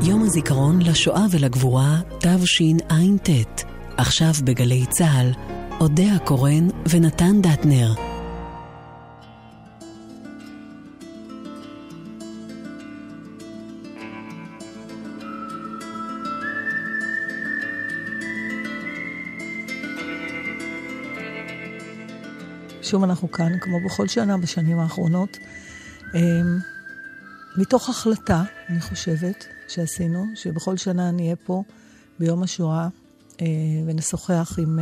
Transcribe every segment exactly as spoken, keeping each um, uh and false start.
יום הזיכרון לשואה ולגבורה תשע"ט. עכשיו בגלי צהל, אודיה קורן ונתן דטנר. שוב אנחנו כאן, כמו בכל שנה בשנים האחרונות, מתוך החלטה, אני חושבת, שעשינו, שבכל שנה נהיה פה ביום השואה, ונשוחח עם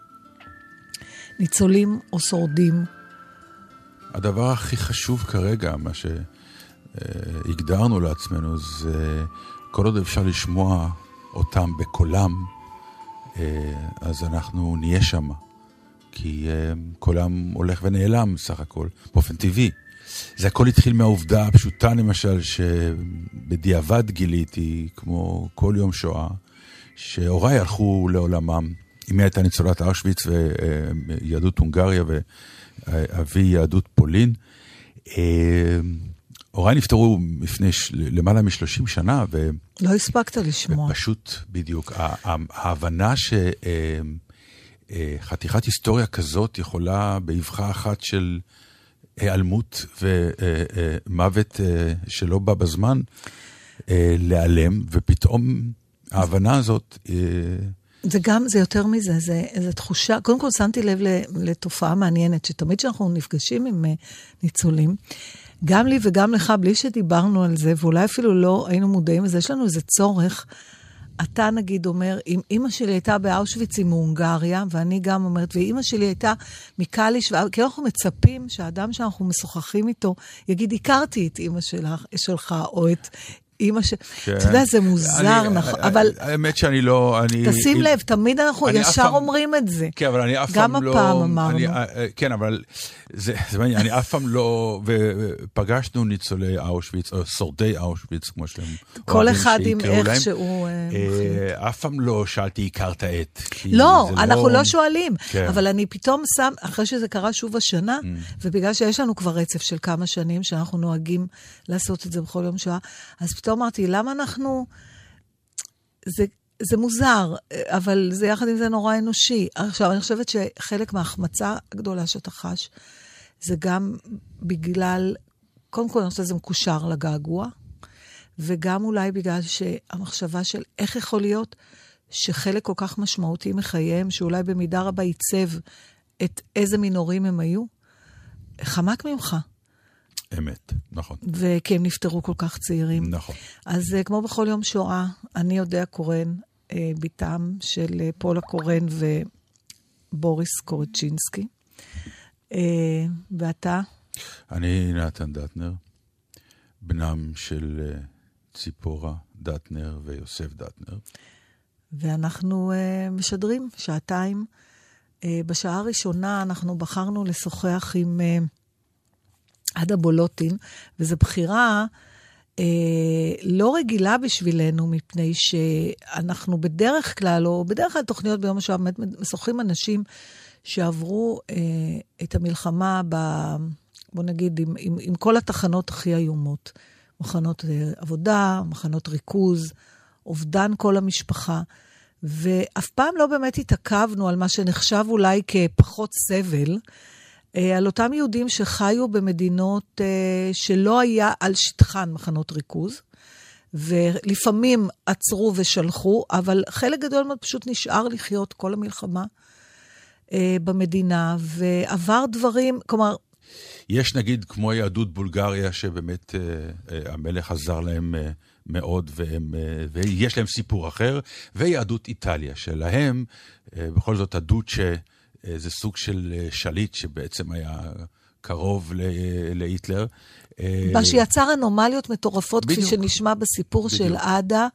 ניצולים או שורדים. הדבר הכי חשוב כרגע, מה שהגדרנו לעצמנו, זה כל עוד אפשר לשמוע אותם בקולם, אז אנחנו נהיה שם. כי uh, קולם הולך ונעלם סך הכל, באופן טבעי. זה הכל התחיל מהעובדה הפשוטה, למשל, שבדיעבד גיליתי, כמו כל יום שואה, שהוריי הלכו לעולמם. אמי הייתה ניצולת אושוויץ ויהדות הונגריה, ואבי יהדות פולין. הוריי נפטרו לפני למעלה משלושים שנה, ו... לא הספקת לשמוע. ופשוט, בדיוק, ההבנה ש... חתיכת היסטוריה כזאת יכולה באבחה אחת של היעלמות ומוות שלא בא בזמן להיעלם, ופתאום ההבנה הזאת... זה גם, זה יותר מזה, זה, זה תחושה, קודם כל שמתי לב לתופעה מעניינת, שתמיד שאנחנו נפגשים עם ניצולים, גם לי וגם לך, בלי שדיברנו על זה, ואולי אפילו לא היינו מודעים לזה, יש לנו איזה צורך, אתה נגיד אומר, אם אמא שלי הייתה באושוויץ עם הונגריה, ואני גם אומרת, ואמא שלי הייתה מקליש, כי אנחנו מצפים שהאדם שאנחנו משוחחים איתו, יגיד, הכרתי את אמא שלך, שלך, או את אמא ש... אתה יודע, זה מוזר, נכון, אבל... האמת שאני לא... תשים לב, תמיד אנחנו ישר אומרים את זה. כן, אבל אני אף פעם לא... גם הפעם אמרנו. כן, אבל זה מעניין, אני אף פעם לא... ופגשנו ניצולי אושוויץ, או שורדי אושוויץ, כמו שהם... כל אחד עם איך שהוא... אף פעם לא שאלתי, הכרת את... לא, אנחנו לא שואלים, אבל אני פתאום שם, אחרי שזה קרה שוב השנה, ובגלל שיש לנו כבר רצף של כמה שנים, שאנחנו נוהגים לעשות את זה בכל יום שעה, אז פתאום אמרתי, למה אנחנו... זה, זה מוזר, אבל זה יחד עם זה נורא אנושי. עכשיו, אני חושבת שחלק מההחמצה הגדולה שאתה חש, זה גם בגלל, קודם כל אני חושבת שזה מקושר לגעגוע, וגם אולי בגלל שהמחשבה של איך יכול להיות שחלק כל כך משמעותי מחייהם, שאולי במידה רבה ייצב את איזה מינורים הם היו, חמק ממך. אמת, נכון. וכי הם נפטרו כל כך צעירים. נכון. אז כמו בכל יום שואה, אני יודע קורן, ביתם של פולה קורן ובוריס קורצ'ינסקי. ואתה? אני נתן דטנר, בנם של ציפורה דטנר ויוסף דטנר. ואנחנו משדרים שעתיים. בשעה הראשונה אנחנו בחרנו לשוחח עם... עדה בולוטין, וזו בחירה אה, לא רגילה בשבילנו, מפני שאנחנו בדרך כלל, או בדרך כלל תוכניות ביום השואה, באמת משוחחים אנשים שעברו אה, את המלחמה, ב, בוא נגיד, עם, עם, עם כל התחנות הכי איומות. מחנות אה, עבודה, מחנות ריכוז, אובדן כל המשפחה, ואף פעם לא באמת התעכבנו על מה שנחשב אולי כפחות סבל, על אותם יהודים שחיו במדינות שלא היה על שטחן מחנות ריכוז, ולפעמים עצרו ושלחו, אבל חלק גדול מאוד פשוט נשאר לחיות כל המלחמה במדינה, ועבר דברים, כלומר... יש נגיד כמו יהדות בולגריה, שבאמת המלך עזר להם מאוד, והם, ויש להם סיפור אחר, ויהדות איטליה, שלהם בכל זאת הדוצ'ה, זה סוג של שליט שבעצם היה קרוב להיטלר. מה שיצר אנומליות מטורפות, בדיוק. כפי שנשמע בסיפור בדיוק. של עדה.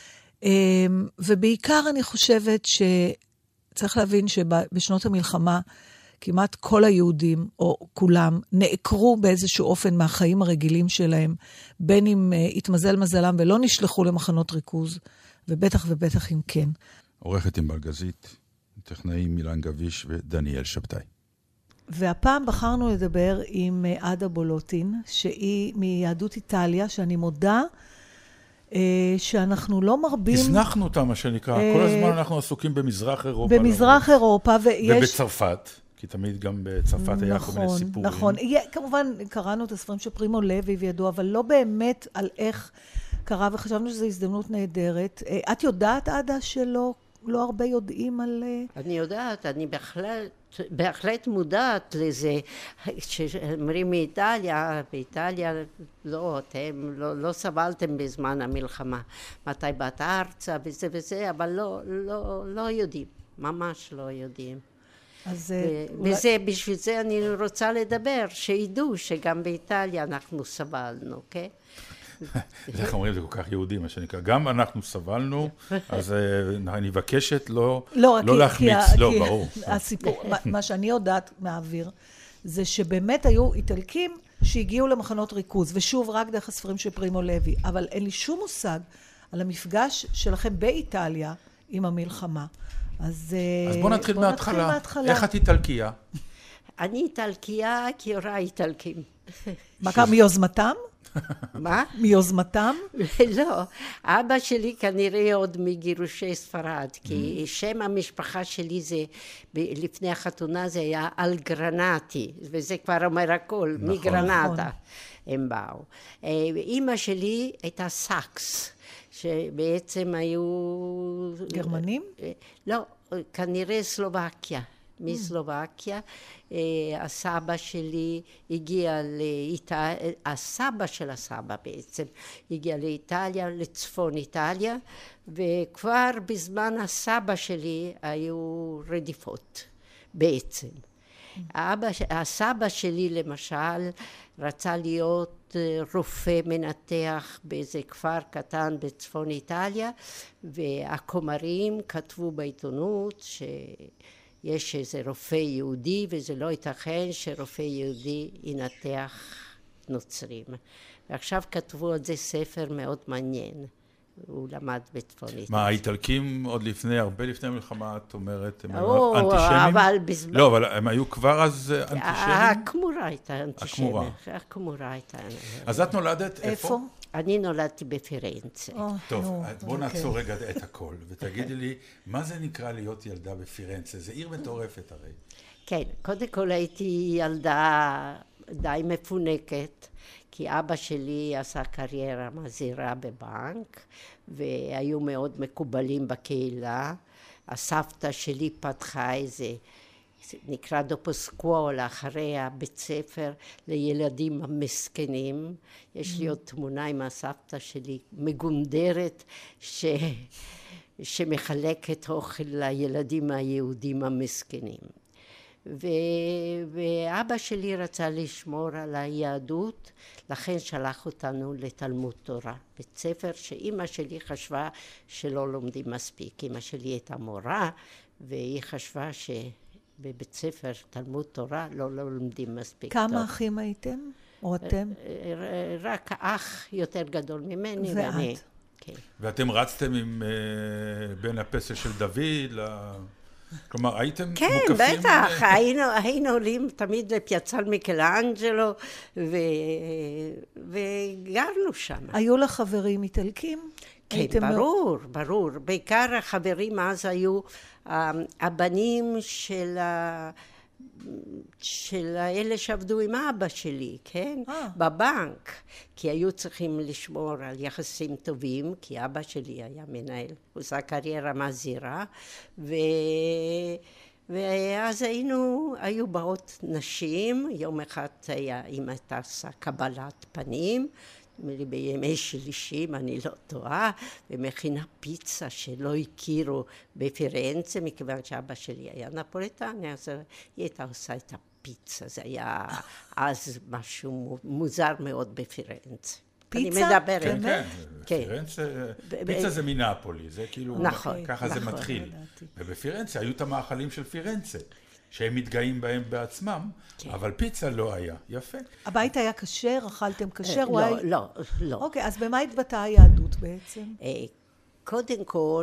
ובעיקר אני חושבת שצריך להבין שבשנות המלחמה, כמעט כל היהודים, או כולם, נעקרו באיזשהו אופן מהחיים הרגילים שלהם, בין אם התמזל מזלם ולא נשלחו למחנות ריכוז, ובטח ובטח אם כן. עורכת עם בלגזית. טכנאים מילן גביש ודניאל שבתאי. והפעם בחרנו לדבר עם עדה בולוטין, שהיא מיהדות איטליה, שאני מודה, שאנחנו לא מרבים... הזנחנו אותם, מה שנקרא. כל הזמן אנחנו עסוקים במזרח אירופה. במזרח אירופה, ויש... ובצרפת. כי תמיד גם בצרפת היה כל מיני סיפורים. נכון, נכון. כמובן, קראנו את הספרים של פרימו לוי וידוע, אבל לא באמת על איך קרה, וחשבנו שזו הזדמנות נהדרת. את יודעת, עדה, שלא לא הרבה יודעים על... אני יודעת, אני בהחלט, בהחלט מודעת לזה, שאומרים מאיטליה, באיטליה לא, אתם לא, לא סבלתם בזמן המלחמה, מתי באת ארצה וזה וזה, אבל לא, לא, לא יודעים, ממש לא יודעים. אז וזה, בשביל זה אני רוצה לדבר, שידעו שגם באיטליה אנחנו סבלנו, כן? איך אומרים, זה כל כך יהודי, מה שנקרא. גם אנחנו סבלנו, אז אני מבקשת לא להחמיץ. לא, ברור. הסיפור, מה שאני יודעת מהאוויר, זה שבאמת היו איטלקים שהגיעו למחנות ריכוז, ושוב, רק דרך הספרים של פרימו לוי, אבל אין לי שום מושג על המפגש שלכם באיטליה עם המלחמה. אז בוא נתחיל מההתחלה. איך את איטלקייה? אני איטלקייה כי הוריי איטלקים. מה קרה, מיוזמתם? מה? מיוזמתם? לא, אבא שלי כנראה עוד מגירושי ספרד, כי שם המשפחה שלי זה, לפני החתונה זה היה אלגרנטי, וזה כבר אומר הכל, מגרנטה הם באו. אמא שלי הייתה סאקס, שבעצם היו... גרמנים? לא, כנראה סלובקיה. מסלובקיה. הסבא שלי הגיע לאיטליה, הסבא של הסבא בעצם, הגיע לאיטליה, לצפון איטליה, וכבר בזמן הסבא שלי היו רדיפות בעצם. האבא, הסבא שלי למשל רצה להיות רופא מנתח באיזה כפר קטן בצפון איטליה, והכומרים כתבו בעיתונות ש... יש איזה רופא יהודי, וזה לא ייתכן שרופא יהודי ינתח נוצרים. ועכשיו כתבו על זה ספר מאוד מעניין. הוא למד בצפון איטליה. מה, האיטלקים עוד לפני, הרבה לפני המלחמה, את אומרת, הם היו אנטישמים? אבל בזמן... לא, אבל הם היו כבר אז אנטישמים? הכמורה הייתה אנטישמית. הכמורה. הכמורה הייתה... אז את נולדת איפה? אני נולדתי בפירנצה. טוב, בוא נעצור רגע את הכל, ותגידי לי, מה זה נקרא להיות ילדה בפירנצה? זה עיר מטורפת הרי. כן, קודם כל הייתי ילדה די מפונקת, כי אבא שלי עשה קריירה מזהירה בבנק, והיו מאוד מקובלים בקהילה. הסבתא שלי פתחה איזה, נקרא דופוסקואלה, אחרי הבית ספר לילדים המסכנים. יש לי עוד תמונה עם הסבתא שלי מגונדרת, ש... שמחלקת אוכל לילדים היהודים המסכנים. ו... ואבא שלי רצה לשמור על היהדות, לכן שלח אותנו לתלמוד תורה. בית ספר שאימא שלי חשבה שלא לומדים מספיק. אימא שלי הייתה מורה, והיא חשבה שבבית ספר תלמוד תורה לא, לא לומדים מספיק כמה טוב. כמה אחים הייתם? או אתם? רק אח יותר גדול ממני. ואת? ואני, כן. ואתם רצתם עם uh, בין הפסל של דוד ל... כלומר, הייתם כן, מוקפים... כן, בטח, היינו, היינו עולים תמיד לפיאצל מיקלאנג'לו, ו... וגרנו שם. היו לך חברים איטלקים? כן, ברור, מאוד... ברור. בעיקר החברים אז היו הבנים של, ה... של אלה שעבדו עם אבא שלי, כן? אה. בבנק. כי היו צריכים לשמור על יחסים טובים, כי אבא שלי היה מנהל, הוא עושה קריירה מזהירה, ו... ואז היינו, היו באות נשים, יום אחד היה, אמא טסה קבלת פנים, בימי שלישים, אני לא טועה, ומכינה פיצה שלא הכירו בפירנצה, מכיוון שאבא שלי היה נפוליטני, אז היא הייתה עושה את הפיצה, זה היה אז משהו מוזר מאוד בפירנצה. פיצה? אני מדברת. כן, כן, כן. בפירנצה, פיצה זה מנאפולי, זה כאילו, נכון, ככה זה נכון. מתחיל. ובפירנצה היו את המאכלים של פירנצה. שהם מתגאים בהם בעצמם, כן. אבל פיצה לא היה. יפה. הבית היה כשר? אכלתם כשר? לא, היה... לא, לא. אוקיי, אז במה התבטאה היהדות בעצם? קודם כל,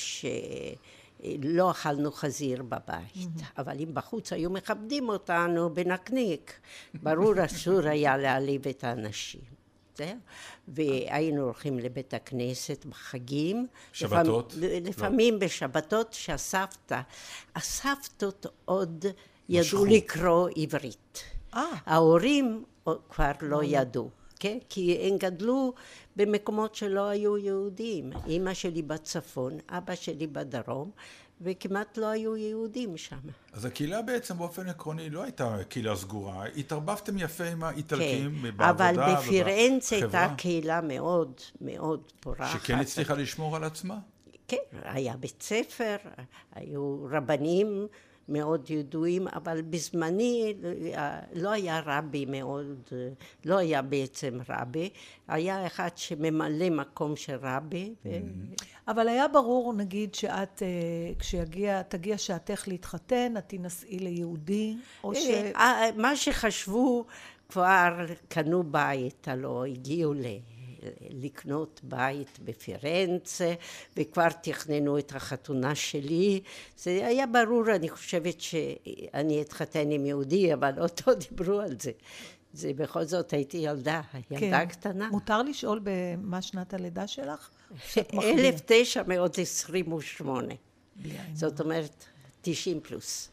שלא אכלנו חזיר בבית, אבל אם בחוץ היו מכבדים אותנו בנקניק, ברור אסור היה להעליב את האנשים. יותר, והיינו הולכים לבית הכנסת בחגים. שבתות? לפעמים, לפעמים בשבתות שהסבתא, הסבתות עוד ידעו לקרוא עברית. ההורים כבר לא ידעו, כן? כי הם גדלו במקומות שלא היו יהודים. אמא שלי בצפון, אבא שלי בדרום, וכמעט לא היו יהודים שם. אז הקהילה בעצם באופן עקרוני לא הייתה קהילה סגורה, התערבבתם יפה עם האיטלקים כן, בעבודה אבל בפירנצה ובחברה. הייתה קהילה מאוד מאוד פורחת. שכן הצליחה לשמור על עצמה? כן, היה בית ספר, היו רבנים מאוד ידועים, אבל בזמני לא היה רבי מאוד, לא היה בעצם רבי, היה אחד שממלא מקום של רבי. ו... אבל היה ברור, נגיד, שאת, כשיגיע, תגיע שעתך להתחתן, את תנסעי ליהודי, או ש... מה שחשבו, כבר קנו בית, הלא הגיעו ל... לקנות בית בפירנצה, וכבר תכננו את החתונה שלי. זה היה ברור, אני חושבת שאני אתחתן עם יהודי, אבל אותו דיברו על זה. זה בכל זאת הייתי ילדה, ילדה כן. קטנה. מותר לשאול במה שנת הלידה שלך? אלף תשע מאות עשרים ושמונה. זאת אומרת, תשעים פלוס.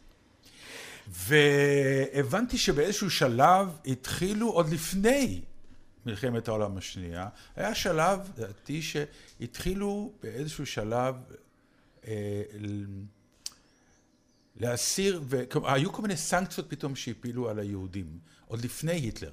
והבנתי שבאיזשהו שלב התחילו עוד לפני מלחמת העולם השנייה, היה שלב, דעתי, שהתחילו באיזשהו שלב אה, להסיר, והיו כל מיני סנקציות פתאום שהפילו על היהודים, עוד לפני היטלר.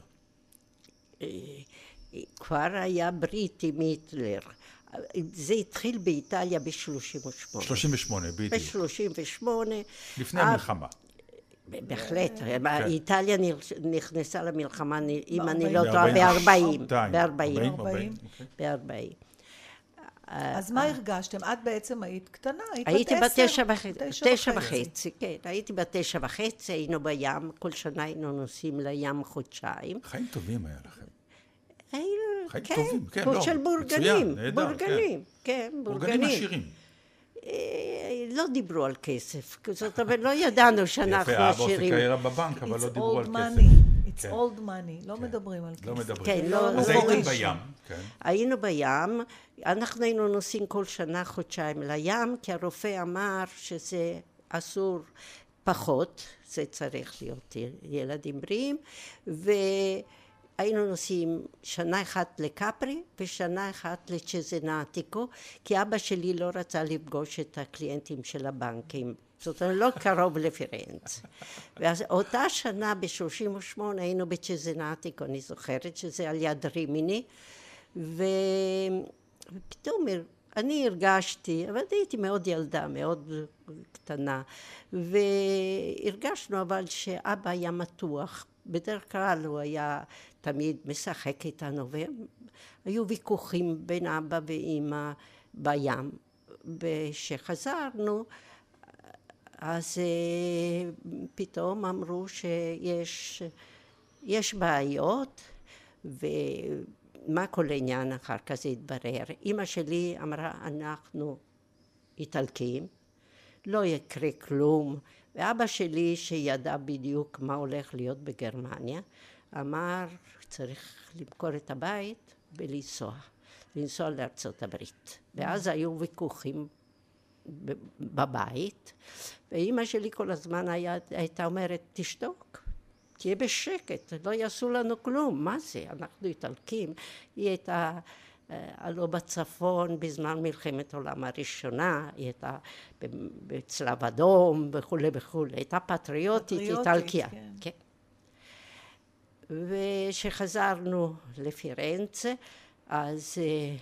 כבר היה ברית עם היטלר. זה התחיל באיטליה ב-שלושים ושמונה. שלושים ושמונה, בדיוק. ב-שלושים ושמונה. לפני המלחמה. בהחלט, איטליה נכנסה למלחמה, אם אני לא טועה, ב-ארבעים. ב-ארבעים. ב-ארבעים. אז מה הרגשתם? את בעצם היית קטנה, היית בת הייתי בת עשר. תשע וחצי, כן. הייתי בת תשע וחצי, היינו בים, כל שנה היינו נוסעים לים חודשיים. חיים טובים היה לכם. חיים טובים, כן, לא. של בורגנים, בורגנים, כן, בורגנים עשירים. לא דיברו על כסף, זאת אומרת, לא ידענו שאנחנו עשירים. יפה, אבא עושה קריירה בבנק, אבל לא דיברו על כסף. It's old money, לא מדברים על כסף. לא מדברים. כן, לא. אז הייתם בים. היינו בים, אנחנו היינו נוסעים כל שנה חודשיים לים, כי הרופא אמר שזה אסור פחות, זה צריך להיות ילדים בריאים, ו... היינו נוסעים שנה אחת לקפרי ושנה אחת לצ'זנטיקו, כי אבא שלי לא רצה לפגוש את הקליינטים של הבנקים. זאת אומרת, לא קרוב לפירנצה. ואותה שנה ב-שלושים ושמונה היינו בצ'זנטיקו, אני זוכרת שזה על יד רימיני, ופתאום אני הרגשתי, אבל הייתי מאוד ילדה, מאוד קטנה, והרגשנו אבל שאבא היה מתוח. בדרך כלל הוא היה תמיד משחק איתנו, והיו ויכוחים בין אבא ואמא בים. וכשחזרנו, אז פתאום אמרו שיש יש בעיות, ומה כל העניין אחר כך זה התברר. אמא שלי אמרה, אנחנו איטלקים, לא יקרה כלום, ואבא שלי שידע בדיוק מה הולך להיות בגרמניה, אמר צריך למכור את הבית ולנסוע, לנסוע לארצות הברית. ואז היו ויכוחים בבית, ואמא שלי כל הזמן היה, הייתה אומרת, תשתוק, תהיה בשקט, לא יעשו לנו כלום, מה זה? אנחנו איטלקים. היא הייתה הלא בצפון בזמן מלחמת העולם הראשונה, היא הייתה בצלב אדום וכולי וכולי, הייתה פטריוטית, איטלקיה. כן. כן. ושחזרנו לפירנצה, אז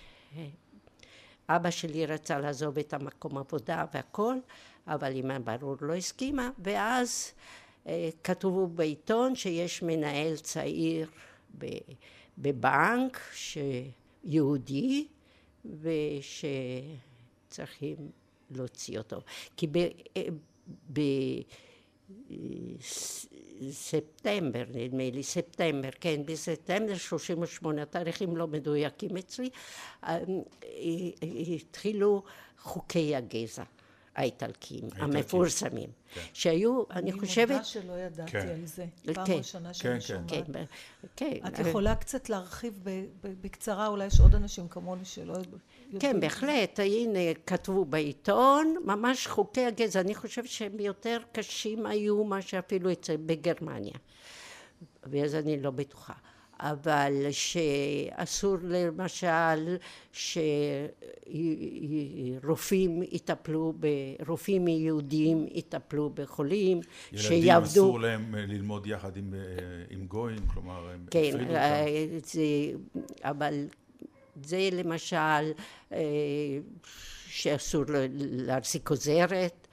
אבא שלי רצה לעזוב את המקום עבודה והכל, אבל אמא ברור לא הסכימה, ואז כתבו בעיתון שיש מנהל צעיר בבנק, ש... יהודי, ושצריכים להוציא אותו. כי בספטמבר, נדמה לי, ספטמבר, כן, בספטמבר שלושים ושמונה, התאריכים לא מדויקים אצלי, התחילו חוקי הגזע. האיטלקים, המפורסמים, שהיו, אני חושבת... אני מודה שלא ידעתי על זה, פעם ראשונה שאני שומעת. את יכולה קצת להרחיב בקצרה, אולי יש עוד אנשים כמוני שלא יודעים. כן, בהחלט, הנה, כתבו בעיתון, ממש חוקי הגזע, אני חושבת שהם יותר קשים היו מה שאפילו בגרמניה, ואז אני לא בטוחה. אבל שאסור למשל שרופאים יטפלו, רופאים יהודים יטפלו בחולים, ילדים שיעבדו... אסור להם ללמוד יחד עם, עם גויים, כלומר הם כן, הפרידו אותם. זה, אבל זה למשל שאסור להחזיק עוזרת,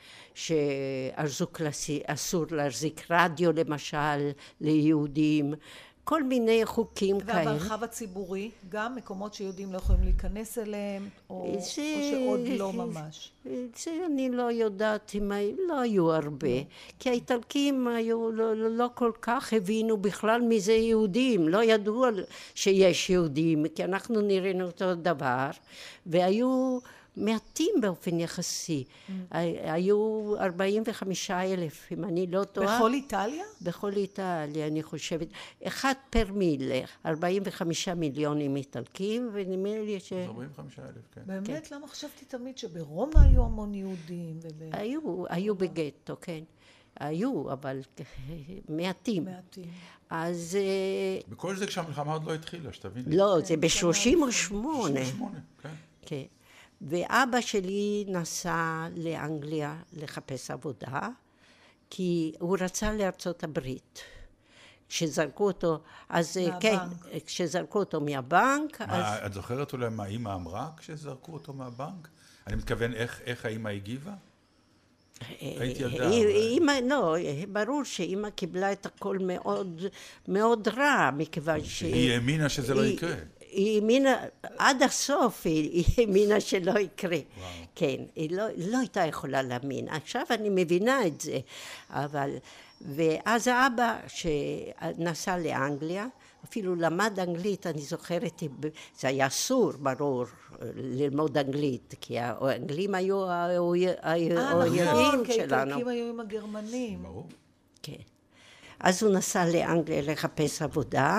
שאסור להחזיק רדיו למשל ליהודים, כל מיני חוקים כאלה. והמרחב הציבורי, גם מקומות שיהודים לא יכולים להיכנס אליהם, או, זה, או שעוד לא ממש? זה אני לא יודעת אם לא היו הרבה, לא. כי האיטלקים היו, לא, לא כל כך הבינו בכלל מי זה יהודים, לא ידעו שיש יהודים, כי אנחנו נראינו אותו דבר, והיו... מעטים באופן יחסי. Mm. היו ארבעים וחמישה אלף, אם אני לא טועה. בכל איטליה? בכל איטליה, אני חושבת. אחד פר מילר, ארבעים וחמישה מיליונים איטלקים, ונדמה לי ש... ארבעים וחמישה אלף, כן. באמת? כן. למה חשבתי תמיד שברומא היו המון יהודים? וב... היו, היו בגטו, כן. היו, אבל מעטים. מעטים. אז... בכל זה כשהמלחמה עוד לא התחילה, שתבין. לא, זה ב-שלושים ושמונה. שלושים ושמונה, כן. כן. ואבא שלי נסע לאנגליה לחפש עבודה, כי הוא רצה לארצות הברית. כשזרקו אותו, אז מהבנק. כן, כשזרקו אותו מהבנק, מה, אז... את זוכרת אולי מה אמא אמרה כשזרקו אותו מהבנק? אני מתכוון איך, איך האמא הגיבה? היית ילדה. אמא, לא, ברור שאמא קיבלה את הכל מאוד, מאוד רע, מכיוון ש... היא האמינה שזה לא יקרה. היא האמינה, עד הסוף היא האמינה שלא יקרה. וואו. כן, היא לא, לא הייתה יכולה להאמין. עכשיו אני מבינה את זה, אבל... ואז האבא שנסע לאנגליה, אפילו למד אנגלית, אני זוכרת, זה היה אסור, ברור, ללמוד אנגלית, כי האנגלים היו האויבים שלנו. כי האיטלקים היו עם הגרמנים. ברור. כן. אז הוא נסע לאנגליה לחפש עבודה,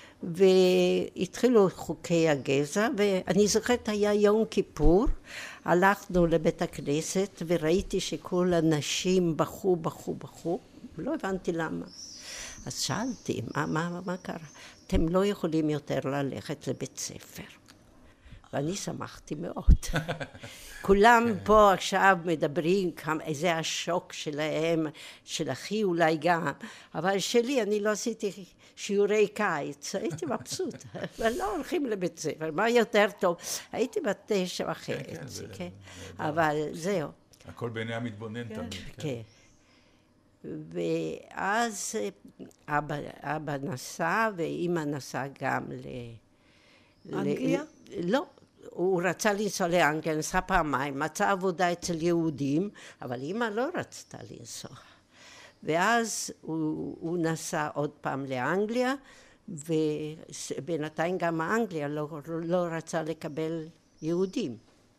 והתחילו חוקי הגזע, ואני זוכרת היה יום כיפור, הלכנו לבית הכנסת וראיתי שכל הנשים בכו, בכו, בכו, לא הבנתי למה. אז שאלתי, מה, מה, מה קרה? אתם לא יכולים יותר ללכת לבית ספר. ואני שמחתי מאוד. כולם פה עכשיו מדברים, איזה השוק שלהם, של אחי אולי גם, אבל שלי, אני לא עשיתי שיעורי קיץ, הייתי מבסוט, אבל לא הולכים לבית ספר, מה יותר טוב? הייתי בתשע וחצי, כן? אבל זהו. הכל בעיני המתבונן תמיד. כן. ואז אבא, אבא נסע, ואמא נסעה גם ל... אנגליה? לא. הוא רצה לנסוע לאנגליה, נסע פעמיים, מצא עבודה אצל יהודים, אבל אמא לא רצתה לנסוע. ואז הוא, הוא נסע עוד פעם לאנגליה, ובינתיים גם האנגליה לא, לא רצה לקבל יהודים.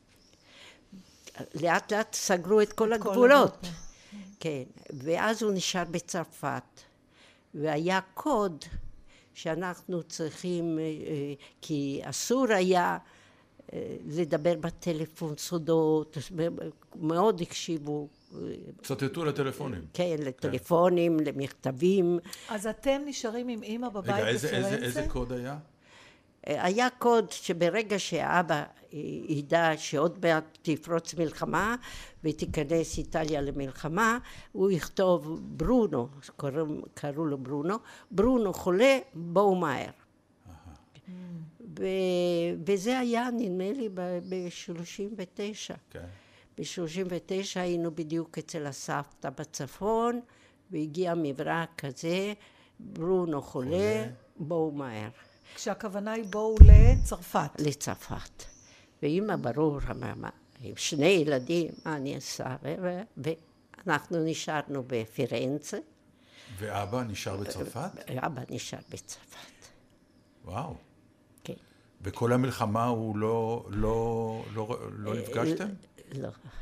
לאט לאט סגרו את כל את הגבולות. כל כן, ואז הוא נשאר בצרפת, והיה קוד שאנחנו צריכים, כי אסור היה לדבר בטלפון סודות, מאוד הקשיבו. צטטו לטלפונים. כן, לטלפונים, כן. למכתבים. אז אתם נשארים עם אמא בבית בפרנצה? רגע, איזה, איזה, איזה קוד היה? היה קוד שברגע שהאבא ידע שעוד מעט תפרוץ מלחמה ותיכנס איטליה למלחמה, הוא יכתוב ברונו, קראו, קראו לו ברונו, ברונו חולה, בואו מהר. ו... וזה היה נדמה לי ב-שלושים ותשע. כן. ב-שלושים ותשע היינו בדיוק אצל הסבתא בצפון, והגיע מברק כזה, ברונו חולה, חולה. בואו מהר. כשהכוונה היא בואו לצרפת. לצרפת. ואמא ברור, עם שני ילדים, מה אני אעשה? ואנחנו נשארנו בפירנצה. ואבא נשאר בצרפת? אבא נשאר בצרפת. וואו. כן. בכל המלחמה הוא לא, לא, לא, לא נפגשתם? לא.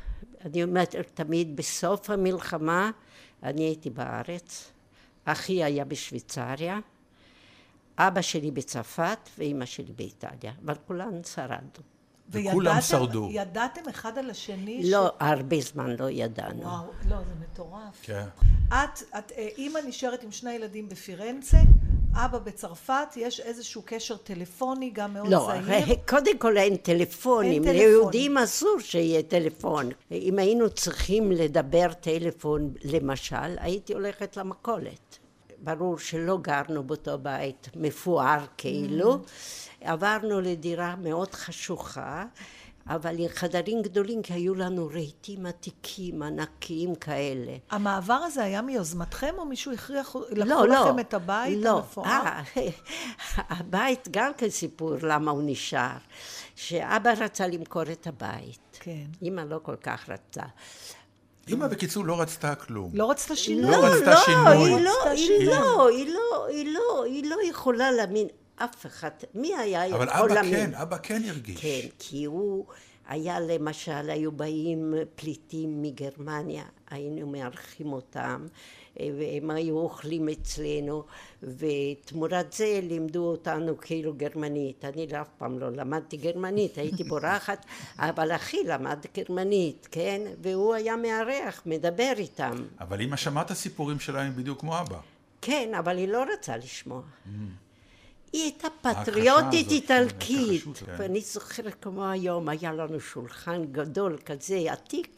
אני אומרת תמיד, בסוף המלחמה אני הייתי בארץ, אחי היה בשוויצריה, אבא שלי בצרפת ואמא שלי באיטליה, אבל כולן שרדו. וכולם שרדו. ידעתם אחד על השני? לא, ש... הרבה זמן לא ידענו. וואו, לא, זה מטורף. כן. את, את, אמא נשארת עם שני ילדים בפירנצה, אבא בצרפת, יש איזשהו קשר טלפוני, גם מאוד לא, זהיר? לא, קודם כל אין טלפונים, אין ליהודים אסור שיהיה טלפון. אם היינו צריכים לדבר טלפון, למשל, הייתי הולכת למכולת. ברור שלא גרנו באותו בית מפואר כאילו, עברנו לדירה מאוד חשוכה, אבל עם חדרים גדולים, כי היו לנו רהיטים עתיקים, ענקיים כאלה. המעבר הזה היה מיוזמתכם, או מישהו הכריח, לקחו לא, לכם לא, את הבית לא. המפואר? אה, הבית גם כסיפור, למה הוא נשאר. שאבא רצה למכור את הבית. כן. אמא לא כל כך רצה. אמא בקיצור לא רצתה כלום. לא רצתה שינוי. לא רצתה לא, שינוי. היא לא, רצתה היא שינוי. לא, היא לא, היא לא, היא לא יכולה להאמין אף אחד. מי היה יכול אבל להאמין? אבא כן, אבא כן הרגיש. כן, כי הוא היה למשל, היו באים פליטים מגרמניה, היינו מארחים אותם, והם היו אוכלים אצלנו, ותמורת זה לימדו אותנו כאילו גרמנית. אני אף פעם לא למדתי גרמנית, הייתי בורחת, אבל אחי למד גרמנית, כן? והוא היה מארח, מדבר איתם. אבל אמא שמעת הסיפורים שלהם בדיוק כמו אבא. כן, אבל היא לא רצה לשמוע. Mm. היא הייתה ההכחשה פטריוטית הזאת, איטלקית, ההתכחשות, כן. ואני זוכרת כמו היום, היה לנו שולחן גדול כזה עתיק,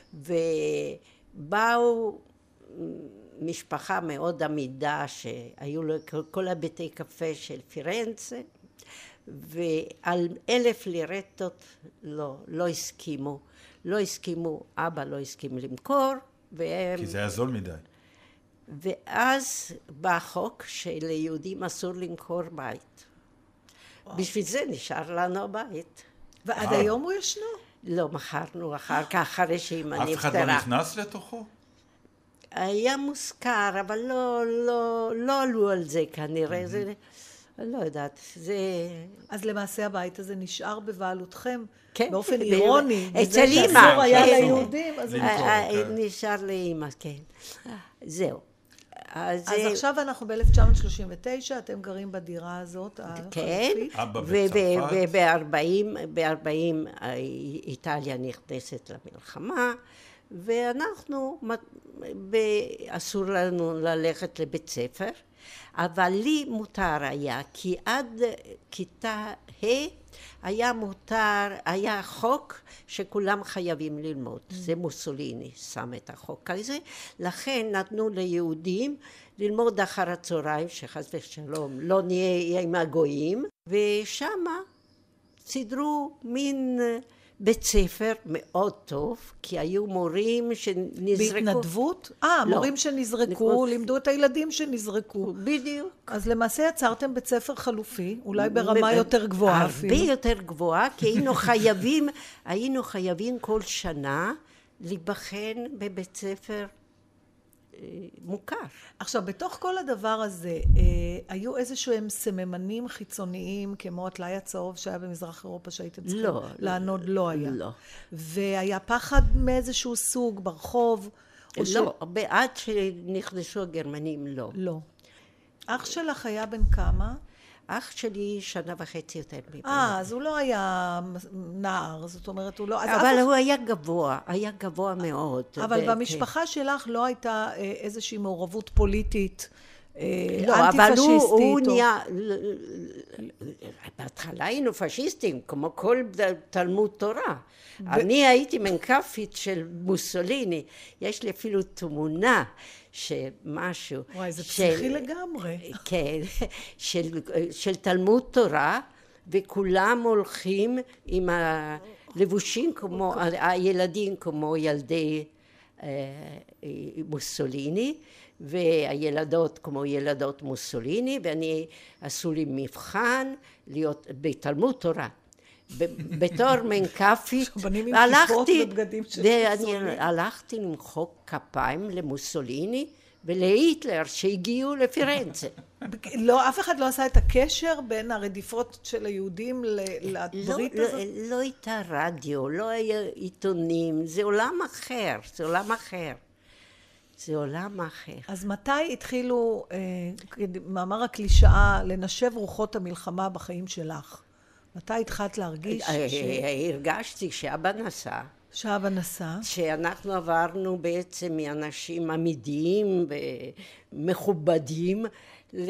ובאו משפחה מאוד עמידה, שהיו לו כל הבתי קפה של פירנצה, ועל אלף לירטות לא, לא הסכימו, לא הסכימו, אבא לא הסכים למכור, והם... כי זה היה זול מדי. ואז בא חוק שליהודים אסור למכור בית. וואו. בשביל זה נשאר לנו בית. ועד אה. היום הוא ישנו? לא, מכרנו אחר כך, אחרי שאמא נפטרה. אף אחד לא נכנס לתוכו? היה מוזכר, אבל לא, לא, לא עלו על זה כנראה. Mm-hmm. זה, לא יודעת, זה... אז למעשה הבית הזה נשאר בבעלותכם, כן, באופן אירוני. אצל אמא. שאסור היה כן. ליהודים, אז... למכור, כן. נשאר לאמא, כן. זהו. אז, אז עכשיו אנחנו ב-אלף תשע מאות שלושים ותשע, אתם גרים בדירה הזאת, כן, אבא בצרפת. וב-ארבעים איטליה נכנסת למלחמה, ואנחנו, אסור לנו ללכת לבית ספר, אבל לי מותר היה, כי עד כיתה ה' היה מותר, היה חוק שכולם חייבים ללמוד. Mm. זה מוסוליני שם את החוק הזה. לכן נתנו ליהודים ללמוד אחר הצהריים, שחס ושלום לא נהיה עם הגויים, ושמה סידרו מין בית ספר מאוד טוב, כי היו מורים שנזרקו. בהתנדבות? אה, לא. מורים שנזרקו, לימדו את הילדים שנזרקו. בדיוק. אז למעשה יצרתם בית ספר חלופי, אולי ברמה יותר גבוהה אפילו. הרבה יותר גבוהה, כי היינו חייבים, היינו חייבים כל שנה להיבחן בבית ספר מוכר. עכשיו, בתוך כל הדבר הזה, אה, היו איזשהם סממנים חיצוניים, כמו הטלאי הצהוב שהיה במזרח אירופה שהייתם צריכים לא, לענוד, לא היה. לא. והיה פחד מאיזשהו סוג ברחוב? לא, ש... עד שנכנסו הגרמנים, לא. לא. אח שלך היה בן כמה? אח שלי שנה וחצי יותר ממני. אה, אז הוא לא היה נער, זאת אומרת, הוא לא... אבל הוא היה גבוה, היה גבוה מאוד. אבל במשפחה שלך לא הייתה איזושהי מעורבות פוליטית, לא, אבל הוא נהיה... בהתחלה היינו פשיסטים, כמו כל תלמוד תורה. אני הייתי מנקפית של מוסוליני. יש לי אפילו תמונה שמשהו... וואי, זה פסיכי לגמרי. כן, של תלמוד תורה, וכולם הולכים עם הלבושים כמו, הילדים כמו ילדי מוסוליני, והילדות כמו ילדות מוסוליני, ואני עשו לי מבחן להיות בתלמוד תורה. בתור מנקפית, והלכתי, ואני הלכתי למחוא כפיים למוסוליני, ולהיטלר שהגיעו לפירנצה. לא, אף אחד לא עשה את הקשר בין הרדיפות של היהודים לברית לא, הזאת? לא, לא הייתה רדיו, לא היה עיתונים, זה עולם אחר, זה עולם אחר. זה עולם אחר. אז מתי התחילו, אה, מאמר הקלישאה, לנשב רוחות המלחמה בחיים שלך? מתי התחלת להרגיש ש... הרגשתי שאבא נסע. שאבא נסע. שאנחנו עברנו בעצם מאנשים עמידיים ומכובדים ל...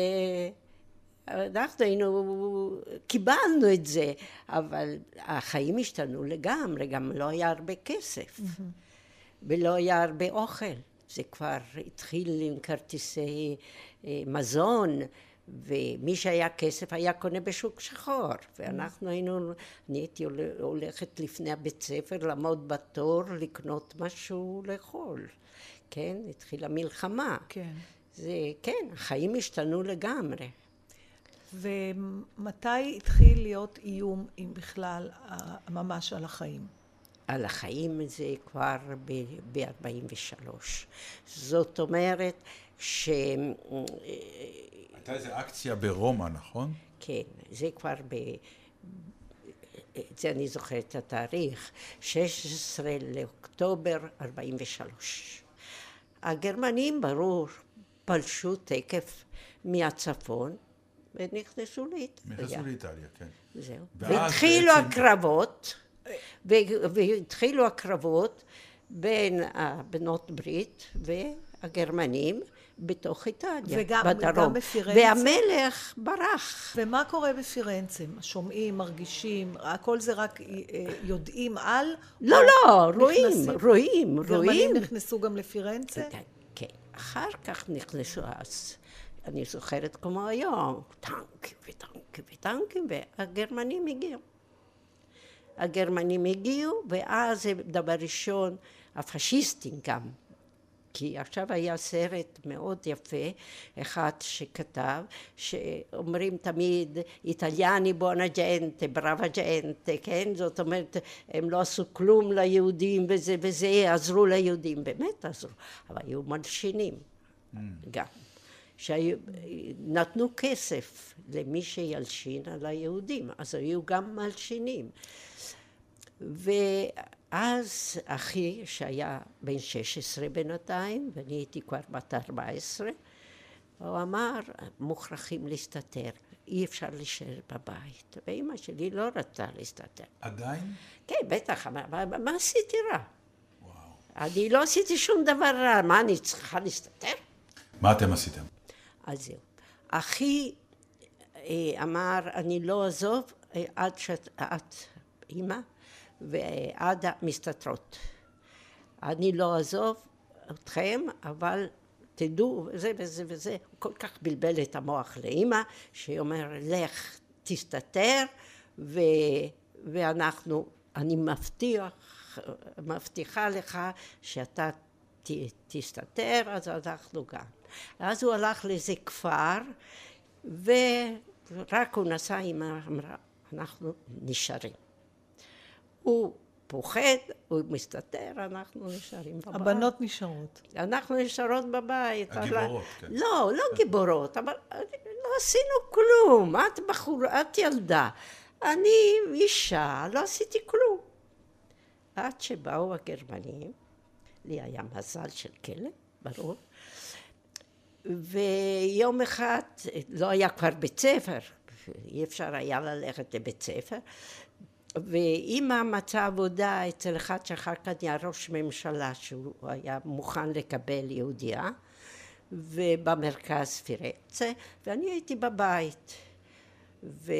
אנחנו היינו, קיבלנו את זה, אבל החיים השתנו לגמרי, גם לא היה הרבה כסף, mm-hmm. ולא היה הרבה אוכל. זה כבר התחיל עם כרטיסי מזון, ומי שהיה כסף היה קונה בשוק שחור, ואנחנו היינו, אני הייתי הולכת לפני הבית ספר, לעמוד בתור, לקנות משהו לאכול, כן? התחילה מלחמה. כן. זה, כן, החיים השתנו לגמרי. ומתי התחיל להיות איום, אם בכלל, ממש על החיים? על החיים זה כבר ב-ארבעים ושלוש. זאת אומרת ש... הייתה איזו אקציה ברומא, נכון? כן, זה כבר ב... זה אני זוכרת את התאריך, שישה עשר לאוקטובר ארבעים ושלוש. הגרמנים, ברור, פלשו תקף מהצפון, ונכנסו לאיטליה. נכנסו לאיטליה, כן. זהו. והתחילו הקרבות, והתחילו הקרבות בין הבנות ברית והגרמנים בתוך איטליה, וגם, בדרום. וגם בפירנצה. והמלך ברח. ומה קורה בפירנצה? שומעים, מרגישים, הכל זה רק יודעים על? לא, לא, רואים, רואים, רואים. גרמנים נכנסו גם לפירנצה? כן, אחר כך נכנסו אז. אני זוכרת כמו היום, טנקים וטנקים וטנקים, והגרמנים הגיעו. הגרמנים הגיעו, ואז דבר ראשון, הפשיסטים גם, כי עכשיו היה סרט מאוד יפה, אחד שכתב, שאומרים תמיד, איטליאני בונה ג'נטה, ברבה ג'נטה, כן? זאת אומרת, הם לא עשו כלום ליהודים, וזה וזה, עזרו ליהודים, באמת עזרו, אבל היו מלשינים mm. גם. שנתנו כסף למי שילשין על היהודים, אז היו גם מלשינים. ואז אחי, שהיה בן שש עשרה בינתיים, ואני הייתי כבר בת ארבע עשרה, הוא אמר, מוכרחים להסתתר, אי אפשר להישאר בבית. ואמא שלי לא רצתה להסתתר. עדיין? כן, בטח, מה, מה, מה עשיתי רע? וואו. אני לא עשיתי שום דבר רע, מה אני צריכה להסתתר? מה אתם עשיתם? אז זהו. אחי אמר, אני לא עזוב עד שאת, את, אמא, ועד המסתתרות. אני לא עזוב אתכם, אבל תדעו, וזה וזה וזה. הוא כל כך בלבל את המוח לאמא, שהיא אומרת, לך תסתתר, ו, ואנחנו, אני מבטיח, מבטיחה לך שאתה ת, תסתתר, אז אנחנו גם. אז הוא הלך לאיזה כפר, ורק הוא נסע עם אמרה, אנחנו נשארים. הוא פוחד, הוא מסתתר, אנחנו נשארים בבית. הבנות נשארות. אנחנו נשארות בבית. הגיבורות, כן. לא, לא גיבורות, אבל לא עשינו כלום. את בחור, את ילדה. אני אישה, לא עשיתי כלום. עד שבאו הגרמנים, לי היה מזל של כלב, ברור. ויום אחד, לא היה כבר בית ספר, אי אפשר היה ללכת לבית ספר, ואמא מצאה עבודה אצל אחד שאחר כך היה ראש ממשלה, שהוא היה מוכן לקבל יהודיה, ובמרכז פירנצה, ואני הייתי בבית, ו...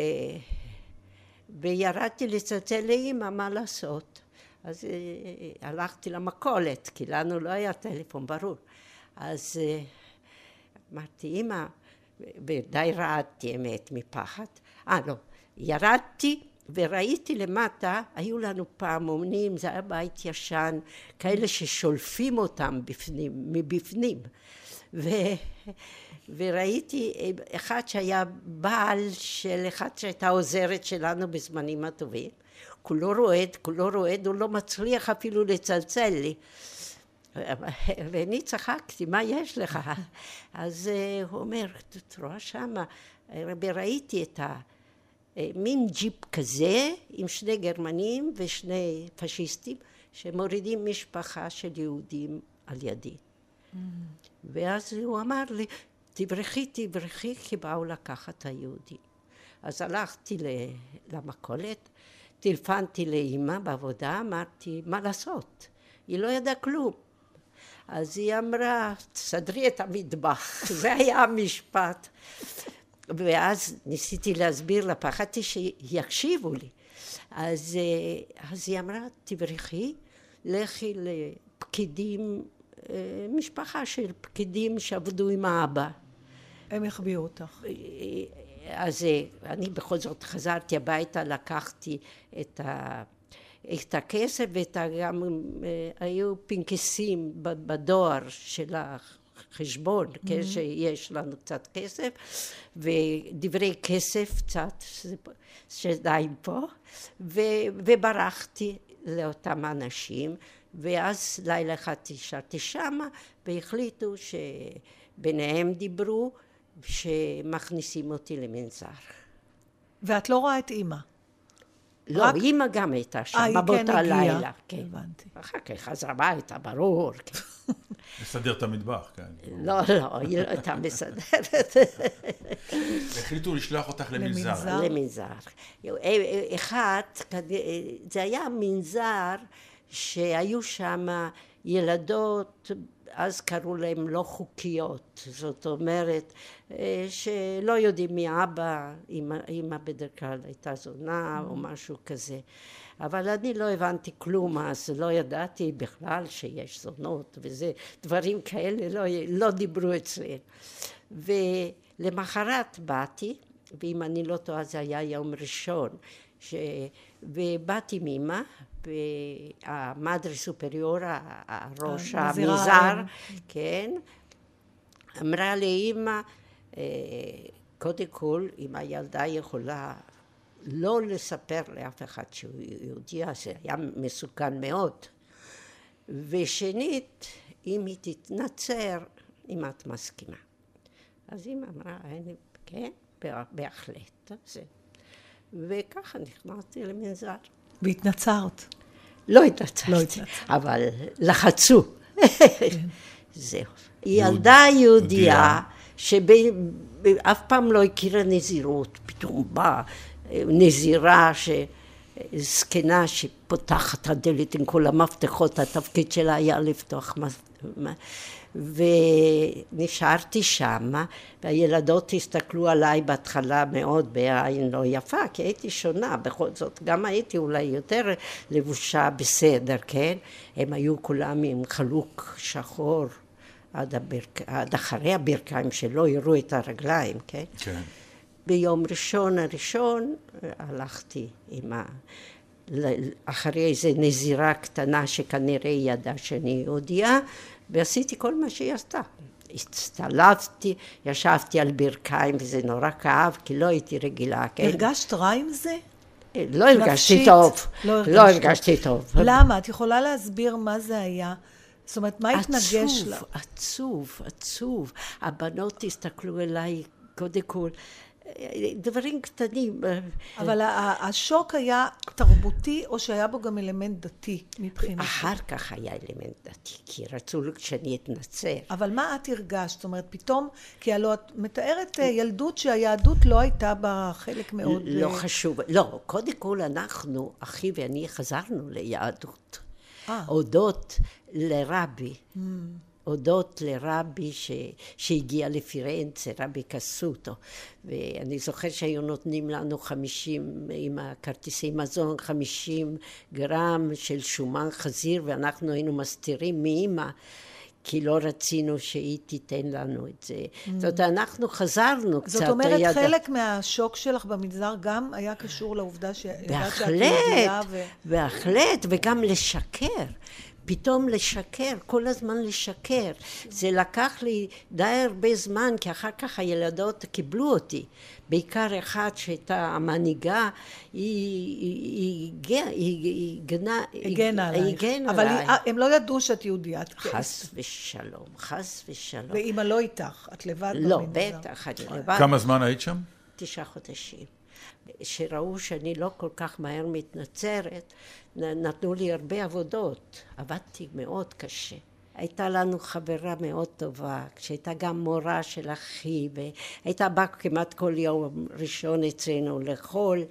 וירדתי לצלצל לאמא מה לעשות. אז הלכתי למכולת, כי לנו לא היה טלפון, ברור. אז אמרתי, אמא, ודי רעדתי אמת מפחד. אה, לא, ירדתי וראיתי למטה, היו לנו פעמונים, זה היה בית ישן, כאלה ששולפים אותם בפנים, מבפנים. ו... וראיתי אחד שהיה בעל של אחד שהייתה עוזרת שלנו בזמנים הטובים, כולו רועד, כולו רועד, הוא לא מצליח אפילו לצלצל לי. ואני צחקתי, מה יש לך? אז הוא אומר, את רואה שמה, ראיתי את המין ג'יפ כזה, עם שני גרמנים ושני פשיסטים, שמורידים משפחה של יהודים על ידי. ואז הוא אמר לי, תברכי, תברכי, כי באו לקחת את היהודים. אז הלכתי למכולת, טלפנתי לאמא בעבודה, אמרתי, מה לעשות? היא לא ידעה כלום. אז היא אמרה, תסדרי את המטבח. זה היה המשפט. ואז ניסיתי להסביר לה, פחדתי שיקשיבו לי. אז, אז היא אמרה, תברכי, לכי לפקידים, משפחה של פקידים שעבדו עם האבא. הם יחביאו אותך. אז אני בכל זאת חזרתי הביתה, לקחתי את, ה, את הכסף, וגם היו פנקסים בדואר של החשבון, mm-hmm. כשיש לנו קצת כסף, ודברי כסף קצת, שדיים פה, ו, וברחתי לאותם אנשים, ואז לילה אחד תשארתי שמה, והחליטו שביניהם דיברו, שמכניסים אותי למנזר. ואת לא רואה את אמא? לא, רק... אמא גם הייתה שם, בבותה הלילה. כן, הבנתי. אחר כך חזרה הביתה, ברור. מסדר את המטבח, כן. לא, לא, היא לא הייתה מסדרת. החליטו לשלוח אותך למנזר. למנזר. אחד, זה היה מנזר שהיו שם ילדות, אז קראו להם לא חוקיות, זאת אומרת שלא יודעים מי אבא, אמא בדרך כלל הייתה זונה או משהו כזה, אבל אני לא הבנתי כלום, אז לא ידעתי בכלל שיש זונות וזה, דברים כאלה לא, לא דיברו אצלנו. ולמחרת באתי, ואם אני לא טועה זה היה יום ראשון, ש... ובאתי עם אמא, והמדרי סופריורה, הראש המנזר, כן, אמרה לאמא, קודם כל, אם הילדה יכולה לא לספר לאף אחד שהוא יהודי, זה היה מסוכן מאוד. ושנית, אם היא תתנצר, אם את מסכימה. אז אמא אמרה, כן, בהחלט, זה. וככה נכנסתי למנזר. והתנצרת? לא התנצרתי, אבל לחצו. זהו. היא ילדה יהודייה שאף פעם לא הכירה נזירות, פתאום באה נזירה זקנה שפותחת הדלת עם כל המפתחות, התפקיד שלה היה לפתוח ונשארתי שמה, והילדות הסתכלו עליי בהתחלה מאוד בעין לא יפה, כי הייתי שונה, בכל זאת, גם הייתי אולי יותר לבושה בסדר, כן? הם היו כולם עם חלוק שחור עד, הברק... עד אחרי הברכיים, שלא יראו את הרגליים, כן? כן. ביום ראשון הראשון הלכתי עם ה... אחרי איזו נזירה קטנה שכנראה ידעה שאני יהודייה, ועשיתי כל מה שהיא עשתה. הצטלבתי, ישבתי על ברכיים, וזה נורא כאב, כי לא הייתי רגילה. כן? הרגשת רע עם זה? לא הרגשתי טוב. לא הרגשתי, לא הרגשתי טוב. למה? את יכולה להסביר מה זה היה? זאת אומרת, מה התנגש לה? עצוב, עצוב, עצוב. הבנות הסתכלו אליי, קודם כל, דברים קטנים. אבל השוק היה תרבותי, או שהיה בו גם אלמנט דתי מבחינת? אחר כך היה אלמנט דתי, כי רצו שאני אתנצר. אבל מה את הרגשת? זאת אומרת, פתאום, כי הלוא את מתארת ילדות שהיהדות לא הייתה בה חלק מאוד... לא חשוב, לא, קודם כל אנחנו, אחי ואני, חזרנו ליהדות. הודות לרבי. הודות לרבי ש... שהגיע לפירנצה, רבי קסוטו, ואני זוכר שהיו נותנים לנו חמישים, עם הכרטיסי מזון, חמישים גרם של שומן חזיר, ואנחנו היינו מסתירים מאמא, כי לא רצינו שהיא תיתן לנו את זה. Mm. זאת אומרת, אנחנו חזרנו קצת. זאת אומרת, היד... חלק מהשוק שלך במגזר גם היה קשור לעובדה ש... בהחלט, ו... בהחלט, וגם לשקר. פתאום לשקר, כל הזמן לשקר. זה לקח לי די הרבה זמן, כי אחר כך הילדות קיבלו אותי. בעיקר אחת שהייתה המנהיגה, היא הגנה עלייך. אבל הם לא ידעו שאת יהודיית. חס ושלום, חס ושלום. ואמא לא איתך, את לבד במנזר. לא, בטח, אני לבד. כמה זמן היית שם? תשעה חודשים. שראו שאני לא כל כך מהר מתנצרת, נתנו לי הרבה עבודות. עבדתי מאוד קשה. הייתה לנו חברה מאוד טובה, שהייתה גם מורה של אחי, והייתה באה כמעט כל יום ראשון אצלנו לאכול,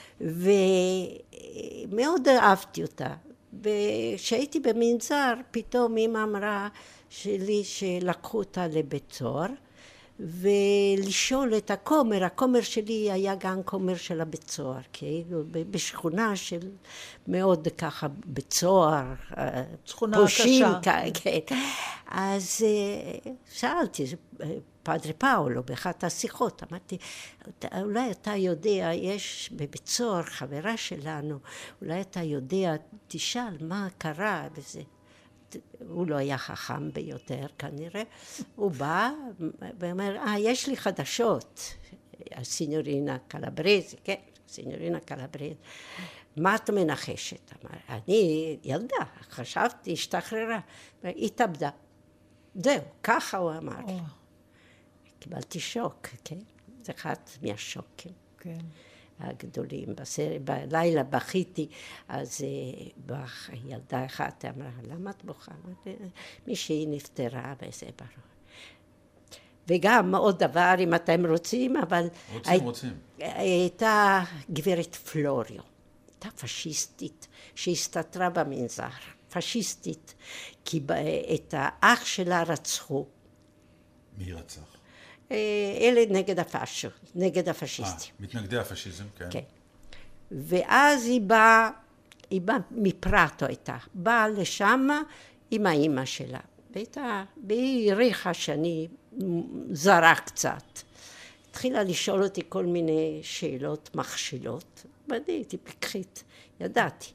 ומאוד אהבתי אותה. וכשהייתי במנזר, פתאום אמא אמרה שלי שלקחו אותה לבית סוהר, ולשאול את הכומר, הכומר שלי היה גם כומר של הבית סוהר, כאילו בשכונה של מאוד ככה בית סוהר, פושעים, כן. אז שאלתי, פדרי פאולו, באחת השיחות, אמרתי, אולי אתה יודע, יש בבית סוהר חברה שלנו, אולי אתה יודע, תשאל מה קרה וזה. הוא לא היה חכם ביותר כנראה, הוא בא ואומר, אה, יש לי חדשות, הסיניורינה קלברזי, כן, הסיניורינה קלברזי, מה את מנחשת? אמר, אני ילדה, חשבתי, השתחררה, התאבדה. זהו, ככה הוא אמר. Oh. קיבלתי שוק, כן, זה אחד מהשוקים. כן. הגדולים. בלילה בכיתי, אז ילדה אחת אמרה, למה את בוכה? מישהי נפטרה וזה ברור. וגם עוד דבר, אם אתם רוצים, אבל... רוצים, רוצים. הייתה גברת פלוריו, הייתה פשיסטית, שהסתתרה במנזר, פשיסטית, כי את האח שלה רצחו. מי רצח? אלה נגד הפאשו, נגד הפשיסטים. אה, מתנגדי הפשיזם, כן. כן. ואז היא באה, היא באה מפרטו הייתה, באה לשם עם האמא שלה. והיא הריחה שאני זרה קצת. התחילה לשאול אותי כל מיני שאלות מכשילות. ואני הייתי פיקחית, ידעתי.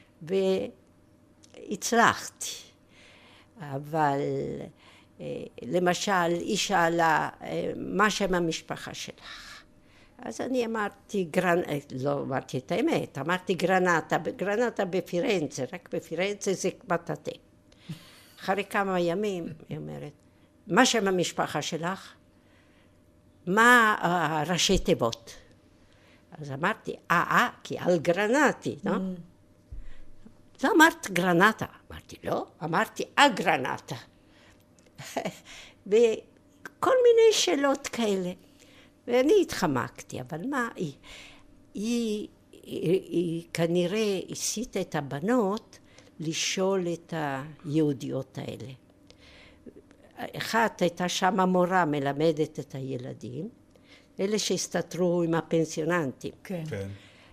והצלחתי. אבל... למשל, היא שאלה, מה שם המשפחה שלך? אז אני אמרתי, גרנ... לא אמרתי את האמת, אמרתי גרנטה, גרנטה בפירנצה, רק בפירנצה זה בטאטה. אחרי כמה ימים, היא אומרת, מה שם המשפחה שלך? מה הראשי תיבות? אז אמרתי, אה, אה, כי על גרנטי, לא? לא אמרת גרנטה. אמרתי, לא, אמרתי, הגרנטה. וכל מיני שאלות כאלה. ואני התחמקתי, אבל מה, היא, היא, היא, היא כנראה הסיתה את הבנות לשאול את היהודיות האלה. אחת הייתה שם המורה מלמדת את הילדים, אלה שהסתתרו עם הפנסיוננטים. כן. כן.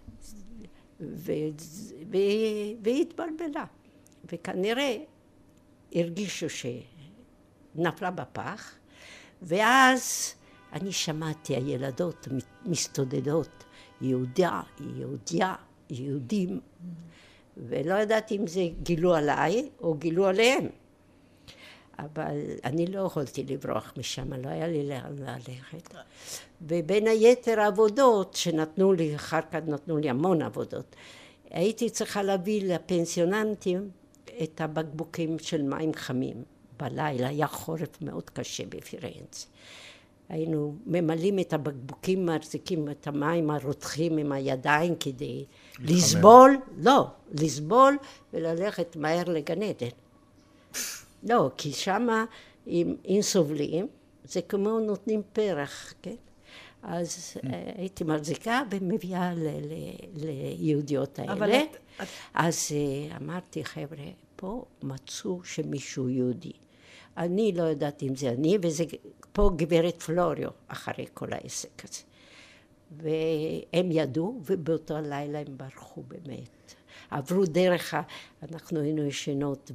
והיא התבלבלה, וכנראה הרגישו ש... נפלה בפח, ואז אני שמעתי הילדות מסתודדות, יהודיה, יהודיה, יהודים, ולא ידעתי אם זה גילו עליי או גילו עליהם. אבל אני לא יכולתי לברוח משם, לא היה לי לאן ללכת. ובין היתר העבודות שנתנו לי, אחר כך נתנו לי המון עבודות, הייתי צריכה להביא לפנסיוננטים את הבקבוקים של מים חמים. בלילה היה חורף מאוד קשה בפירנצה. היינו ממלאים את הבקבוקים, מחזיקים את המים הרותחים עם הידיים כדי לסבול, לא, לסבול וללכת מהר לגן עדן. לא, כי שמה אם, אם סובלים, זה כמו נותנים פרח, כן? אז הייתי מחזיקה ומביאה ליהודיות האלה. אז אמרתי, חבר'ה, פה מצאו שמישהו יהודי. אני לא יודעת אם זה אני, וזה פה גברת פלוריו, אחרי כל העסק הזה. והם ידעו, ובאותו לילה הם ברחו באמת. עברו דרך, אנחנו היינו ישנות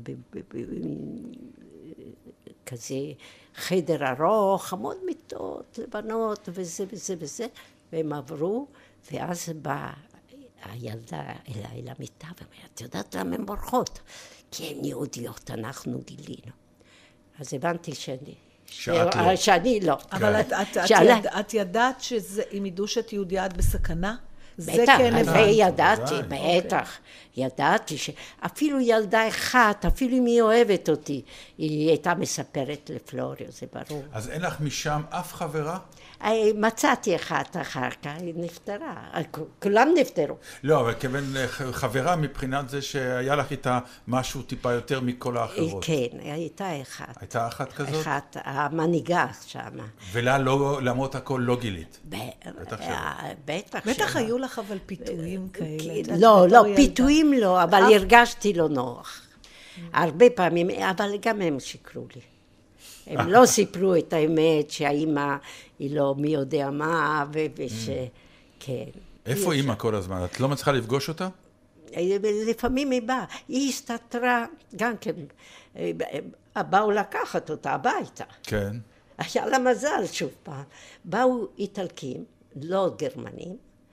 כזה חדר ארוך, המון מיטות, לבנות וזה וזה וזה, והם עברו, ואז באה הילדה אליי למיטה, ואומרת, את יודעת למה הן בורחות? כי הן יהודיות, אנחנו גילינו. אז הבנתי שאני... שאת לא. שאני לא. אבל את, את, את, יד, את ידעת שאם ידעו שאת יהודייה את בסכנה? בטח, וידעתי, בטח. ידעתי שאפילו ילדה אחת, אפילו אם היא אוהבת אותי, היא הייתה מספרת לפלוריו, זה ברור. אז אין לך משם אף חברה? מצאתי אחת אחר כך, היא נפטרה, כולם נפטרו. לא, אבל כיוון חברה מבחינת זה שהיה לך איתה משהו טיפה יותר מכל האחרות. כן, הייתה אחת. הייתה אחת כזאת? אחת, המנהיגה שם. ולה לא, למרות הכל לא גילית? בטח. בטח. בטח היו לך אבל פיתויים כאלה. לא, לא, פיתויים לא, אבל הרגשתי לא נוח. הרבה פעמים, אבל גם הם שיקרו לי. הם לא סיפרו את האמת שהאימא היא לא מי יודע מה, וש... כן. איפה אימא כל הזמן? את לא מצליחה לפגוש אותה? לפעמים היא באה. היא הסתתרה, גם כן, באו לקחת אותה הביתה. כן. היה לה מזל שוב פעם. באו איטלקים, לא גרמנים,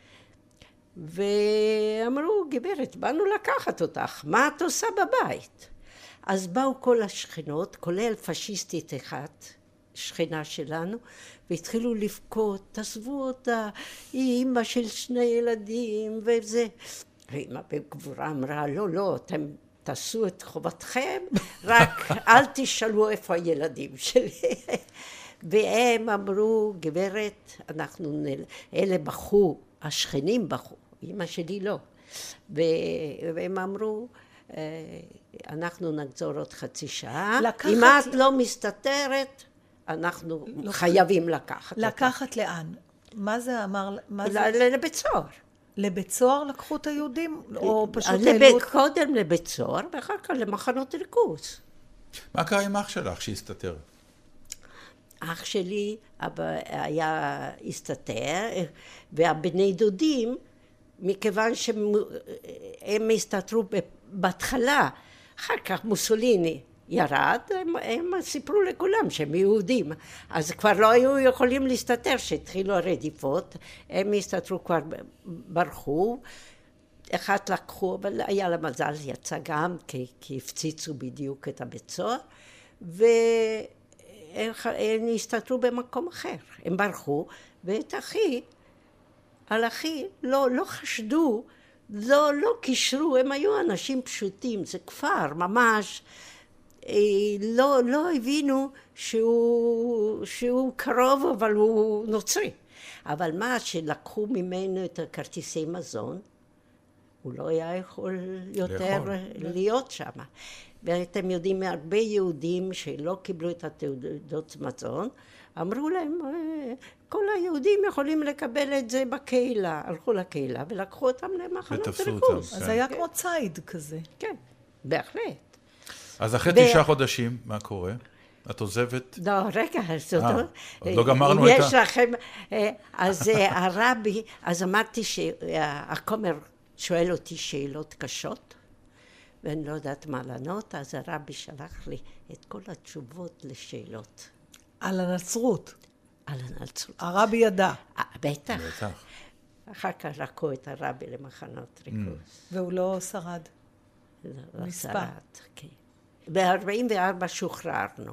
ואמרו, גברת, באנו לקחת אותך, מה את עושה בבית? אז באו כל השכנות, כולל פשיסטית אחת, שכנה שלנו, והתחילו לבכות, תעזבו אותה, היא אימא של שני ילדים, וזה. ואמא בגבורה אמרה, לא, לא, אתם תעשו את חובתכם, רק אל תשאלו איפה הילדים שלי. והם אמרו, גברת, אנחנו, אלה בכו, השכנים בכו, אימא שלי לא. והם אמרו, אנחנו נחזור עוד חצי שעה, לקחת... אם את לא מסתתרת, אנחנו לא חייבים לקחת. לקחת אותה. לאן? מה זה אמר? מה זה... לבית סוהר. לבית סוהר לקחו את היהודים? או פשוט לבית, העלו... קודם לבית סוהר, ואחר כך למחנות ריכוז. מה קרה עם אח שלך שהסתתר? אח שלי היה הסתתר, והבני דודים, מכיוון שהם הסתתרו בהתחלה, אחר כך מוסוליני ירד, הם, הם סיפרו לכולם שהם יהודים, אז כבר לא היו יכולים להסתתר, שהתחילו הרדיפות, הם הסתתרו כבר, ברחו, אחת לקחו, אבל היה לה מזל, יצא גם, כי, כי הפציצו בדיוק את הבית סוהר, והם הסתתרו במקום אחר, הם ברחו, ואת אחי, על אחי לא, לא חשדו, לא, לא קישרו, הם היו אנשים פשוטים, זה כפר ממש, לא, לא הבינו שהוא, שהוא קרוב, אבל הוא נוצרי. אבל מה שלקחו ממנו את הכרטיסי מזון, הוא לא היה יכול יותר להיות שם. ואתם יודעים, הרבה יהודים שלא קיבלו את התעודות מזון, אמרו להם, כל היהודים יכולים לקבל את זה בקהילה. הלכו לקהילה ולקחו אותם למחנות ריכוז. אז היה כמו ציד כזה. כן, בהחלט. אז אחרי תשעה חודשים, מה קורה? את עוזבת? לא, רגע, זאת אומרת, עוד לא גמרנו את ה... יש לכם, אז הרבי, אז אמרתי שהכומר שואל אותי שאלות קשות, ואני לא יודעת מה לענות, אז הרבי שלח לי את כל התשובות לשאלות. על הנצרות? על הנצרות. הרבי ידע. בטח. בטח. אחר כך לקחו את הרבי למחנות ריכוז. והוא לא שרד. לא שרד, כן. ב-ארבעים וארבע שוחררנו.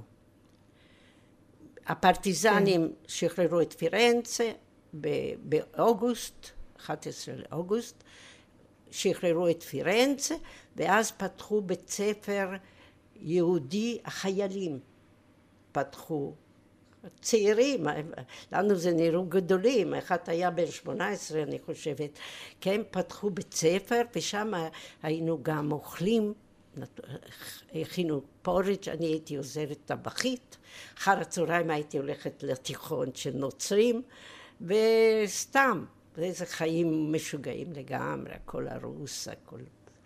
הפרטיזנים שחררו את פירנצה באוגוסט, אחד עשר לאוגוסט, שחררו את פירנצה, ואז פתחו בית ספר יהודי, החיילים פתחו, צעירים, לנו זה נראו גדולים, אחד היה בן שמונה עשרה אני חושבת, כן, פתחו בית ספר, ושם היינו גם אוכלים, הכינו פוריג', אני הייתי עוזרת טבחית, אחר הצהריים הייתי הולכת לתיכון של נוצרים, וסתם, איזה חיים משוגעים לגמרי, הכל הרוס, הכל.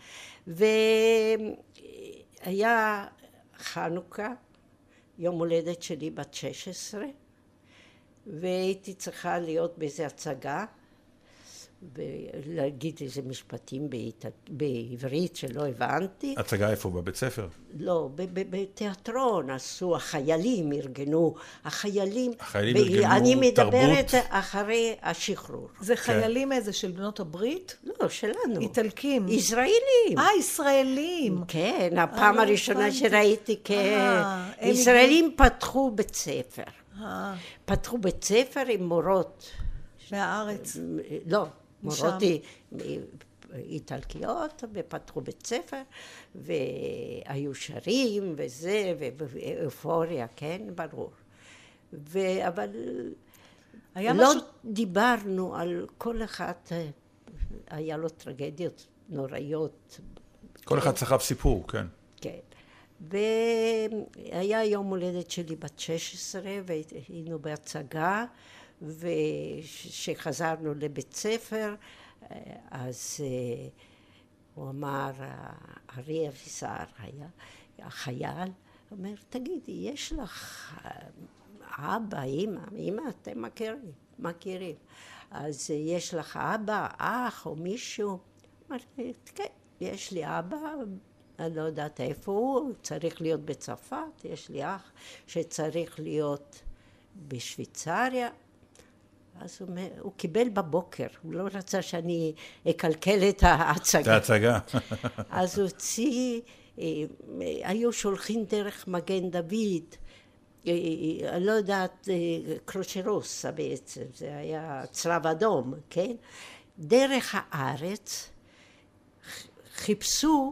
והיה חנוכה, יום הולדת שלי בת שש עשרה, והייתי צריכה להיות באיזו הצגה, ולהגיד איזה משפטים בעברית שלא הבנתי. הצגה איפה? בבית ספר? לא, בתיאטרון עשו, החיילים ארגנו, החיילים... החיילים ארגנו תרבות? אני מדברת אחרי השחרור. זה חיילים איזה של בנות הברית? לא, שלנו. איטלקים. ישראלים. אה, ישראלים. כן, הפעם הראשונה שראיתי, כן. ישראלים פתחו בית ספר. פתחו בית ספר עם מורות. מהארץ. לא. מורות איטלקיות, ופתחו בית ספר, והיו שרים וזה, ואופוריה, כן, ברור. אבל לא דיברנו על כל אחד, היה לו טרגדיות נוראיות. כל אחד סחב סיפור, כן. כן. והיה יום הולדת שלי בת שש עשרה, והיינו בהצגה, וכשחזרנו לבית ספר, אז הוא אמר, ארי אבישר היה, החייל, אומר, תגידי, יש לך אבא, אמא, אמא, אתם מכירים, מכירים. אז יש לך אבא, אח או מישהו? אמרתי, כן, יש לי אבא, אני לא יודעת איפה הוא, צריך להיות בצרפת, יש לי אח שצריך להיות בשוויצריה. אז הוא, הוא קיבל בבוקר, הוא לא רצה שאני אקלקל את ההצגה. את ההצגה. אז הוא הוציא, היו שולחים דרך מגן דוד, אני לא יודעת, קרוצ'רוסה בעצם, זה היה צלב אדום, כן? דרך הארץ חיפשו,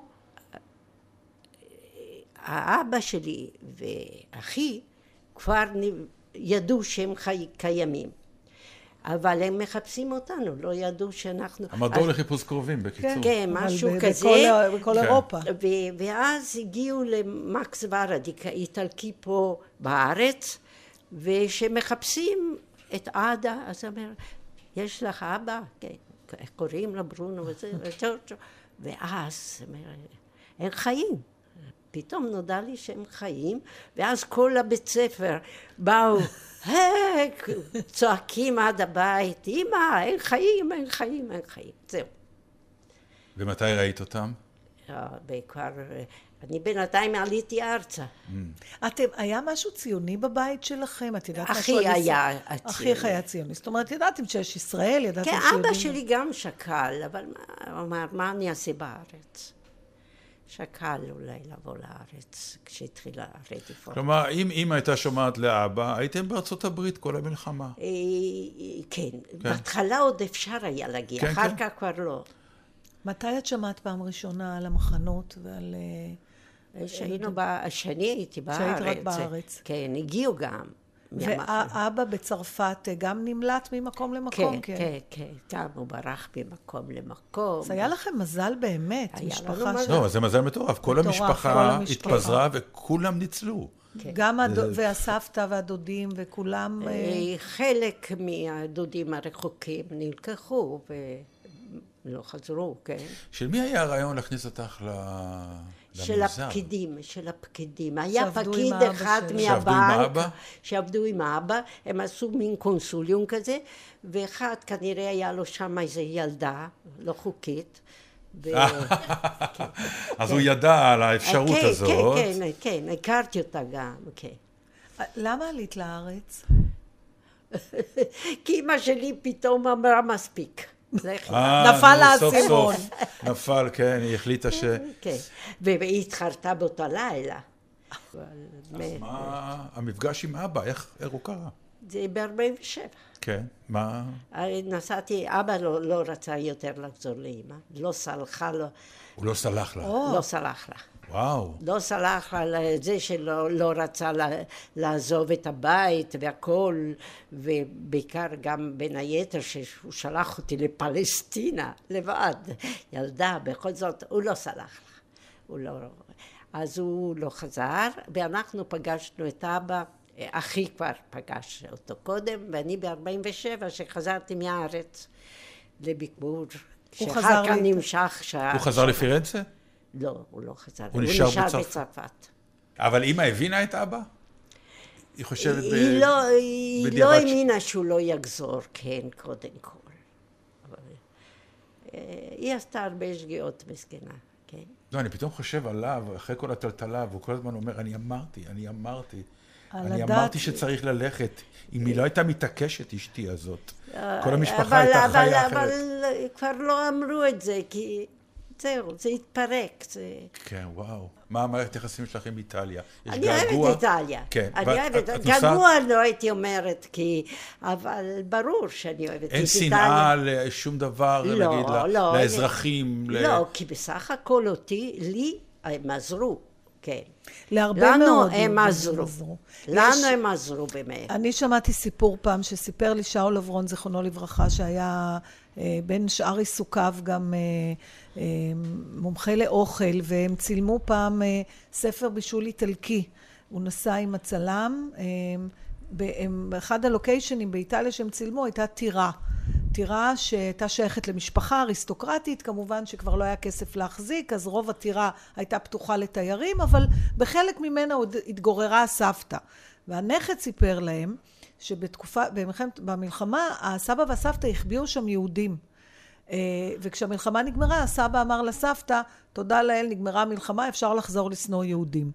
האבא שלי ואחי כבר ידעו שהם חי, קיימים. אבל הם מחפשים אותנו, לא ידעו שאנחנו... המדור לחיפוש קרובים, בקיצור. כן, משהו כזה. בכל אירופה. ואז הגיעו למקס ורד, איטלקי פה בארץ, ושמחפשים את עדה, אז אומר, יש לך אבא? כן, קוראים לה ברונו וזה, ואז, הם חיים. פתאום נודע לי שהם חיים, ואז כל הבית ספר באו, הק, צועקים עד הבית, אמא, אין חיים, אין חיים, אין חיים, זהו. ומתי ראית אותם? בעיקר, אני בינתיים עליתי ארצה. אתם, היה משהו ציוני בבית שלכם? את יודעת משהו? אחי היה ציוני. אחיך היה ציוני. זאת אומרת, ידעתם שיש ישראל, ידעתם כן, שיודעים... אבא שלי גם שקל, אבל הוא אמר, מה אני אעשה בארץ? שקל אולי לבוא לארץ, כשהתחילה הרדיפה. כלומר, אם אמא הייתה שומעת לאבא, הייתם בארצות הברית כל המלחמה. כן, בהתחלה עוד אפשר היה להגיע, אחר כך כבר לא. מתי את שמעת פעם ראשונה על המחנות ועל... שהיינו, שאני הייתי בארץ. שהיית רק בארץ. כן, הגיעו גם. ואבא בצרפת גם נמלט ממקום למקום? כן, כן, כן. גם הוא ברח ממקום למקום. אז היה לכם מזל באמת. היה לנו מזל. לא, זה מזל מטורף. כל המשפחה התפזרה וכולם ניצלו. גם והסבתא והדודים וכולם... חלק מהדודים הרחוקים נלקחו ולא חזרו, כן. של מי היה הרעיון להכניס אותך ל... של הפקידים, של הפקידים. היה פקיד אחד מהבנק, שעבדו עם האבא, הם עשו מין קונסוליום כזה, ואחד כנראה היה לו שם איזו ילדה, לא חוקית. אז הוא ידע על האפשרות הזאת. כן, כן, כן, הכרתי אותה גם, כן. למה עלית לארץ? כי אמא שלי פתאום אמרה מספיק. נפל האסימון. נפל, כן, היא החליטה ש... כן, והיא התחרתה באותה לילה. אז מה המפגש עם אבא, איך הוא קרה? זה ב-ארבעים ושבע. כן, מה? נסעתי, אבא לא רצה יותר לחזור לאמא, לא סלחה לו. הוא לא סלח לה? לא סלח לה. וואו. לא סלח על זה שלא לא רצה לעזוב את הבית והכל, ובעיקר גם בין היתר שהוא שלח אותי לפלסטינה לבד, ילדה, בכל זאת, הוא לא סלח לה. הוא לא... אז הוא לא חזר, ואנחנו פגשנו את אבא, אחי כבר פגש אותו קודם, ואני ב-ארבעים ושבע שחזרתי מהארץ לביקור, שאחר כך נמשך שעה. הוא חזר לפירנצה? לא, הוא לא חזר. הוא נשאר בצרפת. אבל אמא הבינה את אבא? היא חושבת בדיעבד? היא לא, היא לא האמינה שהוא לא יחזור, כן, קודם כל. היא עשתה הרבה שגיאות מסכנה, כן. לא, אני פתאום חושב עליו, אחרי כל הטלטלה, והוא כל הזמן אומר, אני אמרתי, אני אמרתי. אני אמרתי שצריך ללכת. אם היא לא הייתה מתעקשת, אשתי הזאת. כל המשפחה הייתה חיה אחרת. אבל כבר לא אמרו את זה, כי זהו, זה התפרק. כן, וואו. מה המערכת יחסים שלך עם איטליה? אני אוהבת איטליה. כן. אני אוהבת, געגוע לא הייתי אומרת, אבל ברור שאני אוהבת את איטליה. אין שנאה לשום דבר, נגיד, לאזרחים? לא, כי בסך הכל אותי, לי, הם עזרו. כן. להרבה מאוד. לנו הם עזרו. לנו הם עזרו באמת. אני שמעתי סיפור פעם שסיפר לי שאול אברון, זיכרונו לברכה, שהיה בין שאר עיסוקיו גם מומחה לאוכל, והם צילמו פעם ספר בישול איטלקי. הוא נסע עם הצלם, באחד הלוקיישנים באיטליה שהם צילמו הייתה טירה. טירה שהייתה שייכת למשפחה אריסטוקרטית, כמובן שכבר לא היה כסף להחזיק, אז רוב הטירה הייתה פתוחה לתיירים, אבל בחלק ממנה עוד התגוררה הסבתא. והנכד סיפר להם שבתקופה, במלחמה, הסבא והסבתא החביאו שם יהודים. וכשהמלחמה נגמרה, הסבא אמר לסבתא, תודה לאל, נגמרה המלחמה, אפשר לחזור לשנוא יהודים.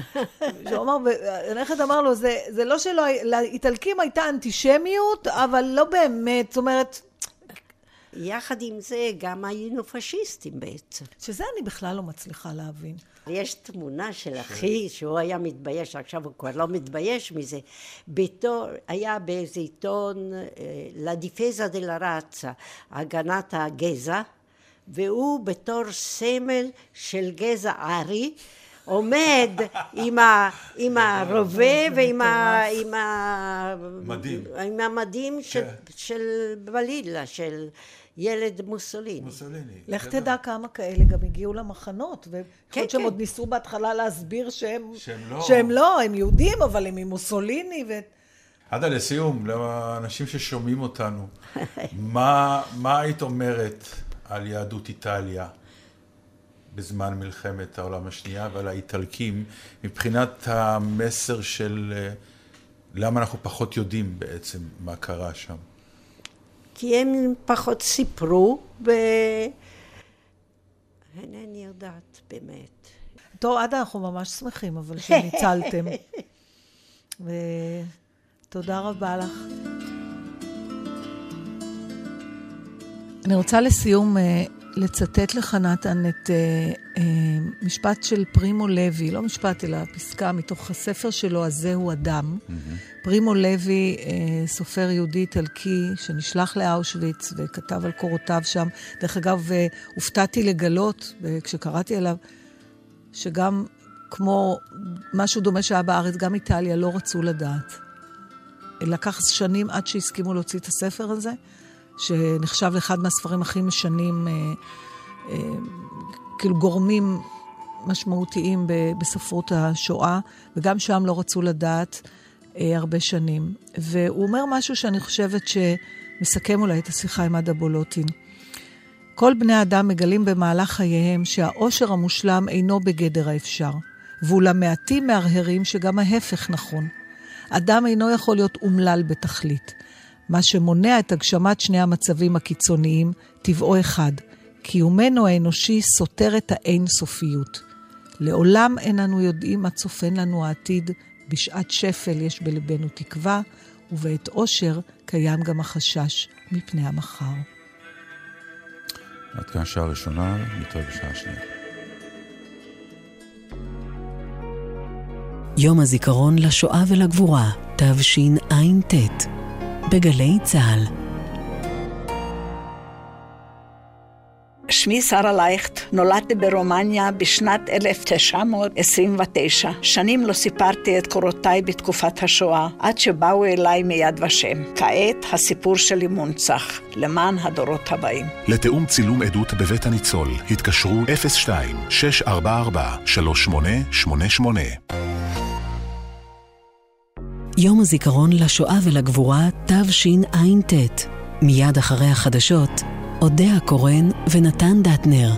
הנכד אמר לו, זה, זה לא שלא, לאיטלקים הייתה אנטישמיות, אבל לא באמת, זאת אומרת... יחד עם זה גם היינו פשיסטים בעצם. שזה אני בכלל לא מצליחה להבין. יש תמונה של אחי, שהוא היה מתבייש, עכשיו הוא כבר לא מתבייש מזה, בתור, היה באיזה עיתון, La Difesa della Razza, הגנת הגזע, והוא בתור סמל של גזע ארי, עומד עם ה עם הרובה ועם ה עם ה מדים עם המדים של של בלילה של ילד מוסוליני. מוסוליני. לך תדע כמה כאלה גם הגיעו למחנות, ויכול שהם עוד ניסו בהתחלה להסביר שהם שהם לא, הם יהודים, אבל הם ממוסוליני. עדה, לסיום, לאנשים ששומעים אותנו, מה מה היית אומרת על יהדות איטליה בזמן מלחמת העולם השנייה, ועל האיטלקים, מבחינת המסר של למה אנחנו פחות יודעים בעצם מה קרה שם? כי הם פחות סיפרו, ואינני יודעת באמת. טוב, עדה, אנחנו ממש שמחים, אבל שניצלתם. ותודה רבה לך. אני רוצה לסיום לצטט לך, נתן, את אה, אה, משפט של פרימו לוי, לא משפט, אלא פסקה מתוך הספר שלו, הזהו אדם. Mm-hmm. פרימו לוי, אה, סופר יהודי איטלקי, שנשלח לאושוויץ וכתב על קורותיו שם. דרך אגב, אה, הופתעתי לגלות, אה, כשקראתי עליו, שגם כמו משהו דומה שהיה בארץ, גם איטליה לא רצו לדעת. לקח שנים עד שהסכימו להוציא את הספר הזה, שנחשב לאחד מהספרים הכי משנים, אה, אה, כאילו גורמים משמעותיים בספרות השואה, וגם שם לא רצו לדעת אה, הרבה שנים. והוא אומר משהו שאני חושבת שמסכם אולי את השיחה עם עדה בולוטין. כל בני האדם מגלים במהלך חייהם שהאושר המושלם אינו בגדר האפשר, ואולם מעטים מהרהרים שגם ההפך נכון. אדם אינו יכול להיות אומלל בתכלית. מה שמונע את הגשמת שני המצבים הקיצוניים, טבעו אחד, קיומנו האנושי סותר את האין סופיות. לעולם איננו יודעים מה צופן לנו העתיד, בשעת שפל יש בלבנו תקווה, ובעת עושר קיים גם החשש מפני המחר. עד כאן שעה ראשונה, נתראה בשעה שנייה. יום הזיכרון לשואה ולגבורה, תשע"ט, בגלי צהל. שמי שרה לייכט, נולדתי ברומניה בשנת אלף תשע מאות עשרים ותשע. שנים לא סיפרתי את קורותיי בתקופת השואה, עד שבאו אליי מיד ושם. כעת הסיפור שלי מונצח, למען הדורות הבאים. לתאום צילום עדות בבית הניצול, התקשרו אפס שתיים שש ארבע ארבע שלוש שמונה שמונה שמונה. יום הזיכרון לשואה ולגבורה תשע"ט. מיד אחרי החדשות, אודיה קורן ונתן דטנר.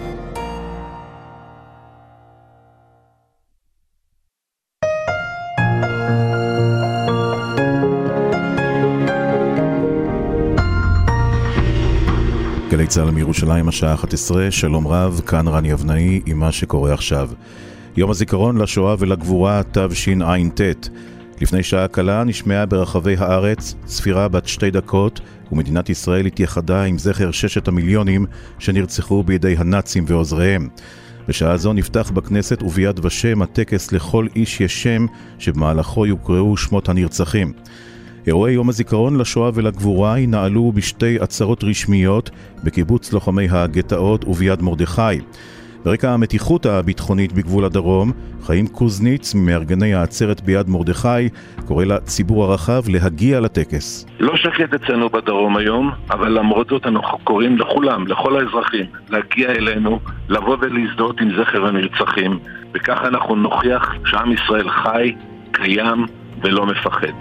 גלי צה"ל מירושלים, השעה אחת עשרה, שלום רב, כאן רני אבנאי עם מה שקורה עכשיו. יום הזיכרון לשואה ולגבורה תשע"ט. לפני שעה קלה נשמעה ברחבי הארץ ספירה בת שתי דקות, ומדינת ישראל התייחדה עם זכר ששת המיליונים שנרצחו בידי הנאצים ועוזריהם. בשעה זו נפתח בכנסת וביד ושם הטקס לכל איש יש שם, שבמהלכו יוקראו שמות הנרצחים. אירועי יום הזיכרון לשואה ולגבורה ינעלו בשתי עצרות רשמיות בקיבוץ לוחמי הגטאות וביד מרדכי. ברקע המתיחות הביטחונית בגבול הדרום, חיים קוזניץ מארגני העצרת ביד מרדכי קורא לציבור הרחב להגיע לטקס. לא שקט אצלנו בדרום היום, אבל למרות זאת אנחנו קוראים לכולם, לכל האזרחים, להגיע אלינו, לבוא ולהזדהות עם זכר הנרצחים, וכך אנחנו נוכיח שעם ישראל חי, קיים ולא מפחד.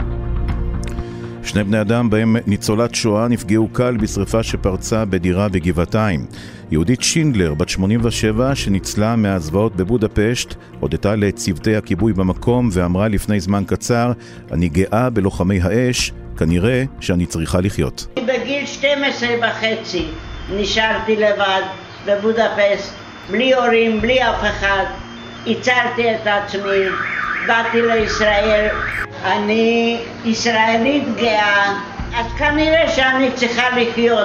שני בני אדם בהם ניצולת שואה נפגעו קל בשריפה שפרצה בדירה בגבעתיים. יהודית שינדלר, בת שמונים ושבע, שניצלה מהזוועות בבודפשט, הודתה לצוותי הכיבוי במקום ואמרה לפני זמן קצר, אני גאה בלוחמי האש, כנראה שאני צריכה לחיות. בגיל שתים עשרה וחצי נשארתי לבד בבודפשט, בלי הורים, בלי אף אחד. הצלתי את עצמי, באתי לישראל, אני ישראלית גאה, אז כנראה שאני צריכה לחיות.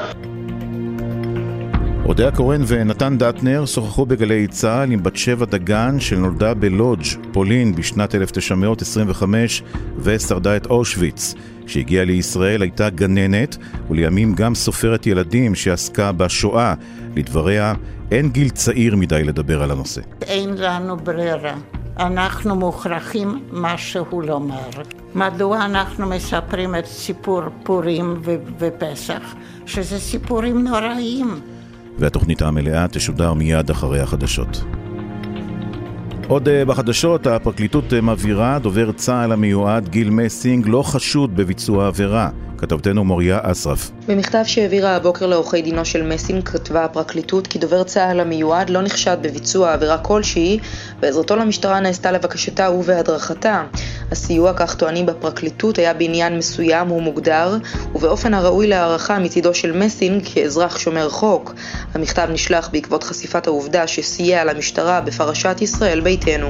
אודיה קורן ונתן דטנר שוחחו בגלי צה"ל עם בת שבע דגן שנולדה בלודג', פולין בשנת אלף תשע מאות עשרים וחמש ושרדה את אושוויץ. כשהגיעה לישראל הייתה גננת ולימים גם סופרת ילדים שעסקה בשואה. לדבריה, אין גיל צעיר מדי לדבר על הנושא. אין לנו ברירה. אנחנו מוכרחים משהו לומר. מדוע אנחנו מספרים את סיפור פורים ו- ופסח, שזה סיפורים נוראים. והתוכנית המלאה תשודר מיד אחרי החדשות. עוד בחדשות, הפרקליטות מבהירה, דובר צה"ל המיועד גיל מסינג לא חשוד בביצוע עבירה. כתבתנו מוריה אסרף. במכתב שהעבירה הבוקר לעורכי דינו של מסינג כתבה הפרקליטות כי דובר צה"ל המיועד לא נחשד בביצוע עבירה כלשהי, ועזרתו למשטרה נעשתה לבקשתה ובהדרכתה. הסיוע, כך טוענים בפרקליטות, היה בעניין מסוים ומוגדר, ובאופן הראוי להערכה מצידו של מסינג כאזרח שומר חוק. המכתב נשלח בעקבות חשיפת העובדה שסייע למשטרה בפרשת ישראל ביתנו.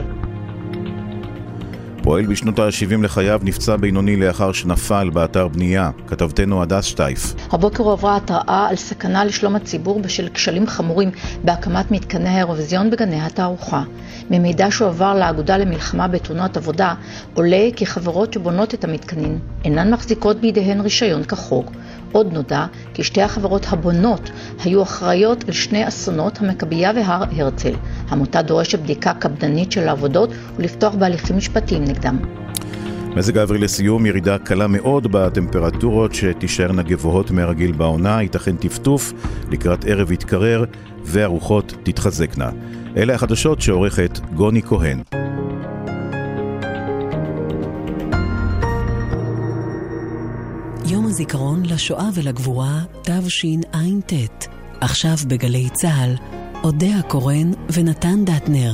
פועל בשנות ה-שבעים לחייו נפצע בינוני לאחר שנפל באתר בנייה. כתבתנו הדס שטייף. הבוקר עברה התראה על סכנה לשלום הציבור בשל כשלים חמורים בהקמת מתקני האירוויזיון בגני התערוכה. ממידע שהועבר לאגודה למלחמה בתאונות עבודה, עולה כי חברות שבונות את המתקנים אינן מחזיקות בידיהן רישיון כחוק. עוד נודע כי שתי החברות הבונות היו אחראיות על שני אסונות, המכבייה והר הרצל. העמותה דורשת בדיקה קפדנית של העבודות ולפתוח בהליכים משפטיים נגדם. מזג האוויר לסיום, ירידה קלה מאוד בטמפרטורות שתישארנה גבוהות מהרגיל בעונה, ייתכן טפטוף, לקראת ערב יתקרר והרוחות תתחזקנה. אלה החדשות שעורכת גוני כהן. יום הזיכרון לשואה ולגבורה תשע"ט. עכשיו בגלי צה"ל, אודיה קורן ונתן דטנר.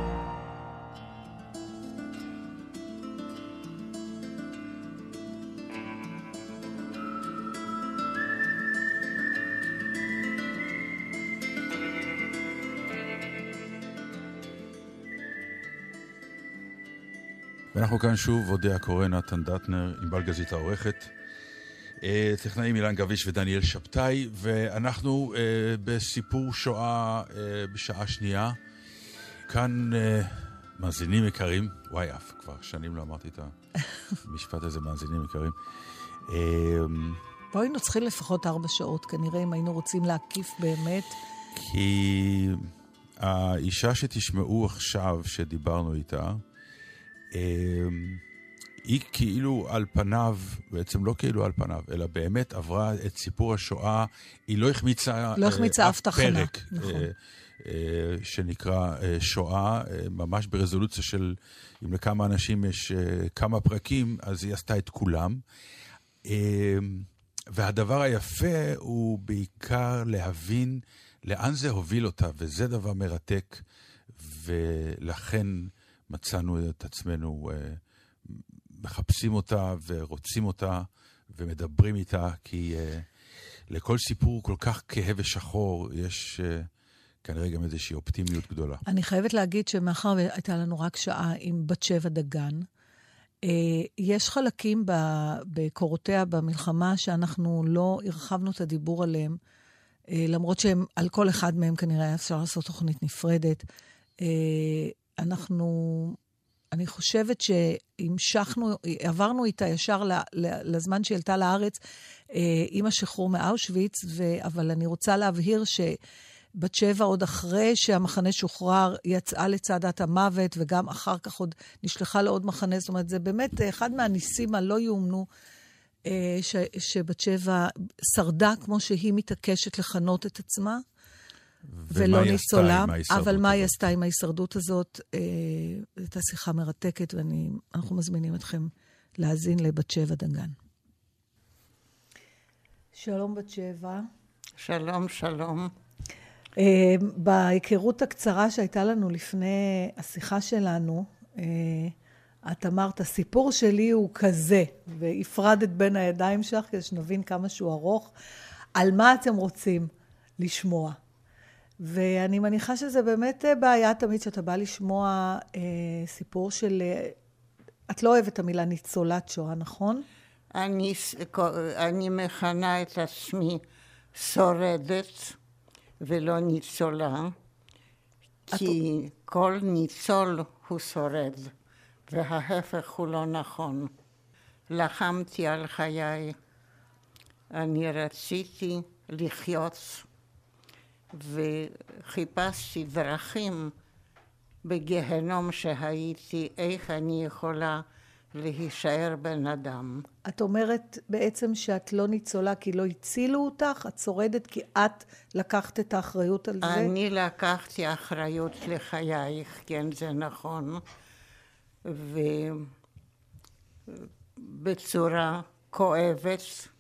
ואנחנו כאן שוב, אודיה קורן, נתן דטנר, עם בלגזית העורכת. טכנאים אילן גביש ודניאל שבתאי, ואנחנו uh, בסיפור שואה uh, בשעה שנייה. כאן uh, מאזינים יקרים, וואי אף, כבר שנים לא אמרתי את המשפט הזה, מאזינים יקרים. Uh, בואי היינו צריכים לפחות ארבע שעות, כנראה אם היינו רוצים להקיף באמת. כי האישה שתשמעו עכשיו שדיברנו איתה, uh, היא כאילו על פניו, בעצם לא כאילו על פניו, אלא באמת עברה את סיפור השואה, היא לא החמיצה, לא החמיצה אף תחנה, פרק, נכון. אה, אה, שנקרא אה, שואה, אה, ממש ברזולוציה של, אם לכמה אנשים יש אה, כמה פרקים, אז היא עשתה את כולם. אה, והדבר היפה הוא בעיקר להבין לאן זה הוביל אותה, וזה דבר מרתק, ולכן מצאנו את עצמנו אה, מחפשים אותה ורוצים אותה ומדברים איתה, כי uh, לכל סיפור כל כך כהה ושחור, יש uh, כנראה גם איזושהי אופטימיות גדולה. אני חייבת להגיד שמאחר הייתה לנו רק שעה עם בת שבע דגן, uh, יש חלקים בקורותיה במלחמה שאנחנו לא הרחבנו את הדיבור עליהם, uh, למרות שהם, על כל אחד מהם כנראה אפשר לעשות תוכנית נפרדת. Uh, אנחנו... אני חושבת שהמשכנו, עברנו איתה ישר לזמן שהעלתה לארץ עם השחרור מאושוויץ, אבל אני רוצה להבהיר שבת שבע עוד אחרי שהמחנה שוחרר, יצאה לצעדת המוות, וגם אחר כך עוד נשלחה לעוד מחנה. זאת אומרת, זה באמת אחד מהניסים הלא יאומנו, שבת שבע שרדה כמו שהיא מתעקשת לכנות את עצמה. ולא ניצולה, אבל מה היא עשתה עם ההישרדות הזאת? הייתה שיחה מרתקת, ואנחנו מזמינים אתכם להאזין לבת שבע דגן. שלום בת שבע. שלום, שלום. בהיכרות הקצרה שהייתה לנו לפני השיחה שלנו, את אמרת, הסיפור שלי הוא כזה, והפרדת בין הידיים שלך, כדי שנבין כמה שהוא ארוך. על מה אתם רוצים לשמוע? ואני מניחה שזה באמת בעיה תמיד שאתה בא לשמוע אה, סיפור של... את לא אוהבת את המילה ניצולת שואה, נכון? אני, אני מכנה את עצמי שורדת ולא ניצולה, כי את... כל ניצול הוא שורד, וההפך הוא לא נכון. לחמתי על חיי, אני רציתי לחיות, וחיפשתי דרכים בגהנום שהייתי, איך אני יכולה להישאר בן אדם. את אומרת בעצם שאת לא ניצולה כי לא הצילו אותך? את שורדת כי את לקחת את האחריות על זה? אני לקחתי אחריות לחייך, כן, זה נכון. ובצורה כואבת,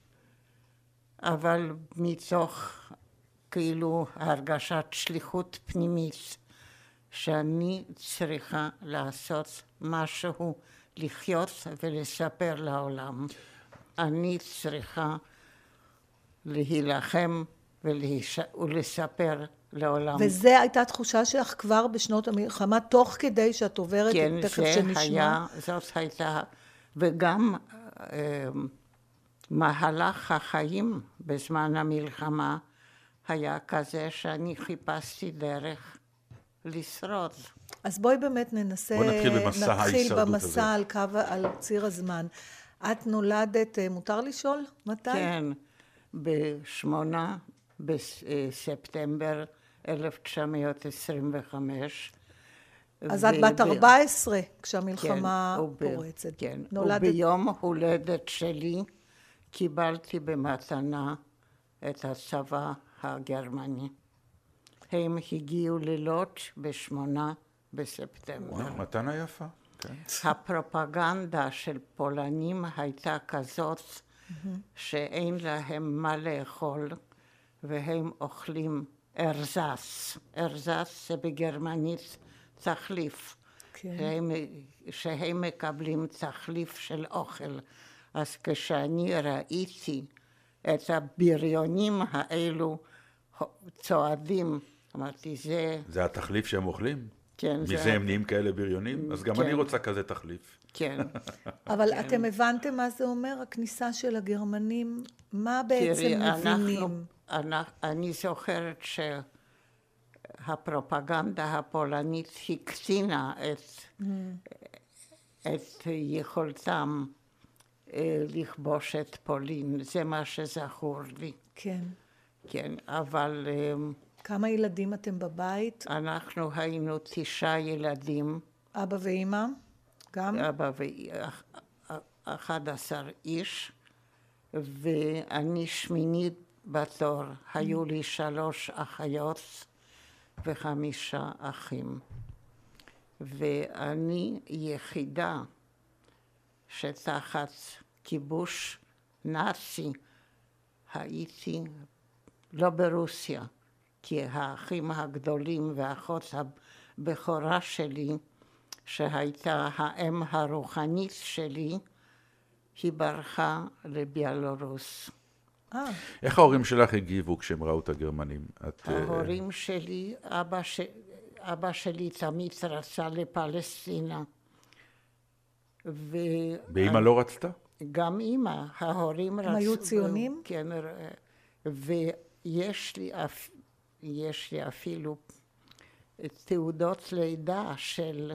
אבל מתוך כאילו הרגשת שליחות פנימית, שאני צריכה לעשות משהו, לחיות ולספר לעולם. אני צריכה להילחם ולהיש... ולספר לעולם. וזה הייתה תחושה שלך כבר בשנות המלחמה, תוך כדי שאת עוברת, כן, תכף זה שנשמע. היה, זאת הייתה, וגם אה, מהלך החיים בזמן המלחמה, היה כזה שאני חיפשתי דרך לשרוד. אז בואי באמת ננסה, בואי נתחיל במסע ההישרדות הזה. נתחיל במסע על, קו, על ציר הזמן. את נולדת, מותר לשאול? מתי? כן, בשמונה בספטמבר אלף תשע מאות עשרים וחמש. אז ו- את בת ארבע עשרה כשהמלחמה כן, פורצת. כן, נולדת... וביום הולדת שלי קיבלתי במתנה את הצבא הגרמני. הם הגיעו ללוט בשמונה בספטמבר. מתנה יפה. כן. הפרופגנדה של פולנים הייתה כזאת שאין להם מה לאכול, והם אוכלים ארזס. ארזס זה בגרמנית תחליף. כן. שהם, שהם מקבלים תחליף של אוכל. אז כשאני ראיתי את הבריונים האלו צועדים, אמרתי, זה... זה התחליף שהם אוכלים? כן. מזה זה... הם נהיים כאלה בריונים? אז גם כן. אני רוצה כזה תחליף. כן. אבל כן. אתם הבנתם מה זה אומר, הכניסה של הגרמנים? מה בעצם תראי, מבינים? אנחנו, אנחנו, אני זוכרת שהפרופגנדה הפולנית הקטינה את, mm. את יכולתם לכבוש את פולין. זה מה שזכור לי. כן. כן, אבל... כמה ילדים אתם בבית? אנחנו היינו תשעה ילדים. אבא ואמא? גם? אבא ואחד עשר איש, ואני שמינית בתור. היו לי שלוש אחיות וחמישה אחים. ואני יחידה שתחת כיבוש נאצי הייתי לא ברוסיה, כי האחים הגדולים והאחות הבכורה שלי, שהייתה האם הרוחנית שלי, היא ברחה לביאלורוס. אה. איך ההורים שלך הגיבו כשהם ראו את הגרמנים? את, ההורים שלי, אבא, ש... אבא שלי תמיד רצה לפלסטינה. ו... ואמא לא רצתה? גם אמא, ההורים רצו... הם היו ציונים? כן, ויש לי, יש לי אפילו תעודות לידה של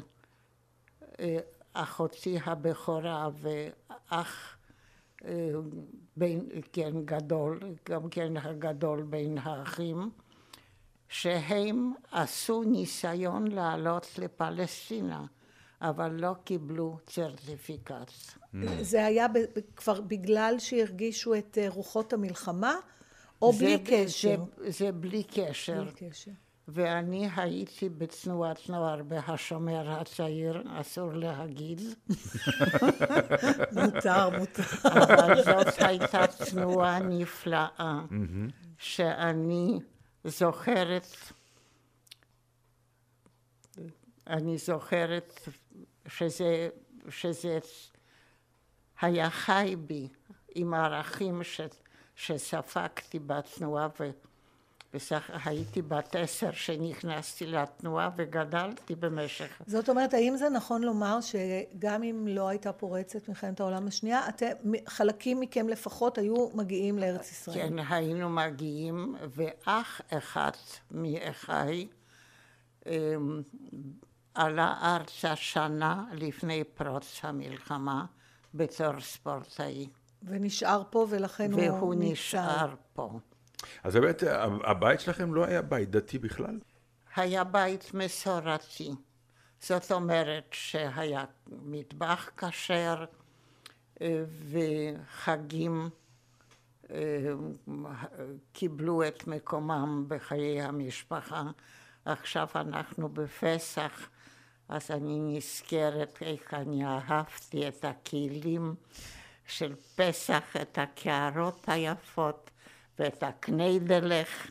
אחותי הבכורה ואח בין, כן, גדול, גם כן הגדול בין האחים, שהם עשו ניסיון לעלות לפלסטינה. אבל לא קיבלו צרטיפיקט. זה היה כבר בגלל שהרגישו את רוחות המלחמה, או בלי קשר? זה, זה בלי קשר. בלי קשר. ואני הייתי בתנועת נוער בהשומר הצעיר, אסור להגיד. מותר, מותר. אבל זאת הייתה תנועה נפלאה, שאני זוכרת, אני זוכרת שזה, שזה היה חי בי עם הערכים ש, שספגתי בתנועה, ובסך הייתי בת עשר שנכנסתי לתנועה וגדלתי במשך. זאת אומרת, האם זה נכון לומר שגם אם לא הייתה פורצת מלחמת העולם השנייה, אתם, חלקים מכם לפחות היו מגיעים לארץ ישראל? כן, היינו מגיעים, ואח אחד מאחיי, עלה ארצה שנה לפני פרוץ המלחמה בתור ספורטאי. ונשאר פה ולכן הוא והוא נשאר פה. אז באמת הבית שלכם לא היה בית דתי בכלל? היה בית מסורתי. זאת אומרת שהיה מטבח כשר וחגים קיבלו את מקומם בחיי המשפחה. עכשיו אנחנו בפסח, אז אני נזכרת איך אני אהבתי את הכלים של פסח, את הקערות היפות ואת הקניידלך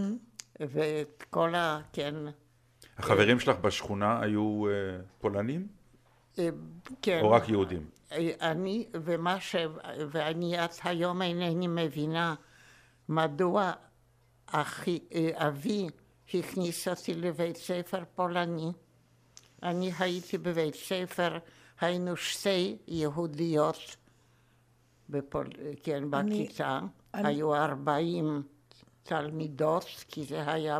ואת כל ה... כן. החברים שלך בשכונה היו פולנים? כן. או רק יהודים? אני, ומה ש... ואני עד היום אינני מבינה מדוע אחי, אבי הכניס אותי לבית ספר פולני. אני הייתי בבית ספר, היינו שתי יהודיות בפול... כן, בכיתה. אני... היו ארבעים תלמידות, כי זה היה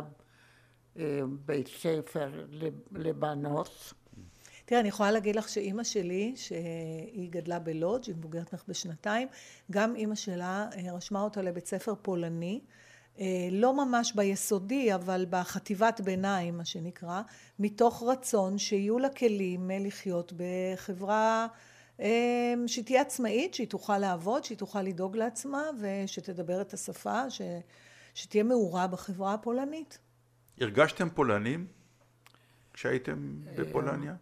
בית ספר לבנות. תראה, אני יכולה להגיד לך שאימא שלי, שהיא גדלה בלודג', היא מבוגרת ממך בשנתיים, גם אימא שלה רשמה אותה לבית ספר פולני, לא ממש ביסודי, אבל בחטיבת ביניים, מה שנקרא, מתוך רצון שיהיו לה כלים לחיות בחברה שתהיה עצמאית, שהיא תוכל לעבוד, שהיא תוכל לדאוג לעצמה, ושתדבר את השפה, ש... שתהיה מעורה בחברה הפולנית. הרגשתם פולנים כשהייתם בפולניה?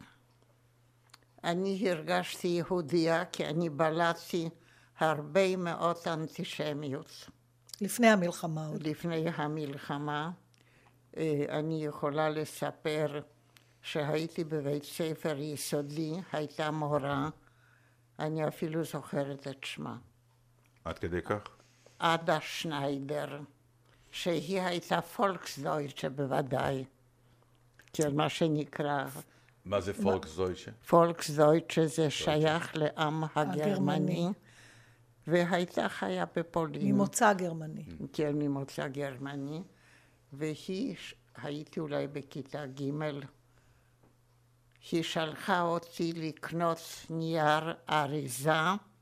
אני הרגשתי יהודיה, כי אני בלעתי הרבה מאוד אנטישמיות. לפני המלחמה עוד. לפני המלחמה. אני יכולה לספר שהייתי בבית ספר יסודי, הייתה מורה, אני אפילו זוכרת את שמה. עד כדי כך? עדה שניידר, שהיא הייתה פולקסדויטשה בוודאי, כן, מה שנקרא. מה זה פולקסדויטשה? פולקסדויטשה זה שייך לעם הגרמני, והייתה חיה בפולין. ממוצא גרמני. כן, ממוצא גרמני, והיא, הייתי אולי בכיתה ג', היא שלחה אותי לקנות נייר אריזה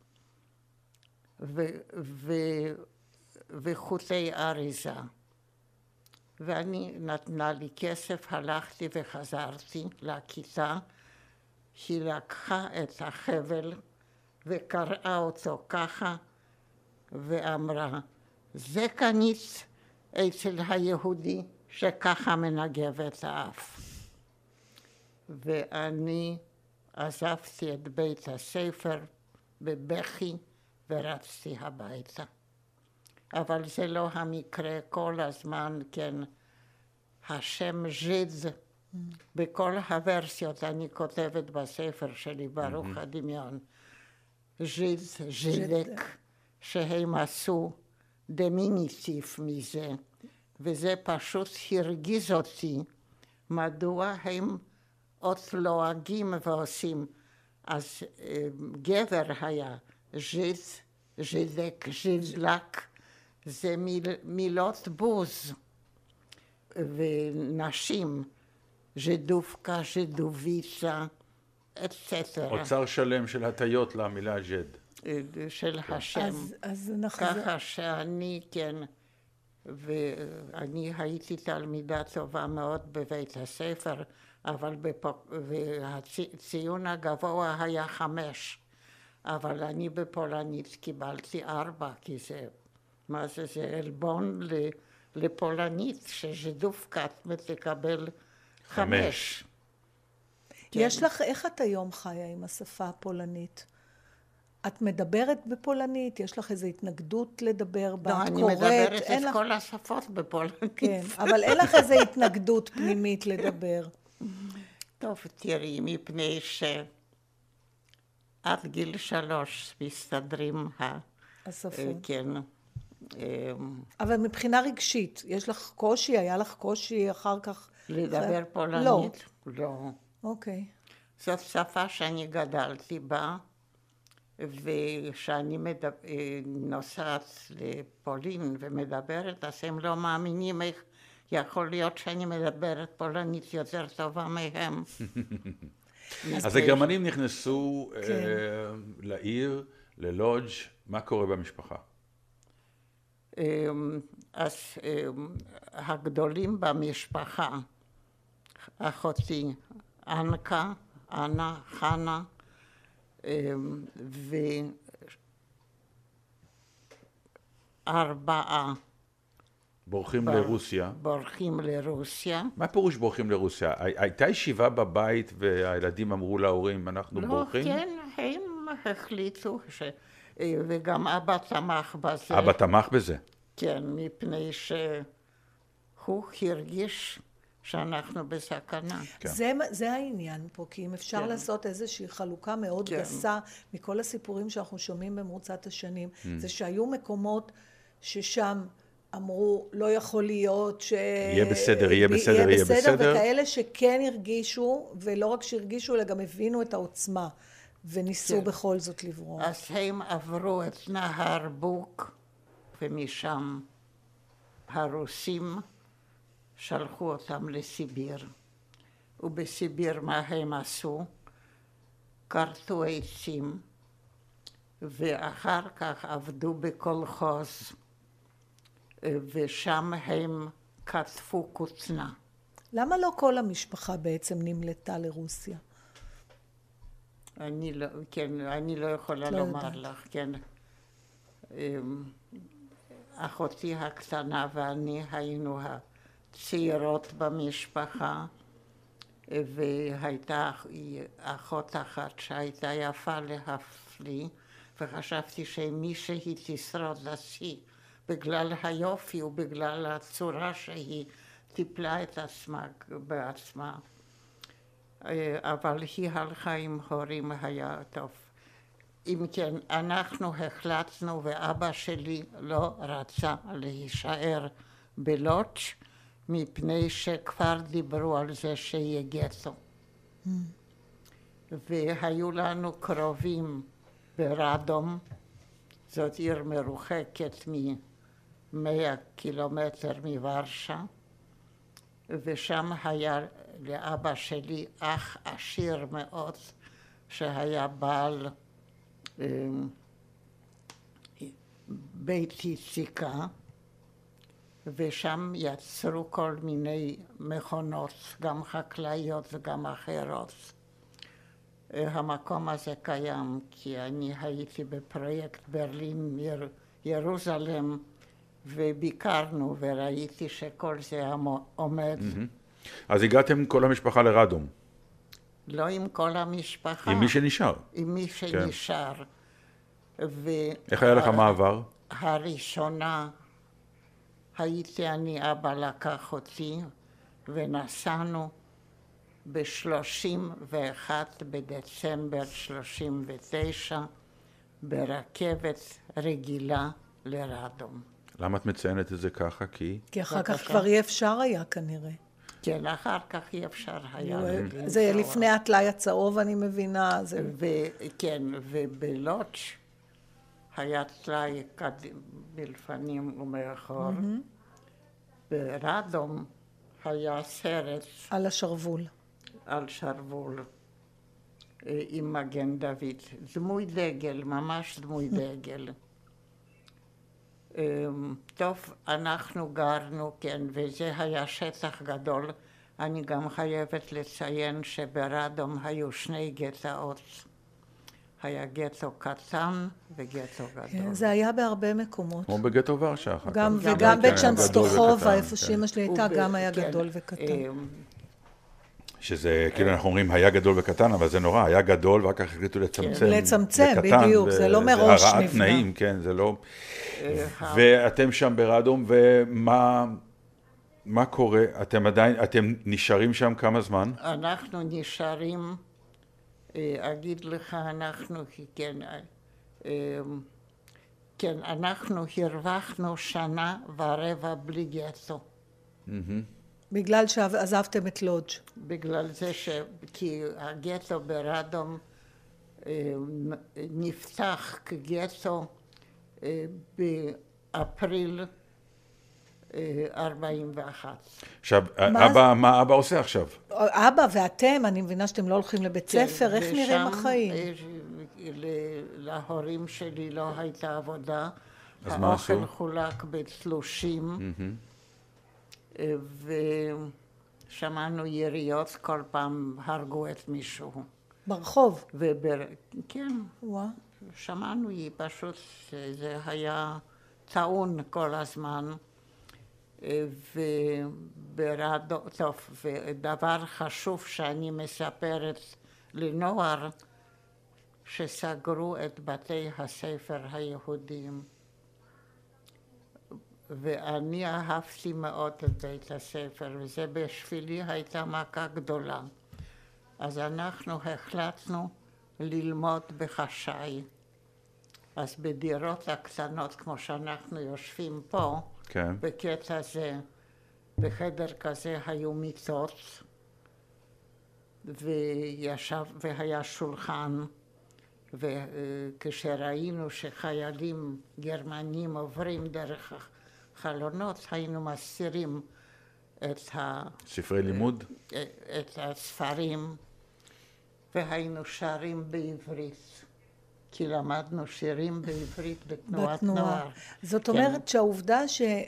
ו, ו, וחוטי אריזה. ואני נתנה לי כסף, הלכתי וחזרתי לכיתה. היא לקחה את החבל וקראה אותו ככה ואמרה, זה קנית אצל היהודי שככה מנגב את האף. ואני עזבתי את בית הספר בבכי ורצתי הביתה. אבל זה לא המקרה, כל הזמן, כן, השם ז'יד, mm. בכל הוורסיות אני כותבת בספר שלי, ברוך mm-hmm. הדמיון, ז'יד, ז'ידק, שהם עשו דמיניטיב מזה, וזה פשוט הרגיז אותי, מדוע הם עוד לועגים ועושים. אז גבר היה ז'יד, ז'ידק, ז'ידלק, זה מיל, מילות בוז, ונשים, ז'דובקה, ז'דוביצה, אטסטרה. אוצר שלם של הטיות למילה ז'ד. של השם. אז, אז אנחנו... ככה שאני, כן, ואני הייתי תלמידה טובה מאוד בבית הספר, אבל הציון הגבוה היה חמש, אבל אני בפולנית קיבלתי ארבע, כי זה, מה זה, זה עלבון לפולנית, שז'דובקה תקבל חמש. יש לך, איך את היום חיה עם השפה הפולנית? את מדברת בפולנית? יש לך איזו התנגדות לדבר בה? לא, אני מדברת את כל השפות בפולנית. כן, אבל אין לך איזו התנגדות פנימית לדבר. טוב, תראי, מפני שעד גיל שלוש מסתדרים השפות. כן. אבל מבחינה רגשית, יש לך קושי? היה לך קושי אחר כך? לדבר פולנית? לא. אוקיי. זאת שפה שאני גדלתי בה, ושאני מדבר, נוסעת לפולין ומדברת, אז הם לא מאמינים איך יכול להיות שאני מדברת פולנית יותר טובה מהם. אז הגרמנים נכנסו לעיר, ללודג', מה קורה במשפחה? אז הגדולים במשפחה, אחותי אנקה, אנה, חנה, וארבעה בורחים לרוסיה. בורחים לרוסיה. מה פירוש בורחים לרוסיה? הייתה ישיבה בבית והילדים אמרו להורים, אנחנו בורחים? לא, כן, הם החליטו, ש... וגם אבא תמך בזה. אבא תמך בזה? כן, מפני שהוא הרגיש שאנחנו בסכנה. כן. זה, זה העניין פה, כי אם אפשר כן. לעשות איזושהי חלוקה מאוד כן. גסה מכל הסיפורים שאנחנו שומעים במרוצת השנים, mm. זה שהיו מקומות ששם אמרו, לא יכול להיות ש... יהיה בסדר, יהיה בסדר, יהיה, יהיה בסדר, בסדר. וכאלה שכן הרגישו, ולא רק שהרגישו, אלא גם הבינו את העוצמה, וניסו כן. בכל זאת לברוח. אז הם עברו את נהר בוק, ומשם הרוסים שלחו אותם לסיביר. ובסיביר מה הם עשו? כרתו עצים, ואחר כך עבדו בקולחוז, ושם הם כתבו כותנה. למה לא כל המשפחה בעצם נמלטה לרוסיה? אני לא, כן, אני לא יכולה לא לומר יודעת. לך, כן. אחותי הקטנה ואני היינו הצעירות במשפחה, והייתה אחות אחת שהייתה יפה להפליא, וחשבתי שמישהי תשרוד לשיא. בגלל היופי ובגלל הצורה שהיא טיפלה את עצמה בעצמה. אבל היא הלכה עם הורים, היה טוב. אם כן, אנחנו החלטנו ואבא שלי לא רצה להישאר בלודג' מפני שכבר דיברו על זה שיהיה גטו. Mm. והיו לנו קרובים ברדום, זאת עיר מרוחקת מ-מאה קילומטר מוורשה, ושם היה לאבא שלי אח עשיר מאוד, שהיה בעל אה, בית יציקה, ושם יצרו כל מיני מכונות, גם חקלאיות וגם אחרות. המקום הזה קיים, כי אני הייתי בפרויקט ברלין ירוזלם, וביקרנו וראיתי שכל זה עומד. אז הגעתם כל המשפחה לרדום? לא עם כל המשפחה. עם מי שנשאר? עם מי שנשאר. איך היה לך מעבר? הראשונה הייתי אני, אבא לקח אותי, ונסענו ב-שלושים ואחד בדצמבר שלושים ותשע ברכבת רגילה לרדום. למה את מציינת את זה ככה? כי... כי אחר כך כבר אי אפשר היה כנראה. כן, אחר כך אי אפשר היה. זה לפני הטלאי הצהוב, אני מבינה. כן, ובלוטש היה טלאי מלפנים ומאחור. ברדום היה סרט... על השרוול. על שרוול. עם מגן דוד. דמוי דגל, ממש דמוי דגל. טוב, אנחנו גרנו, כן, וזה היה שטח גדול. אני גם חייבת לציין שברדום היו שני גטאות. היה גטו קטן וגטו גדול. כן, זה היה בהרבה מקומות. כמו בגטו ורשה. גם, וגם בית צ'נסטוחובה, איפה שאמא שלי הייתה, גם היה גדול וקטן. שזה, כאילו אנחנו אומרים, היה גדול וקטן, אבל זה נורא, היה גדול, ואחר כך החליטו לצמצם. לצמצם, בדיוק, זה לא מראש נבנה. זה הרעת תנאים, כן, זה לא... ואתם שם ברדום, ומה מה קורה? אתם עדיין, אתם נשארים שם כמה זמן? אנחנו נשארים, אגיד לך, אנחנו, כן, כן, אנחנו הרווחנו שנה ורבע בלי גטו. בגלל שעזבתם את לודג'. בגלל זה ש... כי הגטו ברדום נפתח כגטו באפריל ארבעים ואחת. עכשיו, אבא, מה אבא עושה עכשיו? אבא ואתם, אני מבינה שאתם לא הולכים לבית ספר, איך נראים החיים? להורים שלי לא הייתה עבודה. אז מה עשו? האוכל חולק בתלושים. ושמענו יריות, כל פעם הרגו את מישהו. ברחוב? ובר... כן. וואה. שמענו, היא פשוט, זה היה טעון כל הזמן. וברדו, טוב, ודבר חשוב שאני מספרת לנוער, שסגרו את בתי הספר היהודיים. ואני אהבתי מאוד את בית הספר, וזה בשבילי הייתה מכה גדולה. אז אנחנו החלטנו ללמוד בחשאי. אז בדירות הקטנות, כמו שאנחנו יושבים פה, כן. בקטע הזה, בחדר כזה היו מיטות, וישב, והיה שולחן, וכשראינו שחיילים גרמנים עוברים דרך חלונות, היינו מסירים את ה... ספרי לימוד? את הספרים, והיינו שרים בעברית, כי למדנו שירים בעברית בתנועת נוער. זאת אומרת שהעובדה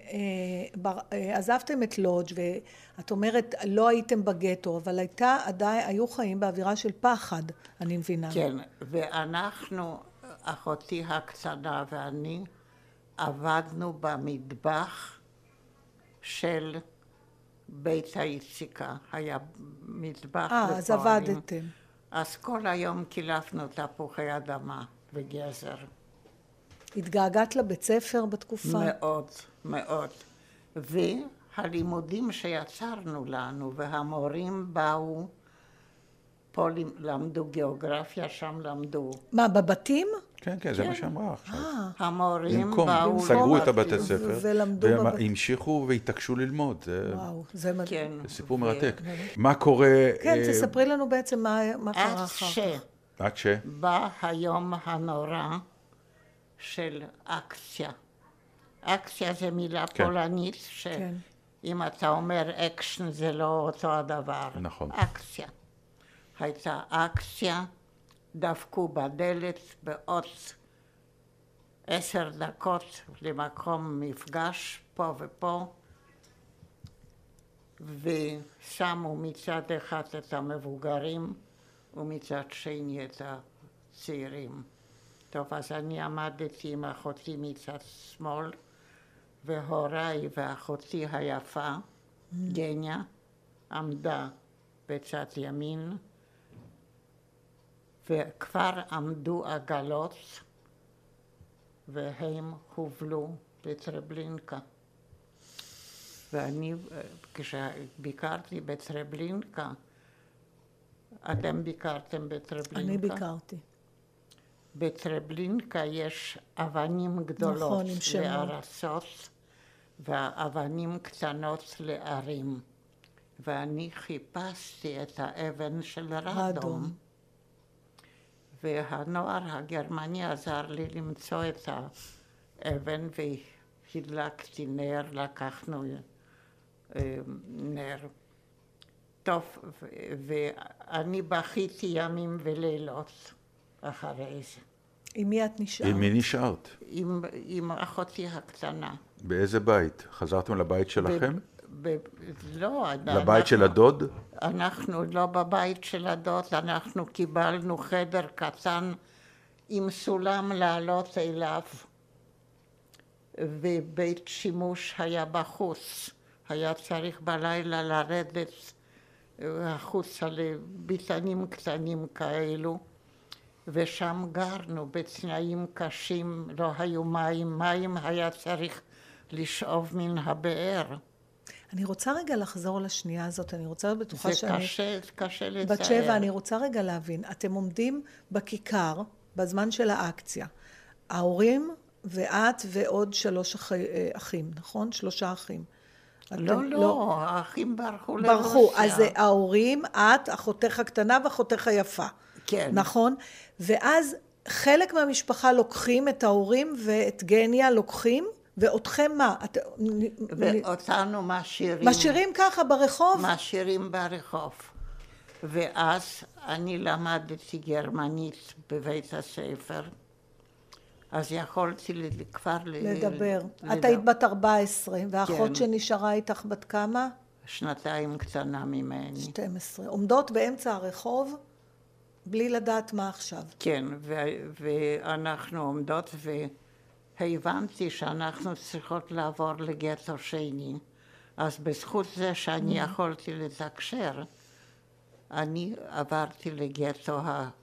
שעזבתם את לודג' ואת אומרת לא הייתם בגטו, אבל הייתה עדיין, היו חיים באווירה של פחד, אני מבינה. כן, ואנחנו, אחותי הקטנה ואני, עבדנו במטבח של בית היציקה, היה מטבח בפועלים. אה, אז עבדתם. אז כל היום קילפנו תפוחי אדמה וגזר. התגעגעת לבית ספר בתקופה? מאוד, מאוד. והלימודים שיצרנו לנו, והמורים באו, פה למדו גיאוגרפיה, שם למדו. מה, בבתים? כן, כן, זה מה שאמרה עכשיו. המורים באו... סגרו את הבתי ספר, ולמדו בבתים. והמשיכו והתעקשו ללמוד. וואו, זה סיפור מרתק. מה קורה... כן, תספרי לנו בעצם מה קרה אחר כך. עד ש... בא היום הנורא של אקציה. אקציה זה מילה פולנית, שאם אתה אומר אקשן זה לא אותו הדבר. נכון. אקציה. הייתה אקציה, דפקו בדלת בעוד עשר דקות למקום מפגש פה ופה, ושמו מצד אחד את המבוגרים ומצד שני את הצעירים. טוב, אז אני עמדתי עם אחותי מצד שמאל, והוריי ואחותי היפה, גניה, עמדה בצד ימין, וכבר עמדו עגלות, והם הובלו בטרבלינקה. ואני, כשביקרתי בטרבלינקה, אתם ביקרתם בטרבלינקה? אני ביקרתי. בטרבלינקה יש אבנים גדולות, נכון, עם שמות. לארצות, והאבנים קטנות לערים. ואני חיפשתי את האבן של רדום, והנוער הגרמני עזר לי למצוא את האבן, והדלקתי נר, לקחנו נר. טוב, ואני בכיתי ימים ולילות אחרי זה. עם מי את נשארת? עם מי נשארת? עם, עם אחותי הקטנה. באיזה בית? חזרתם לבית שלכם? ב, ב, לא. לבית אנחנו, של הדוד? אנחנו לא בבית של הדוד, אנחנו קיבלנו חדר קטן עם סולם לעלות אליו, ובית שימוש היה בחוץ. היה צריך בלילה לרדת החוצה לביתנים קטנים כאלו, ושם גרנו בתנאים קשים, לא היו מים, מים היה צריך לשאוב מן הבאר. אני רוצה רגע לחזור לשנייה הזאת, אני רוצה להיות בטוחה שאני... זה קשה, קשה לצייר. בת שבע, אני רוצה רגע להבין, אתם עומדים בכיכר בזמן של האקציה, ההורים ואת ועוד שלוש אח... אחים, נכון? שלושה אחים. לא, לא, לא, האחים ברחו לרוסיה. ברחו, אז ההורים, את, אחותך הקטנה ואחותך היפה. כן. נכון? ואז חלק מהמשפחה לוקחים את ההורים ואת גניה לוקחים, ואותכם מה? את... ואותנו משאירים. משאירים ככה ברחוב? משאירים ברחוב. ואז אני למדתי גרמנית בבית הספר, אז יכולתי כבר לדבר. את היית בת ארבע עשרה, והאחות כן. שנשארה איתך בת כמה? שנתיים קטנה ממני. שתים עשרה. עומדות באמצע הרחוב, בלי לדעת מה עכשיו. כן, ו- ואנחנו עומדות, והבנתי שאנחנו צריכות לעבור לגטו שני. אז בזכות זה שאני יכולתי לתקשר, אני עברתי לגטו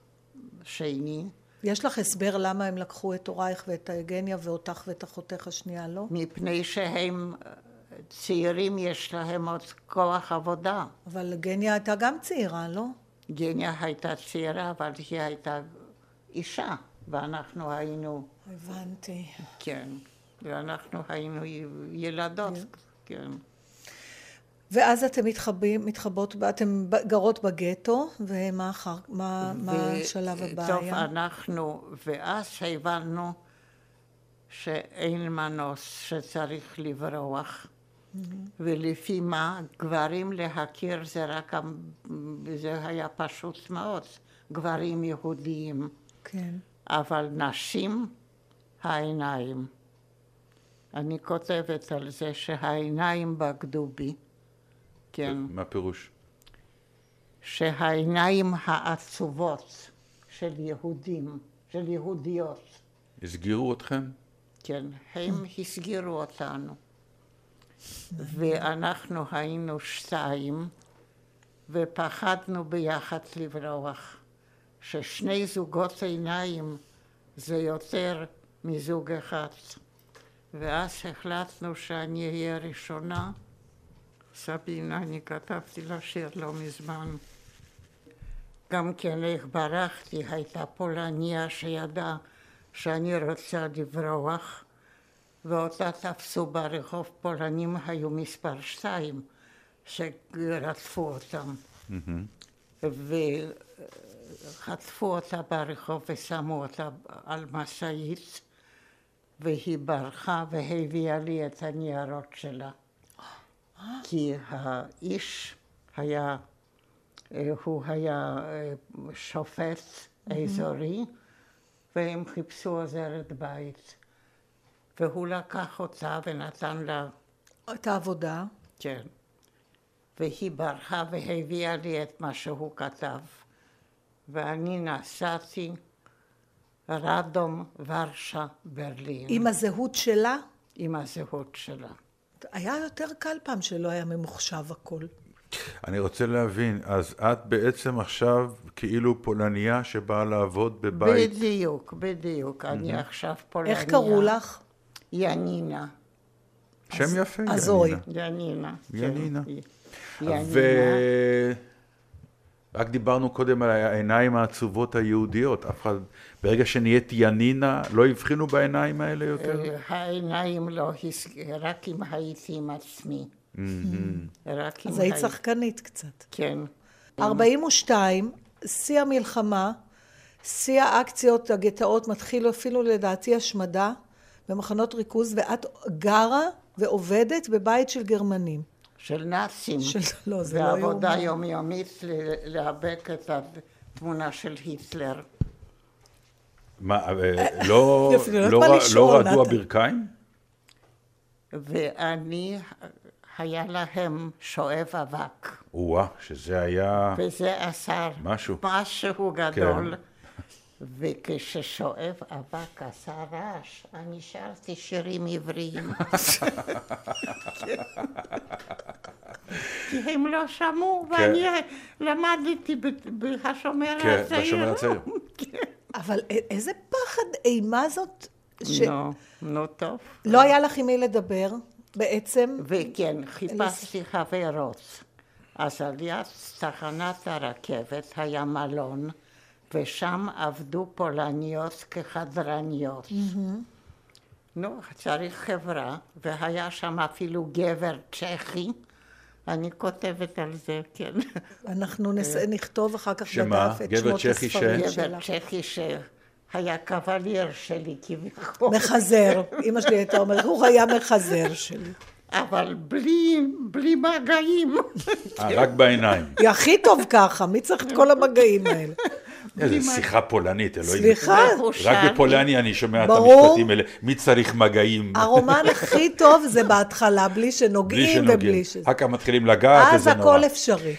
השני. יש לך הסבר למה הם לקחו את הורייך ואת הגניה ואותך ואת אחותך השנייה, לא? מפני שהם צעירים, יש להם עוד כוח עבודה. אבל גניה הייתה גם צעירה, לא? גניה הייתה צעירה, אבל היא הייתה אישה, ואנחנו היינו... הבנתי. כן, ואנחנו היינו ילדות, כן. ואז אתם מתחבים, מתחבות, אתם גרות בגטו, ומה אחר, מה, ו... מה השלב הבא טוב, היה? אנחנו, ואז הבנו שאין מנוס, שצריך לברוח. Mm-hmm. ולפי מה, גברים להכיר זה רק, זה היה פשוט מאוד, גברים יהודיים. כן. אבל נשים, העיניים. אני כותבת על זה שהעיניים בגדו בי. כן. מה פירוש? שהעיניים העצובות של יהודים, של יהודיות. הסגירו אתכם? כן, הם הסגירו אותנו. ואנחנו היינו שתיים, ופחדנו ביחד לברוח. ששני זוגות עיניים זה יותר מזוג אחד. ואז החלטנו שאני אהיה ראשונה. סבינה, אני כתבתי לה שיר לא מזמן. גם כן איך ברחתי, הייתה פולניה שידעה שאני רוצה לברוח, ואותה תפסו ברחוב. פולנים היו מספר שתיים שרדפו אותם. Mm-hmm. וחטפו אותה ברחוב ושמו אותה על משאית, והיא ברחה והביאה לי את הניירות שלה. כי האיש היה, הוא היה שופט אזורי, והם חיפשו עוזרת בית. והוא לקח אותה ונתן לה... את העבודה. כן. והיא ברחה והביאה לי את מה שהוא כתב. ואני נסעתי רדום, ורשה, ברלין. עם הזהות שלה? עם הזהות שלה. היה יותר קל פעם שלא היה ממוחשב הכל. אני רוצה להבין, אז את בעצם עכשיו כאילו פולניה שבאה לעבוד בבית? בדיוק, בדיוק. Mm-hmm. אני עכשיו פולניה. איך קראו לך? ינינה. שם אז, יפה, אז ינינה. ינינה. ינינה. ינינה. ו... רק דיברנו קודם על העיניים העצובות היהודיות. אף אחד, ברגע שנהיית ינינה, לא הבחינו בעיניים האלה יותר? העיניים לא, רק אם הייתי עם עצמי. אז היית שחקנית קצת. כן. ארבעים ושתיים, שיא המלחמה, שיא האקציות, הגטאות, מתחילו אפילו לדעתי השמדה במחנות ריכוז, ואת גרה ועובדת בבית של גרמנים. של נאצים. של, לא, זה לא יום. ועבודה יומיומית להבק את התמונה של היטלר. מה, לא, לא, לא רעדו הברכיים? ואני, היה להם שואב אבק. וואה, שזה היה... וזה עשה משהו. משהו גדול. כן. וכששואב אבק עשה רעש, אני שרתי שירים עבריים. כי הם לא שמעו, ואני למדתי בשומר הצעיר. כן, בשומר הצעיר. אבל איזה פחד אימה זאת? נו, נו טוב. לא היה לך עם מי לדבר בעצם? וכן, חיפשתי חברות. אז על יד תחנת הרכבת היה מלון, ושם עבדו פולניות כחדרניות. נו, צריך חברה, והיה שם אפילו גבר צ'כי. אני כותבת על זה, כן. אנחנו נכתוב אחר כך בדף את שמות הספרים שלך. גבר צ'כי שהיה קבלייר שלי כביכול. מחזר, אמא שלי הייתה אומרת, הוא היה מחזר שלי. אבל בלי, בלי מגעים. רק בעיניים. היא הכי טוב ככה, מי צריך את כל המגעים האלה? איזה שיחה פולנית, אלוהים. סליחה. רק בפולני אני שומע את המשפטים האלה. מי צריך מגעים? הרומן הכי טוב זה בהתחלה, בלי שנוגעים ובלי שזה. אחר כך מתחילים לגעת וזה נורא. אז הכל אפשרי.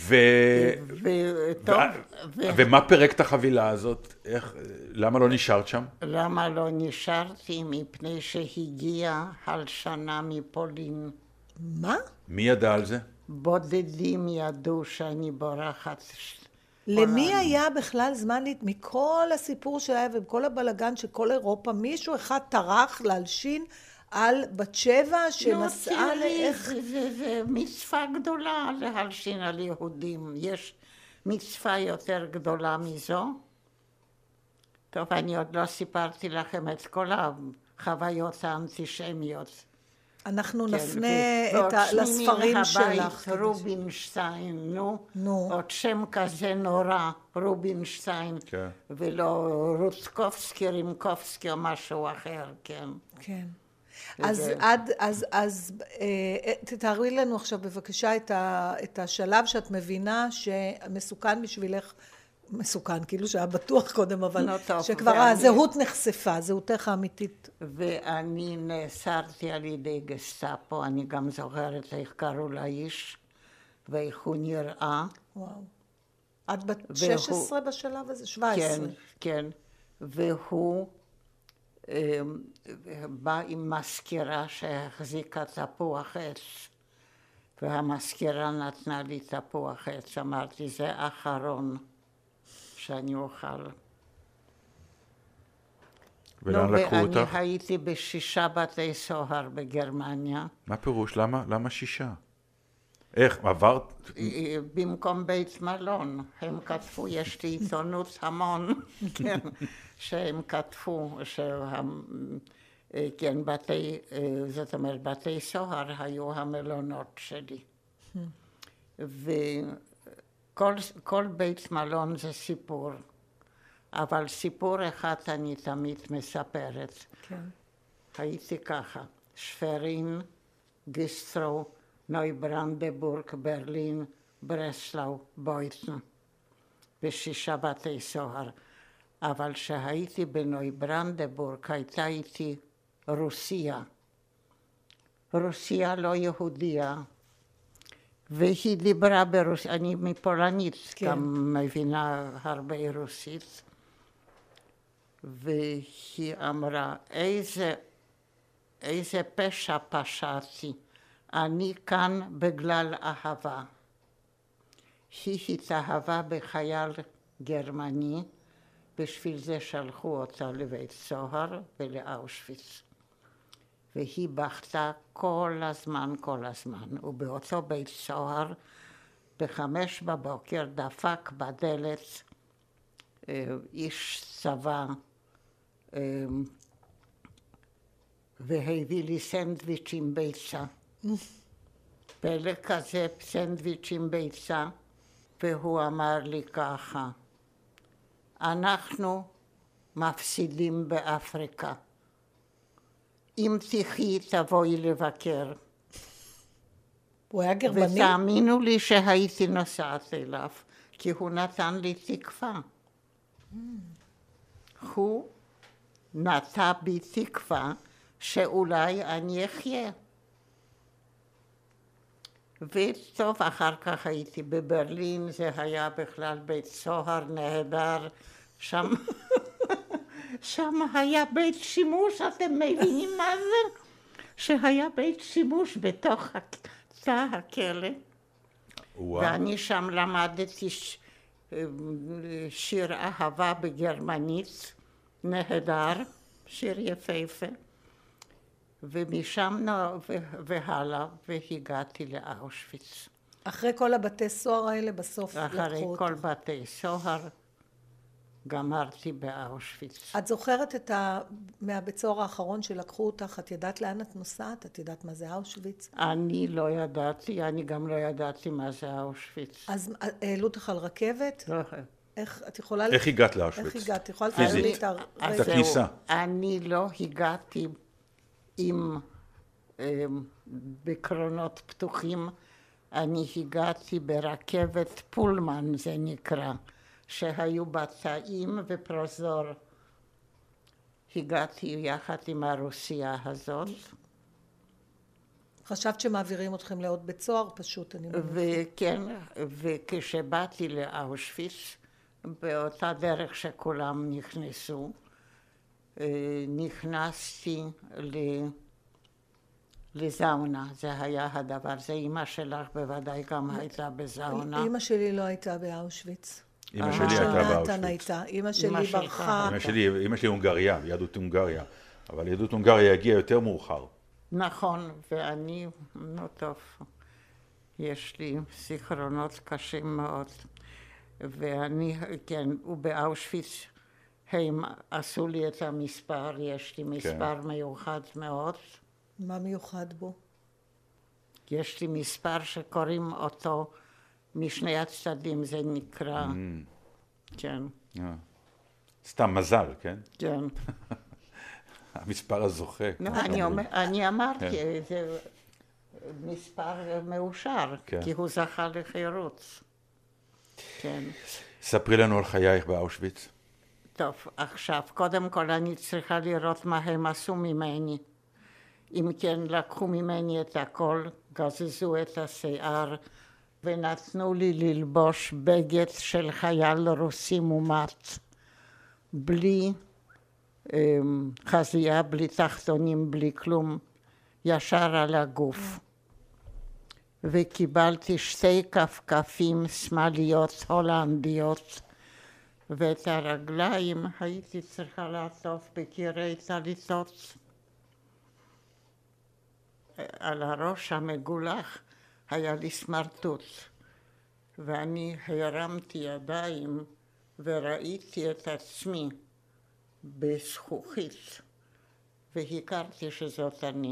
ומה פרק את החבילה הזאת? למה לא נשארת שם? למה לא נשארתי? מפני שהגיעה הלשנה מפולין. מה? מי ידע על זה? בודדים ידעו שאני בורחת. למי היה בכלל זמן, מכל הסיפור שהיה ובכל הבלגן של כל אירופה, מישהו אחד טרח להלשין על בת שבע שנסעה לאיך... זה, זה, זה מצווה גדולה להלשין על יהודים. יש מצווה יותר גדולה מזו? טוב, אני עוד לא סיפרתי לכם את כל החוויות האנטישמיות. אנחנו נפנה את ה... לספרים שלך. רובינשטיין, נו. נו. עוד שם כזה נורא, רובינשטיין. כן. ולא רוצקובסקי, רימקובסקי או משהו אחר, כן. כן. אז עד, אז, אז תתארי לנו עכשיו בבקשה את השלב שאת מבינה שמסוכן בשבילך, מסוכן, כאילו שהיה בטוח קודם, אבל no, שכבר ואני... הזהות נחשפה, זהותך האמיתית. ואני נאסרתי על ידי גסטאפו, אני גם זוכרת איך קראו לאיש, ואיך הוא נראה. וואו. את בת והוא... שש עשרה בשלב הזה? שבע עשרה. כן, כן. והוא אה, בא עם מזכירה שהחזיקה תפוח עץ, והמזכירה נתנה לי תפוח עץ, אמרתי, זה אחרון. שאני אוכל. ולאן לקחו אותך? ואני הייתי בשישה בתי סוהר בגרמניה. מה פירוש? למה? למה שישה? איך? עברת? במקום בית מלון. הם כתבו, יש לי עיתונות המון, כן, שהם כתבו, כן, בתי, זאת אומרת, בתי סוהר היו המלונות שלי. ו... כל, כל בית מלון זה סיפור, אבל סיפור אחד אני תמיד מספרת. כן. הייתי ככה, שפרין, גיסטרו, נויברנדבורג, ברלין, ברסלאו, בויטן, בשישה בתי סוהר. אבל כשהייתי בנויברנדבורג הייתה איתי רוסיה. רוסיה לא יהודיה. והיא דיברה ברוסית, אני מפולנית, כן. גם מבינה הרבה רוסית, והיא אמרה, איזה, איזה פשע פשעתי, אני כאן בגלל אהבה. היא התאהבה בחייל גרמני, בשביל זה שלחו אותה לבית סוהר ולאושוויץ. והיא בכתה כל הזמן, כל הזמן. ובאותו בית סוהר בחמש בבוקר דפק בדלת איש צבא והביא לי סנדוויץ' עם ביצה. פלא כזה סנדוויץ' עם ביצה, והוא אמר לי ככה, אנחנו מפסידים באפריקה. אם תחי תבואי לבקר. הוא היה גרמני? ותאמינו לי שהייתי נוסעת אליו, כי הוא נתן לי תקווה. Mm. הוא נטע בי תקווה שאולי אני אחיה. וטוב, אחר כך הייתי בברלין, זה היה בכלל בית סוהר נהדר, שם, שם היה בית שימוש, אתם מבינים מה זה? שהיה בית שימוש בתוך תא הכלא. וואו. ואני שם למדתי ש... שיר אהבה בגרמנית, נהדר, שיר יפהפה. ומשם והלאה, והגעתי לאושוויץ. אחרי כל הבתי סוהר האלה בסוף לקחו אותך? אחרי כל בתי סוהר גמרתי באושוויץ. את זוכרת את ה... מהבית סוהר האחרון שלקחו אותך, את ידעת לאן את נוסעת? את ידעת מה זה אושוויץ? אני לא ידעתי, אני גם לא ידעתי מה זה אושוויץ. אז העלו אותך על רכבת? לא. איך, את יכולה... איך הגעת לאושוויץ? איך הגעת? יכולה לתאר לי את הרקע? את הכניסה. אני לא הגעתי עם בקרונות פתוחים, אני הגעתי ברכבת פולמן, זה נקרא, שהיו בתאים ופרוזדור. הגעתי יחד עם הרוסיה הזאת. חשבת שמעבירים אתכם לעוד בית סוהר פשוט, אני מבינה. וכן, וכשבאתי לאושוויץ, באותה דרך שכולם נכנסו, נכנסתי ל... לזאונה, זה היה הדבר, זה אמא שלך בוודאי גם הייתה בזאונה. אמא שלי לא הייתה באושוויץ. אמא שלי הייתה באושוויץ. אמא שלי ברחה. אמא שלי הונגריה, יהדות הונגריה, אבל יהדות הונגריה הגיעה יותר מאוחר. נכון, ואני, לא טוב, יש לי זיכרונות קשים מאוד, ואני, כן, ובאושוויץ הם עשו לי את המספר, יש לי מספר מיוחד מאוד. מה מיוחד בו? יש לי מספר שקוראים אותו משני הצדדים, זה נקרא, כן. סתם מזל, כן? כן. המספר הזוכה. אני אמרתי, זה מספר מאושר, כי הוא זכה לחירות. כן. ספרי לנו על חייך באושוויץ. טוב, עכשיו, קודם כל אני צריכה לראות מה הם עשו ממני. אם כן, לקחו ממני את הכל, גזזו את השיער, ונתנו לי ללבוש בגד של חייל רוסי מומט, בלי um, חזייה, בלי תחתונים, בלי כלום, ישר על הגוף. וקיבלתי שתי כפכפים שמאליות הולנדיות, ואת הרגליים הייתי צריכה לעטוף בקירי טליתות. על הראש המגולח היה לי סמרטוט, ואני הרמתי ידיים וראיתי את עצמי בזכוכית, והכרתי שזאת אני.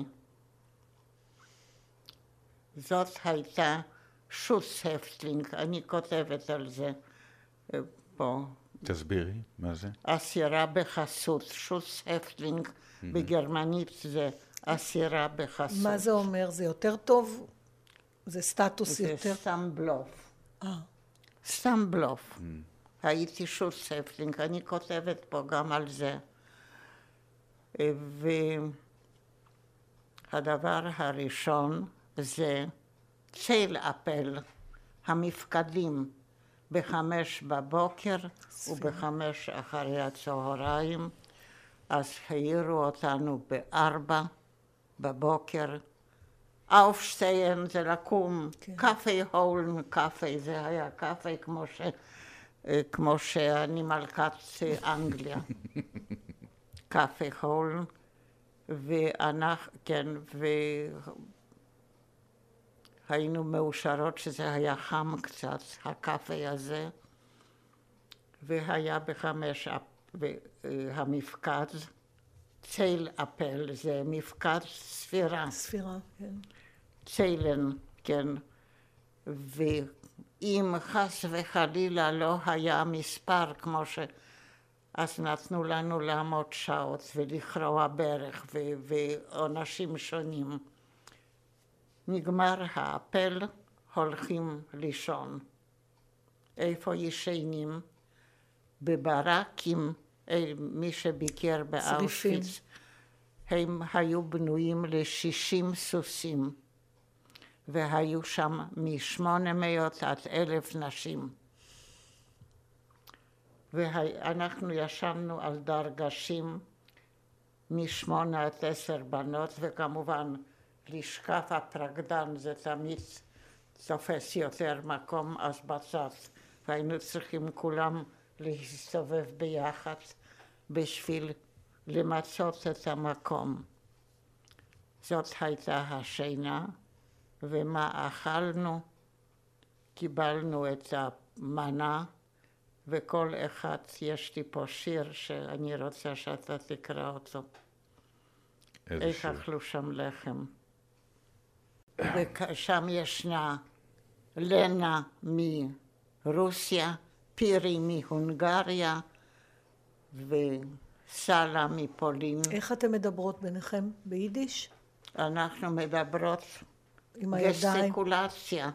זאת הייתה שוץ-הפטלינג, אני כותבת על זה פה. תסבירי, מה זה? אסירה בחסות, שוץ-הפטלינג, בגרמנית זה אסירה בחסות. מה זה אומר? זה יותר טוב? זה סטטוס יותר? זה סתם בלוף. אה. סתם בלוף. הייתי שוץ-הפטלינג, אני כותבת פה גם על זה. והדבר הראשון זה צייל אפל, המפקדים, בחמש בבוקר ובחמש אחרי הצהריים, אז העירו אותנו בארבע בבוקר. אופשטיין זה לקום, קפה הולן, קפה, זה היה קפה כמו, ש, כמו שאני מלכת אנגליה. קפה הולן, ואנחנו, כן, היינו מאושרות שזה היה חם קצת, הקפה הזה, והיה בחמש המפקד, צייל אפל, זה מפקד ספירה. ספירה, כן. ציילן, כן. ואם חס וחלילה לא היה מספר כמו ש... אז נתנו לנו לעמוד שעות ולכרוע ברך ו... ועונשים שונים. נגמר האפל, הולכים לישון. איפה ישנים? בברקים, מי שביקר באושוויץ, הם היו בנויים לשישים סוסים, והיו שם משמונה מאות עד אלף נשים. ואנחנו ישבנו על דרגשים משמונה עד עשר בנות, וכמובן לשכב הפרקדן זה תמיד תופס יותר מקום, אז בצד, והיינו צריכים כולם להסתובב ביחד בשביל למצות את המקום. זאת הייתה השינה, ומה אכלנו? קיבלנו את המנה, וכל אחד, יש לי פה שיר שאני רוצה שאתה תקרא אותו. איך אכלו שם לחם. ושם ישנה לנה מרוסיה, פירי מהונגריה וסלה מפולין. איך אתם מדברות ביניכם? ביידיש? אנחנו מדברות עם הידיים. גסטיקולציה.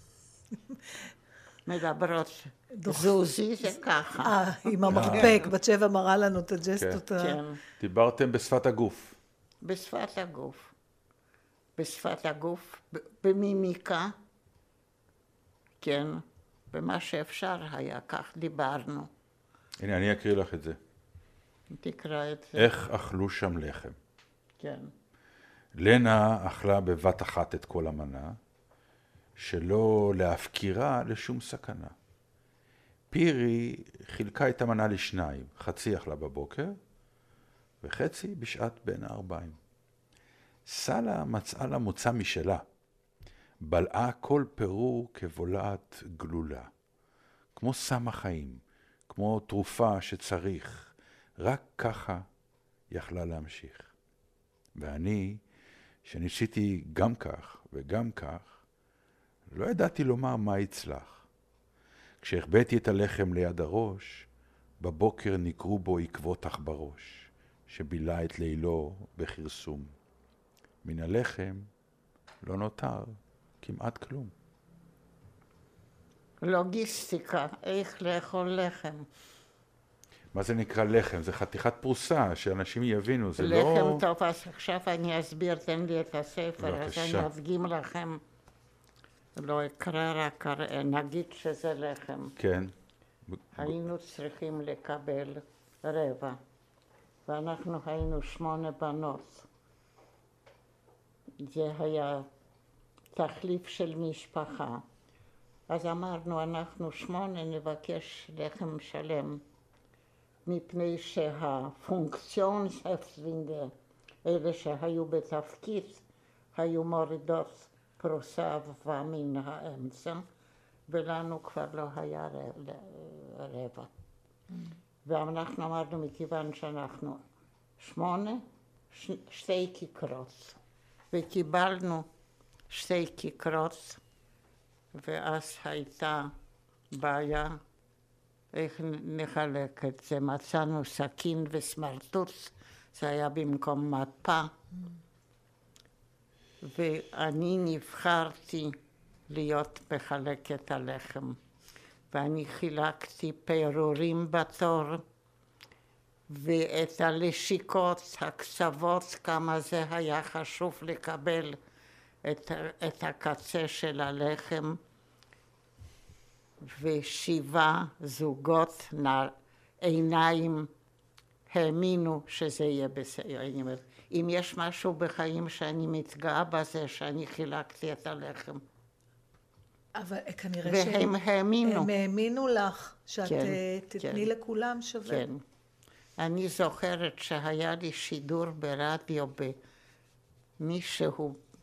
מדברות זוזי, זה ככה. אה, עם המרפק, בת שבע מראה לנו את הג'סטות. כן. דיברתם בשפת הגוף. בשפת הגוף. בשפת הגוף, במימיקה, כן, במה שאפשר היה, כך דיברנו. הנה, אני אקריא לך את זה. תקרא את זה. איך אכלו שם לחם. כן. לנה אכלה בבת אחת את כל המנה, שלא להפקירה לשום סכנה. פירי חילקה את המנה לשניים, חצי אכלה בבוקר, וחצי בשעת בין הארבעים. סלה מצאה לה מוצא משלה, בלעה כל פירור כבולעת גלולה, כמו סם החיים, כמו תרופה שצריך, רק ככה יכלה להמשיך. ואני, שניסיתי גם כך וגם כך, לא ידעתי לומר מה יצלח. כשהחבאתי את הלחם ליד הראש, בבוקר נקרו בו עקבות בראש, שבילה את לילו בחרסום. מן הלחם לא נותר כמעט כלום. לוגיסטיקה, איך לאכול לחם. מה זה נקרא לחם? זה חתיכת פרוסה, שאנשים יבינו, זה לא... לחם טוב, אז עכשיו אני אסביר, תן לי את הספר, אז אני אדגים לכם. לא אקרא, רק נגיד שזה לחם. כן. היינו צריכים לקבל רבע, ואנחנו היינו שמונה בנות. זה היה תחליף של משפחה. אז אמרנו, אנחנו שמונה נבקש לחם שלם, מפני שהפונקציונס-הפסטרינגר, אלה שהיו בתפקיד, היו מורידות פרוסה מן האמצע, ולנו כבר לא היה רבע. ואנחנו אמרנו, מכיוון שאנחנו שמונה, שתי כיכרות. וקיבלנו שתי כיכרות, ואז הייתה בעיה איך נחלק את זה. מצאנו סכין וסמרטוט, זה היה במקום מפה. ואני נבחרתי להיות מחלקת הלחם. ואני חילקתי פירורים בתור, ואת הלשיקות, הקצוות, כמה זה היה חשוב לקבל את, את הקצה של הלחם. ושבעה זוגות נע, עיניים האמינו שזה יהיה בסדר. אם יש משהו בחיים שאני מתגאה בזה, שאני חילקתי את הלחם. אבל כנראה והם שהם האמינו. הם האמינו לך שאת כן, תתני כן. לכולם שווה. כן. אני זוכרת שהיה לי שידור ברדיו במישהו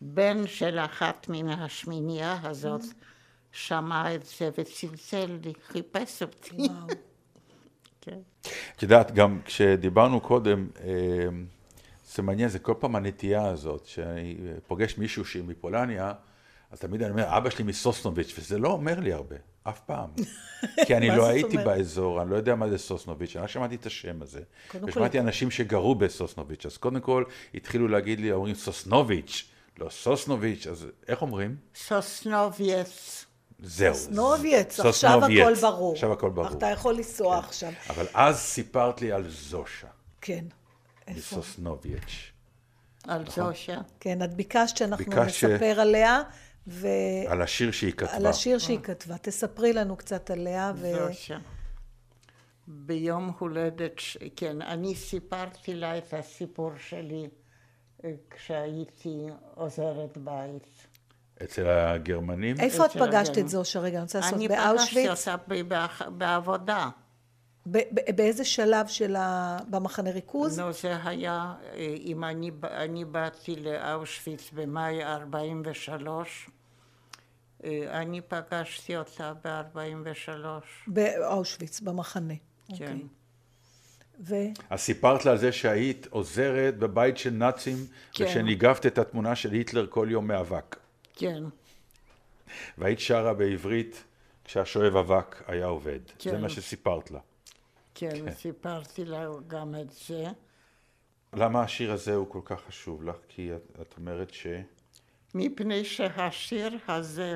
בן של אחת מן השמינייה הזאת שמע את זה וצלצל לי, חיפש אותי. וואו. כן. את יודעת, גם כשדיברנו קודם, זה מעניין, זה כל פעם הנטייה הזאת, שאני פוגש מישהו שהיא מפולניה, אז תמיד אני אומר, אבא שלי מסוסנוביץ', וזה לא אומר לי הרבה, אף פעם. כי אני לא הייתי באזור, אני לא יודע מה זה סוסנוביץ', אני שמעתי את השם הזה. ושמעתי אנשים שגרו בסוסנוביץ', אז קודם כל התחילו להגיד לי, אומרים סוסנוביץ', לא סוסנוביץ', אז איך אומרים? סוסנובייץ. זהו. סוסנובייץ, עכשיו הכל ברור. עכשיו הכל ברור. אתה יכול לנסוע עכשיו. אבל אז סיפרת לי על זושה. כן. מסוסנובייץ'. על זושה. כן, את ביקשת שאנחנו נספר עליה. ו... על השיר שהיא כתבה. על השיר שהיא כתבה. תספרי לנו קצת עליה. ו... זושה. ביום הולדת, כן, אני סיפרתי לה את הסיפור שלי כשהייתי עוזרת בית. אצל הגרמנים? איפה את פגשת את זושה? רגע, אני רוצה לעשות באושוויץ? אני פגשתי אותה בעבודה. באיזה שלב של במחנה ריכוז? לא, זה היה, אם אני, אני באתי לאושוויץ במאי ארבעים ושלוש, אני פגשתי אותה ב-ארבעים ושלוש. באושוויץ, במחנה. כן. ו... אז סיפרת לה על זה שהיית עוזרת בבית של נאצים, כן. ושניגבת את התמונה של היטלר כל יום מאבק. כן. והיית שרה בעברית כשהשואב אבק היה עובד. כן. זה מה שסיפרת לה. כן, כן, סיפרתי לה גם את זה. למה השיר הזה הוא כל כך חשוב לך? כי את, את אומרת ש... מפני שהשיר הזה,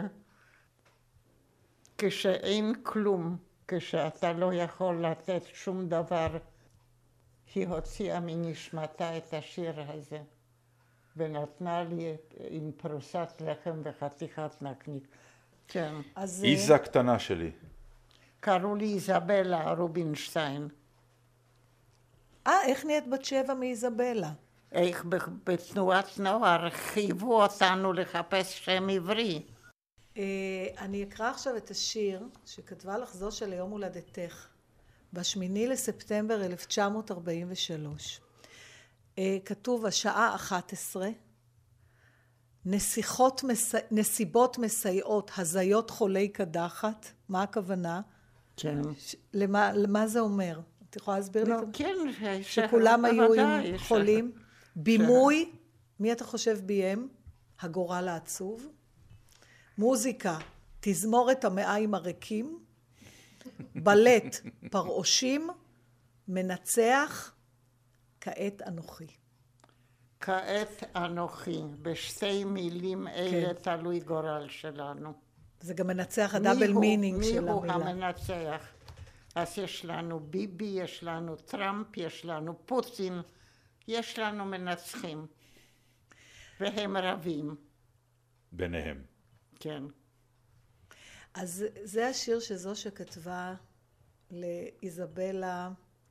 כשאין כלום, כשאתה לא יכול לתת שום דבר, היא הוציאה מנשמתה את השיר הזה, ונתנה לי עם פרוסת לחם וחתיכת נקניק. כן. אז... איזה קטנה שלי. קראו לי איזבלה רובינשטיין. אה, איך נהיית בת שבע מאיזבלה? איך בתנועת נוער חייבו אותנו לחפש שם עברי. אני אקרא עכשיו את השיר שכתבה לך זושה ליום הולדתך, בשמיני לספטמבר אלף תשע מאות ארבעים ושלוש. כתוב השעה אחת עשרה, נסיכות, נסיבות מסייעות, הזיות חולי קדחת. מה הכוונה? כן. למה, למה זה אומר? את יכולה להסביר לא, לי? כן. שכולם היו עם חולים. בימוי, מי אתה חושב ביים? הגורל העצוב. מוזיקה, תזמורת המעיים הריקים. בלט, פרעושים. מנצח, כעת אנוכי. כעת אנוכי, בשתי מילים אלה כן. תלוי גורל שלנו. זה גם מנצח הדאבל מינינג של המילה. מי הוא המנצח? אז יש לנו ביבי, יש לנו טראמפ, יש לנו פוטין, יש לנו מנצחים. והם רבים. ביניהם. כן. אז זה השיר שזו שכתבה לאיזבלה,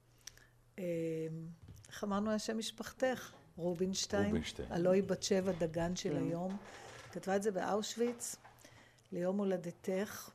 איך אמרנו על שם משפחתך? רובינשטיין. רובינשטיין. הלוא היא בת שבע דגן של היום. כתבה את זה באושוויץ, ליום הולדתך,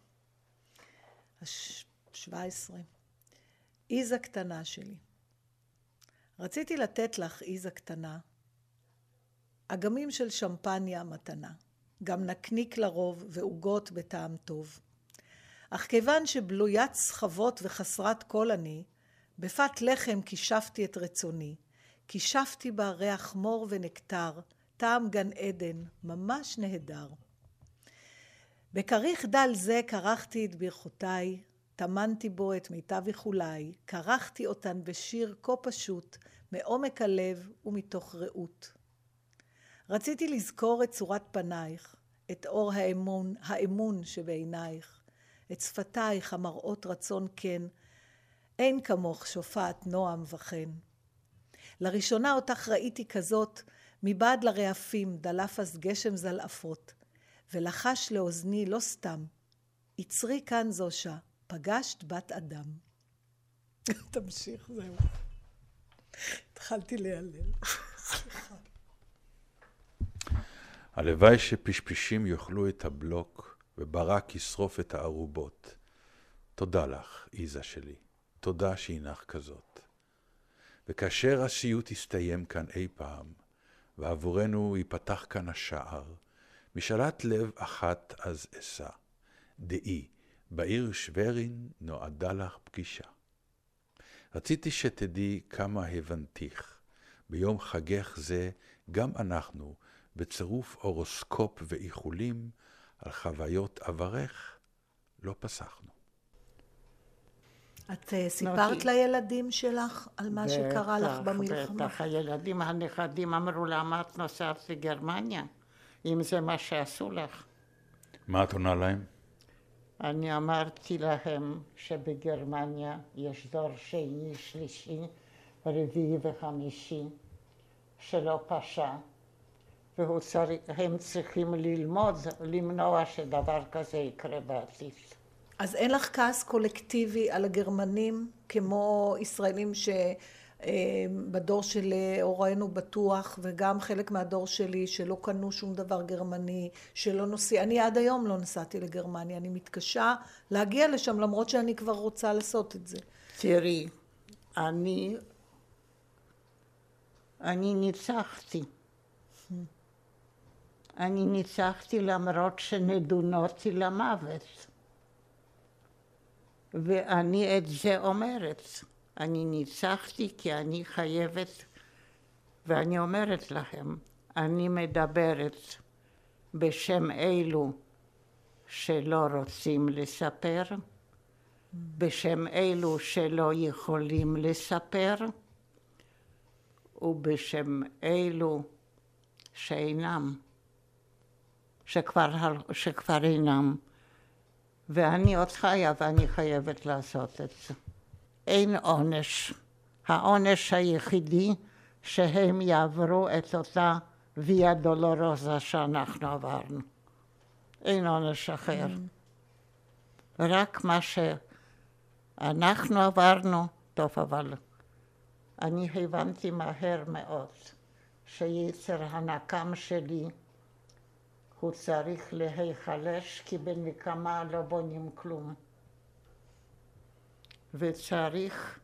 ה-שבע עשרה. איזה קטנה שלי. רציתי לתת לך, איזה קטנה, אגמים של שמפניה מתנה, גם נקניק לרוב ועוגות בטעם טוב. אך כיוון שבלוית סחבות וחסרת כל אני, בפת לחם כישפתי את רצוני, כישפתי בה ריח מור ונקטר, טעם גן עדן, ממש נהדר. בכריך דל זה קרחתי את ברכותיי, טמנתי בו את מיטב איחוליי, קרחתי אותן בשיר כה פשוט, מעומק הלב ומתוך רעות. רציתי לזכור את צורת פנייך, את אור האמון, האמון שבעינייך, את שפתייך המראות רצון כן, אין כמוך שופעת נועם וכן. לראשונה אותך ראיתי כזאת, מבעד לרעפים דלף אז גשם זלעפות, ולחש לאוזני לא סתם, יצרי כאן זושה, פגשת בת אדם. תמשיך, זהו. התחלתי להיעלל. סליחה. הלוואי שפשפשים יאכלו את הבלוק, וברק ישרוף את הערובות. תודה לך, איזה שלי. תודה שהינך כזאת. וכאשר הסיוט יסתיים כאן אי פעם, ועבורנו ייפתח כאן השער. משאלת לב אחת אז אסע. דאי, בעיר שברין נועדה לך פגישה. רציתי שתדעי כמה הבנתיך. ביום חגך זה גם אנחנו, בצירוף אורוסקופ ואיחולים, על חוויות עברך, לא פסחנו. את סיפרת לילדים שלך על מה שקרה לך במלחמה? בטח, הילדים הנכדים אמרו לה, מה את נוסעת לגרמניה, אם זה מה שעשו לך? מה את עונה להם? אני אמרתי להם שבגרמניה יש דור שני, שלישי, רביעי וחמישי, שלא פשע, והם צריכים ללמוד, למנוע שדבר כזה יקרה בעתיד. אז אין לך כעס קולקטיבי על הגרמנים, כמו ישראלים שבדור של הורינו בטוח, וגם חלק מהדור שלי שלא קנו שום דבר גרמני, שלא נוסע, אני עד היום לא נסעתי לגרמניה, אני מתקשה להגיע לשם למרות שאני כבר רוצה לעשות את זה. תראי, אני, אני ניצחתי. אני ניצחתי למרות שנדונותי למוות. ואני את זה אומרת. אני ניצחתי כי אני חייבת, ואני אומרת לכם, אני מדברת בשם אלו שלא רוצים לספר, בשם אלו שלא יכולים לספר, ובשם אלו שאינם, שכבר, שכבר אינם. ואני עוד חיה ואני חייבת לעשות את זה. אין עונש. העונש היחידי שהם יעברו את אותה ויה דולורוזה שאנחנו עברנו. אין עונש אחר. Mm. רק מה שאנחנו עברנו, טוב, אבל אני הבנתי מהר מאוד שיצר הנקם שלי הוא צריך להיחלש, כי בנקמה לא בונים כלום. וצריך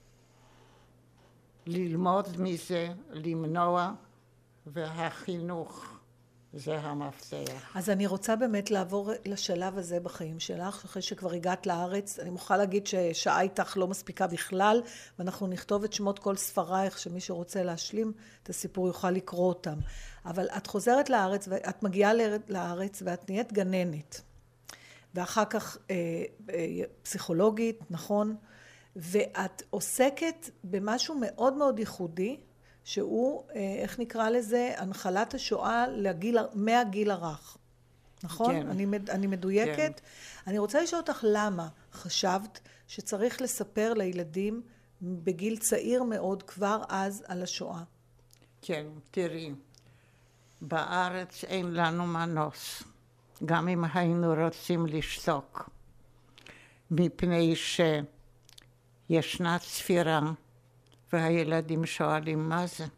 ללמוד מזה, למנוע, והחינוך זה המפתח. אז אני רוצה באמת לעבור לשלב הזה בחיים שלך, אחרי שכבר הגעת לארץ. אני מוכרחה להגיד ששעה איתך לא מספיקה בכלל, ואנחנו נכתוב את שמות כל ספרייך, שמי שרוצה להשלים את הסיפור יוכל לקרוא אותם. אבל את חוזרת לארץ, ואת מגיעה לארץ, ואת נהיית גננת. ואחר כך אה, אה, פסיכולוגית, נכון? ואת עוסקת במשהו מאוד מאוד ייחודי, שהוא, איך נקרא לזה, הנחלת השואה לגיל, מהגיל הרך. נכון? כן. אני, אני מדויקת? כן. אני רוצה לשאול אותך למה חשבת שצריך לספר לילדים בגיל צעיר מאוד כבר אז על השואה? כן, תראי, בארץ אין לנו מנוס, גם אם היינו רוצים לשתוק, מפני שישנה צפירה, והילדים שואלים מה זה.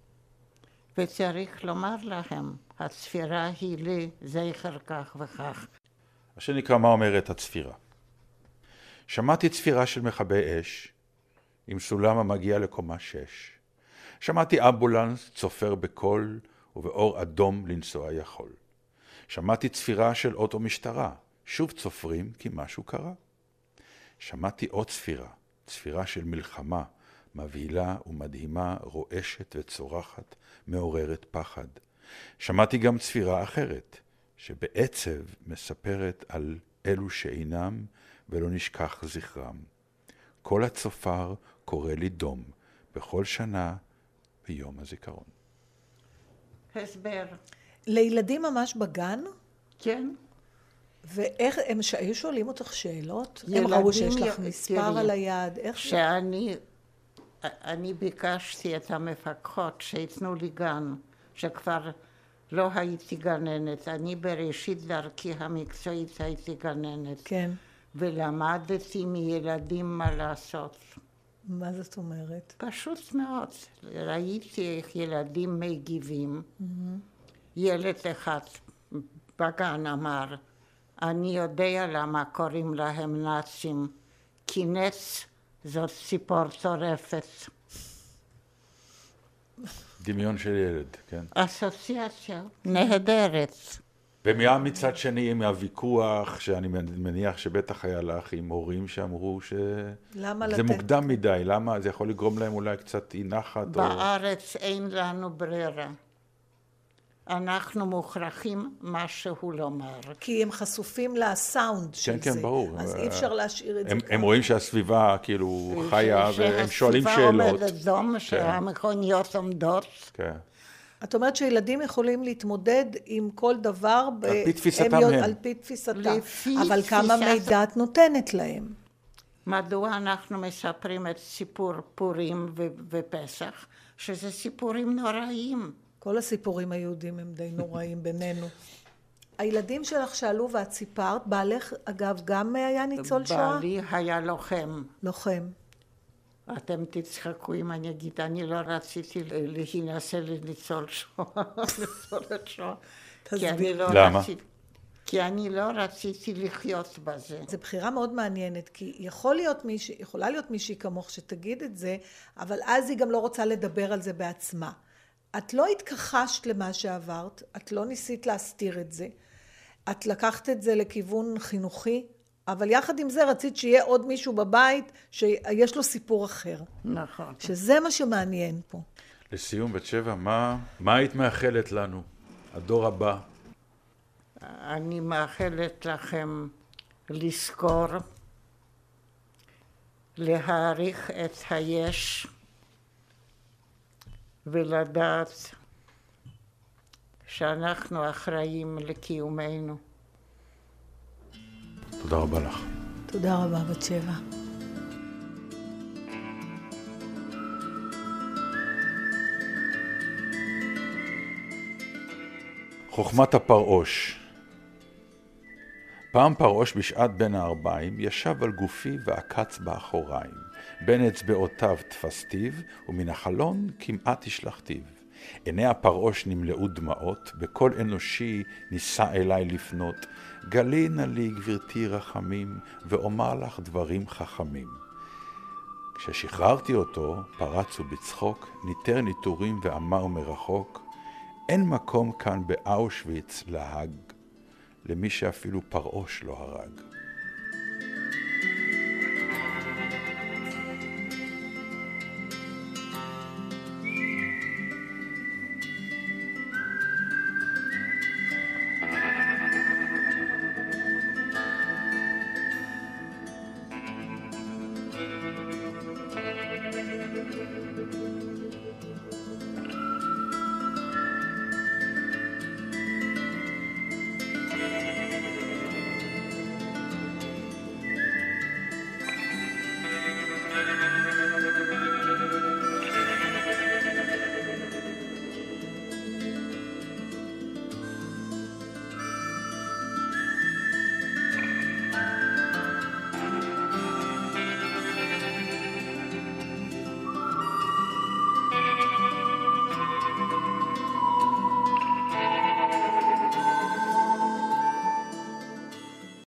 וצריך לומר להם, הצפירה היא לזכר כך וכך. מה שנקרא, מה אומרת הצפירה? שמעתי צפירה של מכבי אש, עם סולם המגיע לקומה שש. שמעתי אמבולנס צופר בקול ובאור אדום לנסוע יכול. שמעתי צפירה של אוטו משטרה, שוב צופרים כי משהו קרה. שמעתי עוד צפירה, צפירה של מלחמה, מבהילה ומדהימה, רועשת וצורחת, מעוררת פחד. שמעתי גם צפירה אחרת, שבעצב מספרת על אלו שאינם ולא נשכח זכרם. כל הצופר קורא לי דום, בכל שנה ביום הזיכרון. הסבר. לילדים ממש בגן? כן. ואיך, הם היו שואלים אותך שאלות? הם ראו שיש לך מספר על היד? שאני... אני ביקשתי את המפקחות שיתנו לי גן, שכבר לא הייתי גננת. אני בראשית דרכי המקצועית הייתי גננת. כן. ולמדתי מילדים מה לעשות. מה זאת אומרת? פשוט מאוד. ראיתי איך ילדים מגיבים. Mm-hmm. ילד אחד בגן אמר, אני יודע למה קוראים להם נאצים, כי נץ זאת ציפור טורפת. דמיון של ילד, כן. אסוציאציה נהדרת. ומיד מצד שני עם הוויכוח, שאני מניח שבטח היה לך עם הורים שאמרו שזה מוקדם מדי, למה? זה יכול לגרום להם אולי קצת אי נחת? בארץ או... אין לנו ברירה. אנחנו מוכרחים משהו לומר. כי הם חשופים לסאונד של כן, זה. כן, ברור. אז אי אפשר להשאיר את הם, זה. הם רואים שהסביבה כאילו חיה, והם שואלים שאלות. שהסביבה עומדת דום, שהמכוניות עומדות. כן. את אומרת שילדים יכולים להתמודד עם כל דבר על פי תפיסתם הם. על פי תפיסתם. אבל כמה מידע את נותנת להם? מדוע אנחנו מספרים את סיפור פורים ו- ופסח, שזה סיפורים נוראים. כל הסיפורים היהודים הם די נוראים בינינו. הילדים שלך שאלו ואת סיפרת, בעלך אגב גם היה ניצול שואה? בעלי היה לוחם. לוחם. אתם תצחקו אם אני אגיד, אני לא רציתי להינשא לניצול שואה, לניצולת שואה. תסביר. למה? רציתי, כי אני לא רציתי לחיות בזה. זו בחירה מאוד מעניינת, כי יכול להיות מישהי, יכולה להיות מישהי כמוך שתגיד את זה, אבל אז היא גם לא רוצה לדבר על זה בעצמה. את לא התכחשת למה שעברת, את לא ניסית להסתיר את זה, את לקחת את זה לכיוון חינוכי, אבל יחד עם זה רצית שיהיה עוד מישהו בבית שיש לו סיפור אחר. נכון. שזה מה שמעניין פה. לסיום, בת שבע, מה, מה היית מאחלת לנו, הדור הבא? אני מאחלת לכם לזכור, להעריך את היש, ולדעת שאנחנו אחראים לקיומנו. תודה רבה לך. תודה רבה, בת שבע. חוכמת הפרעוש. פעם פרעוש בשעת בין הארבעים ישב על גופי ועקץ באחוריים. בין אצבעותיו תפסתיו, ומן החלון כמעט השלכתיו. עיני הפרעוש נמלאו דמעות, בכל אנושי ניסה אליי לפנות. גלי נא לי גברתי רחמים, ואומר לך דברים חכמים. כששחררתי אותו, פרצו בצחוק, ניתר ניתורים ואמר מרחוק, אין מקום כאן באושוויץ להג, למי שאפילו פרעוש לא הרג.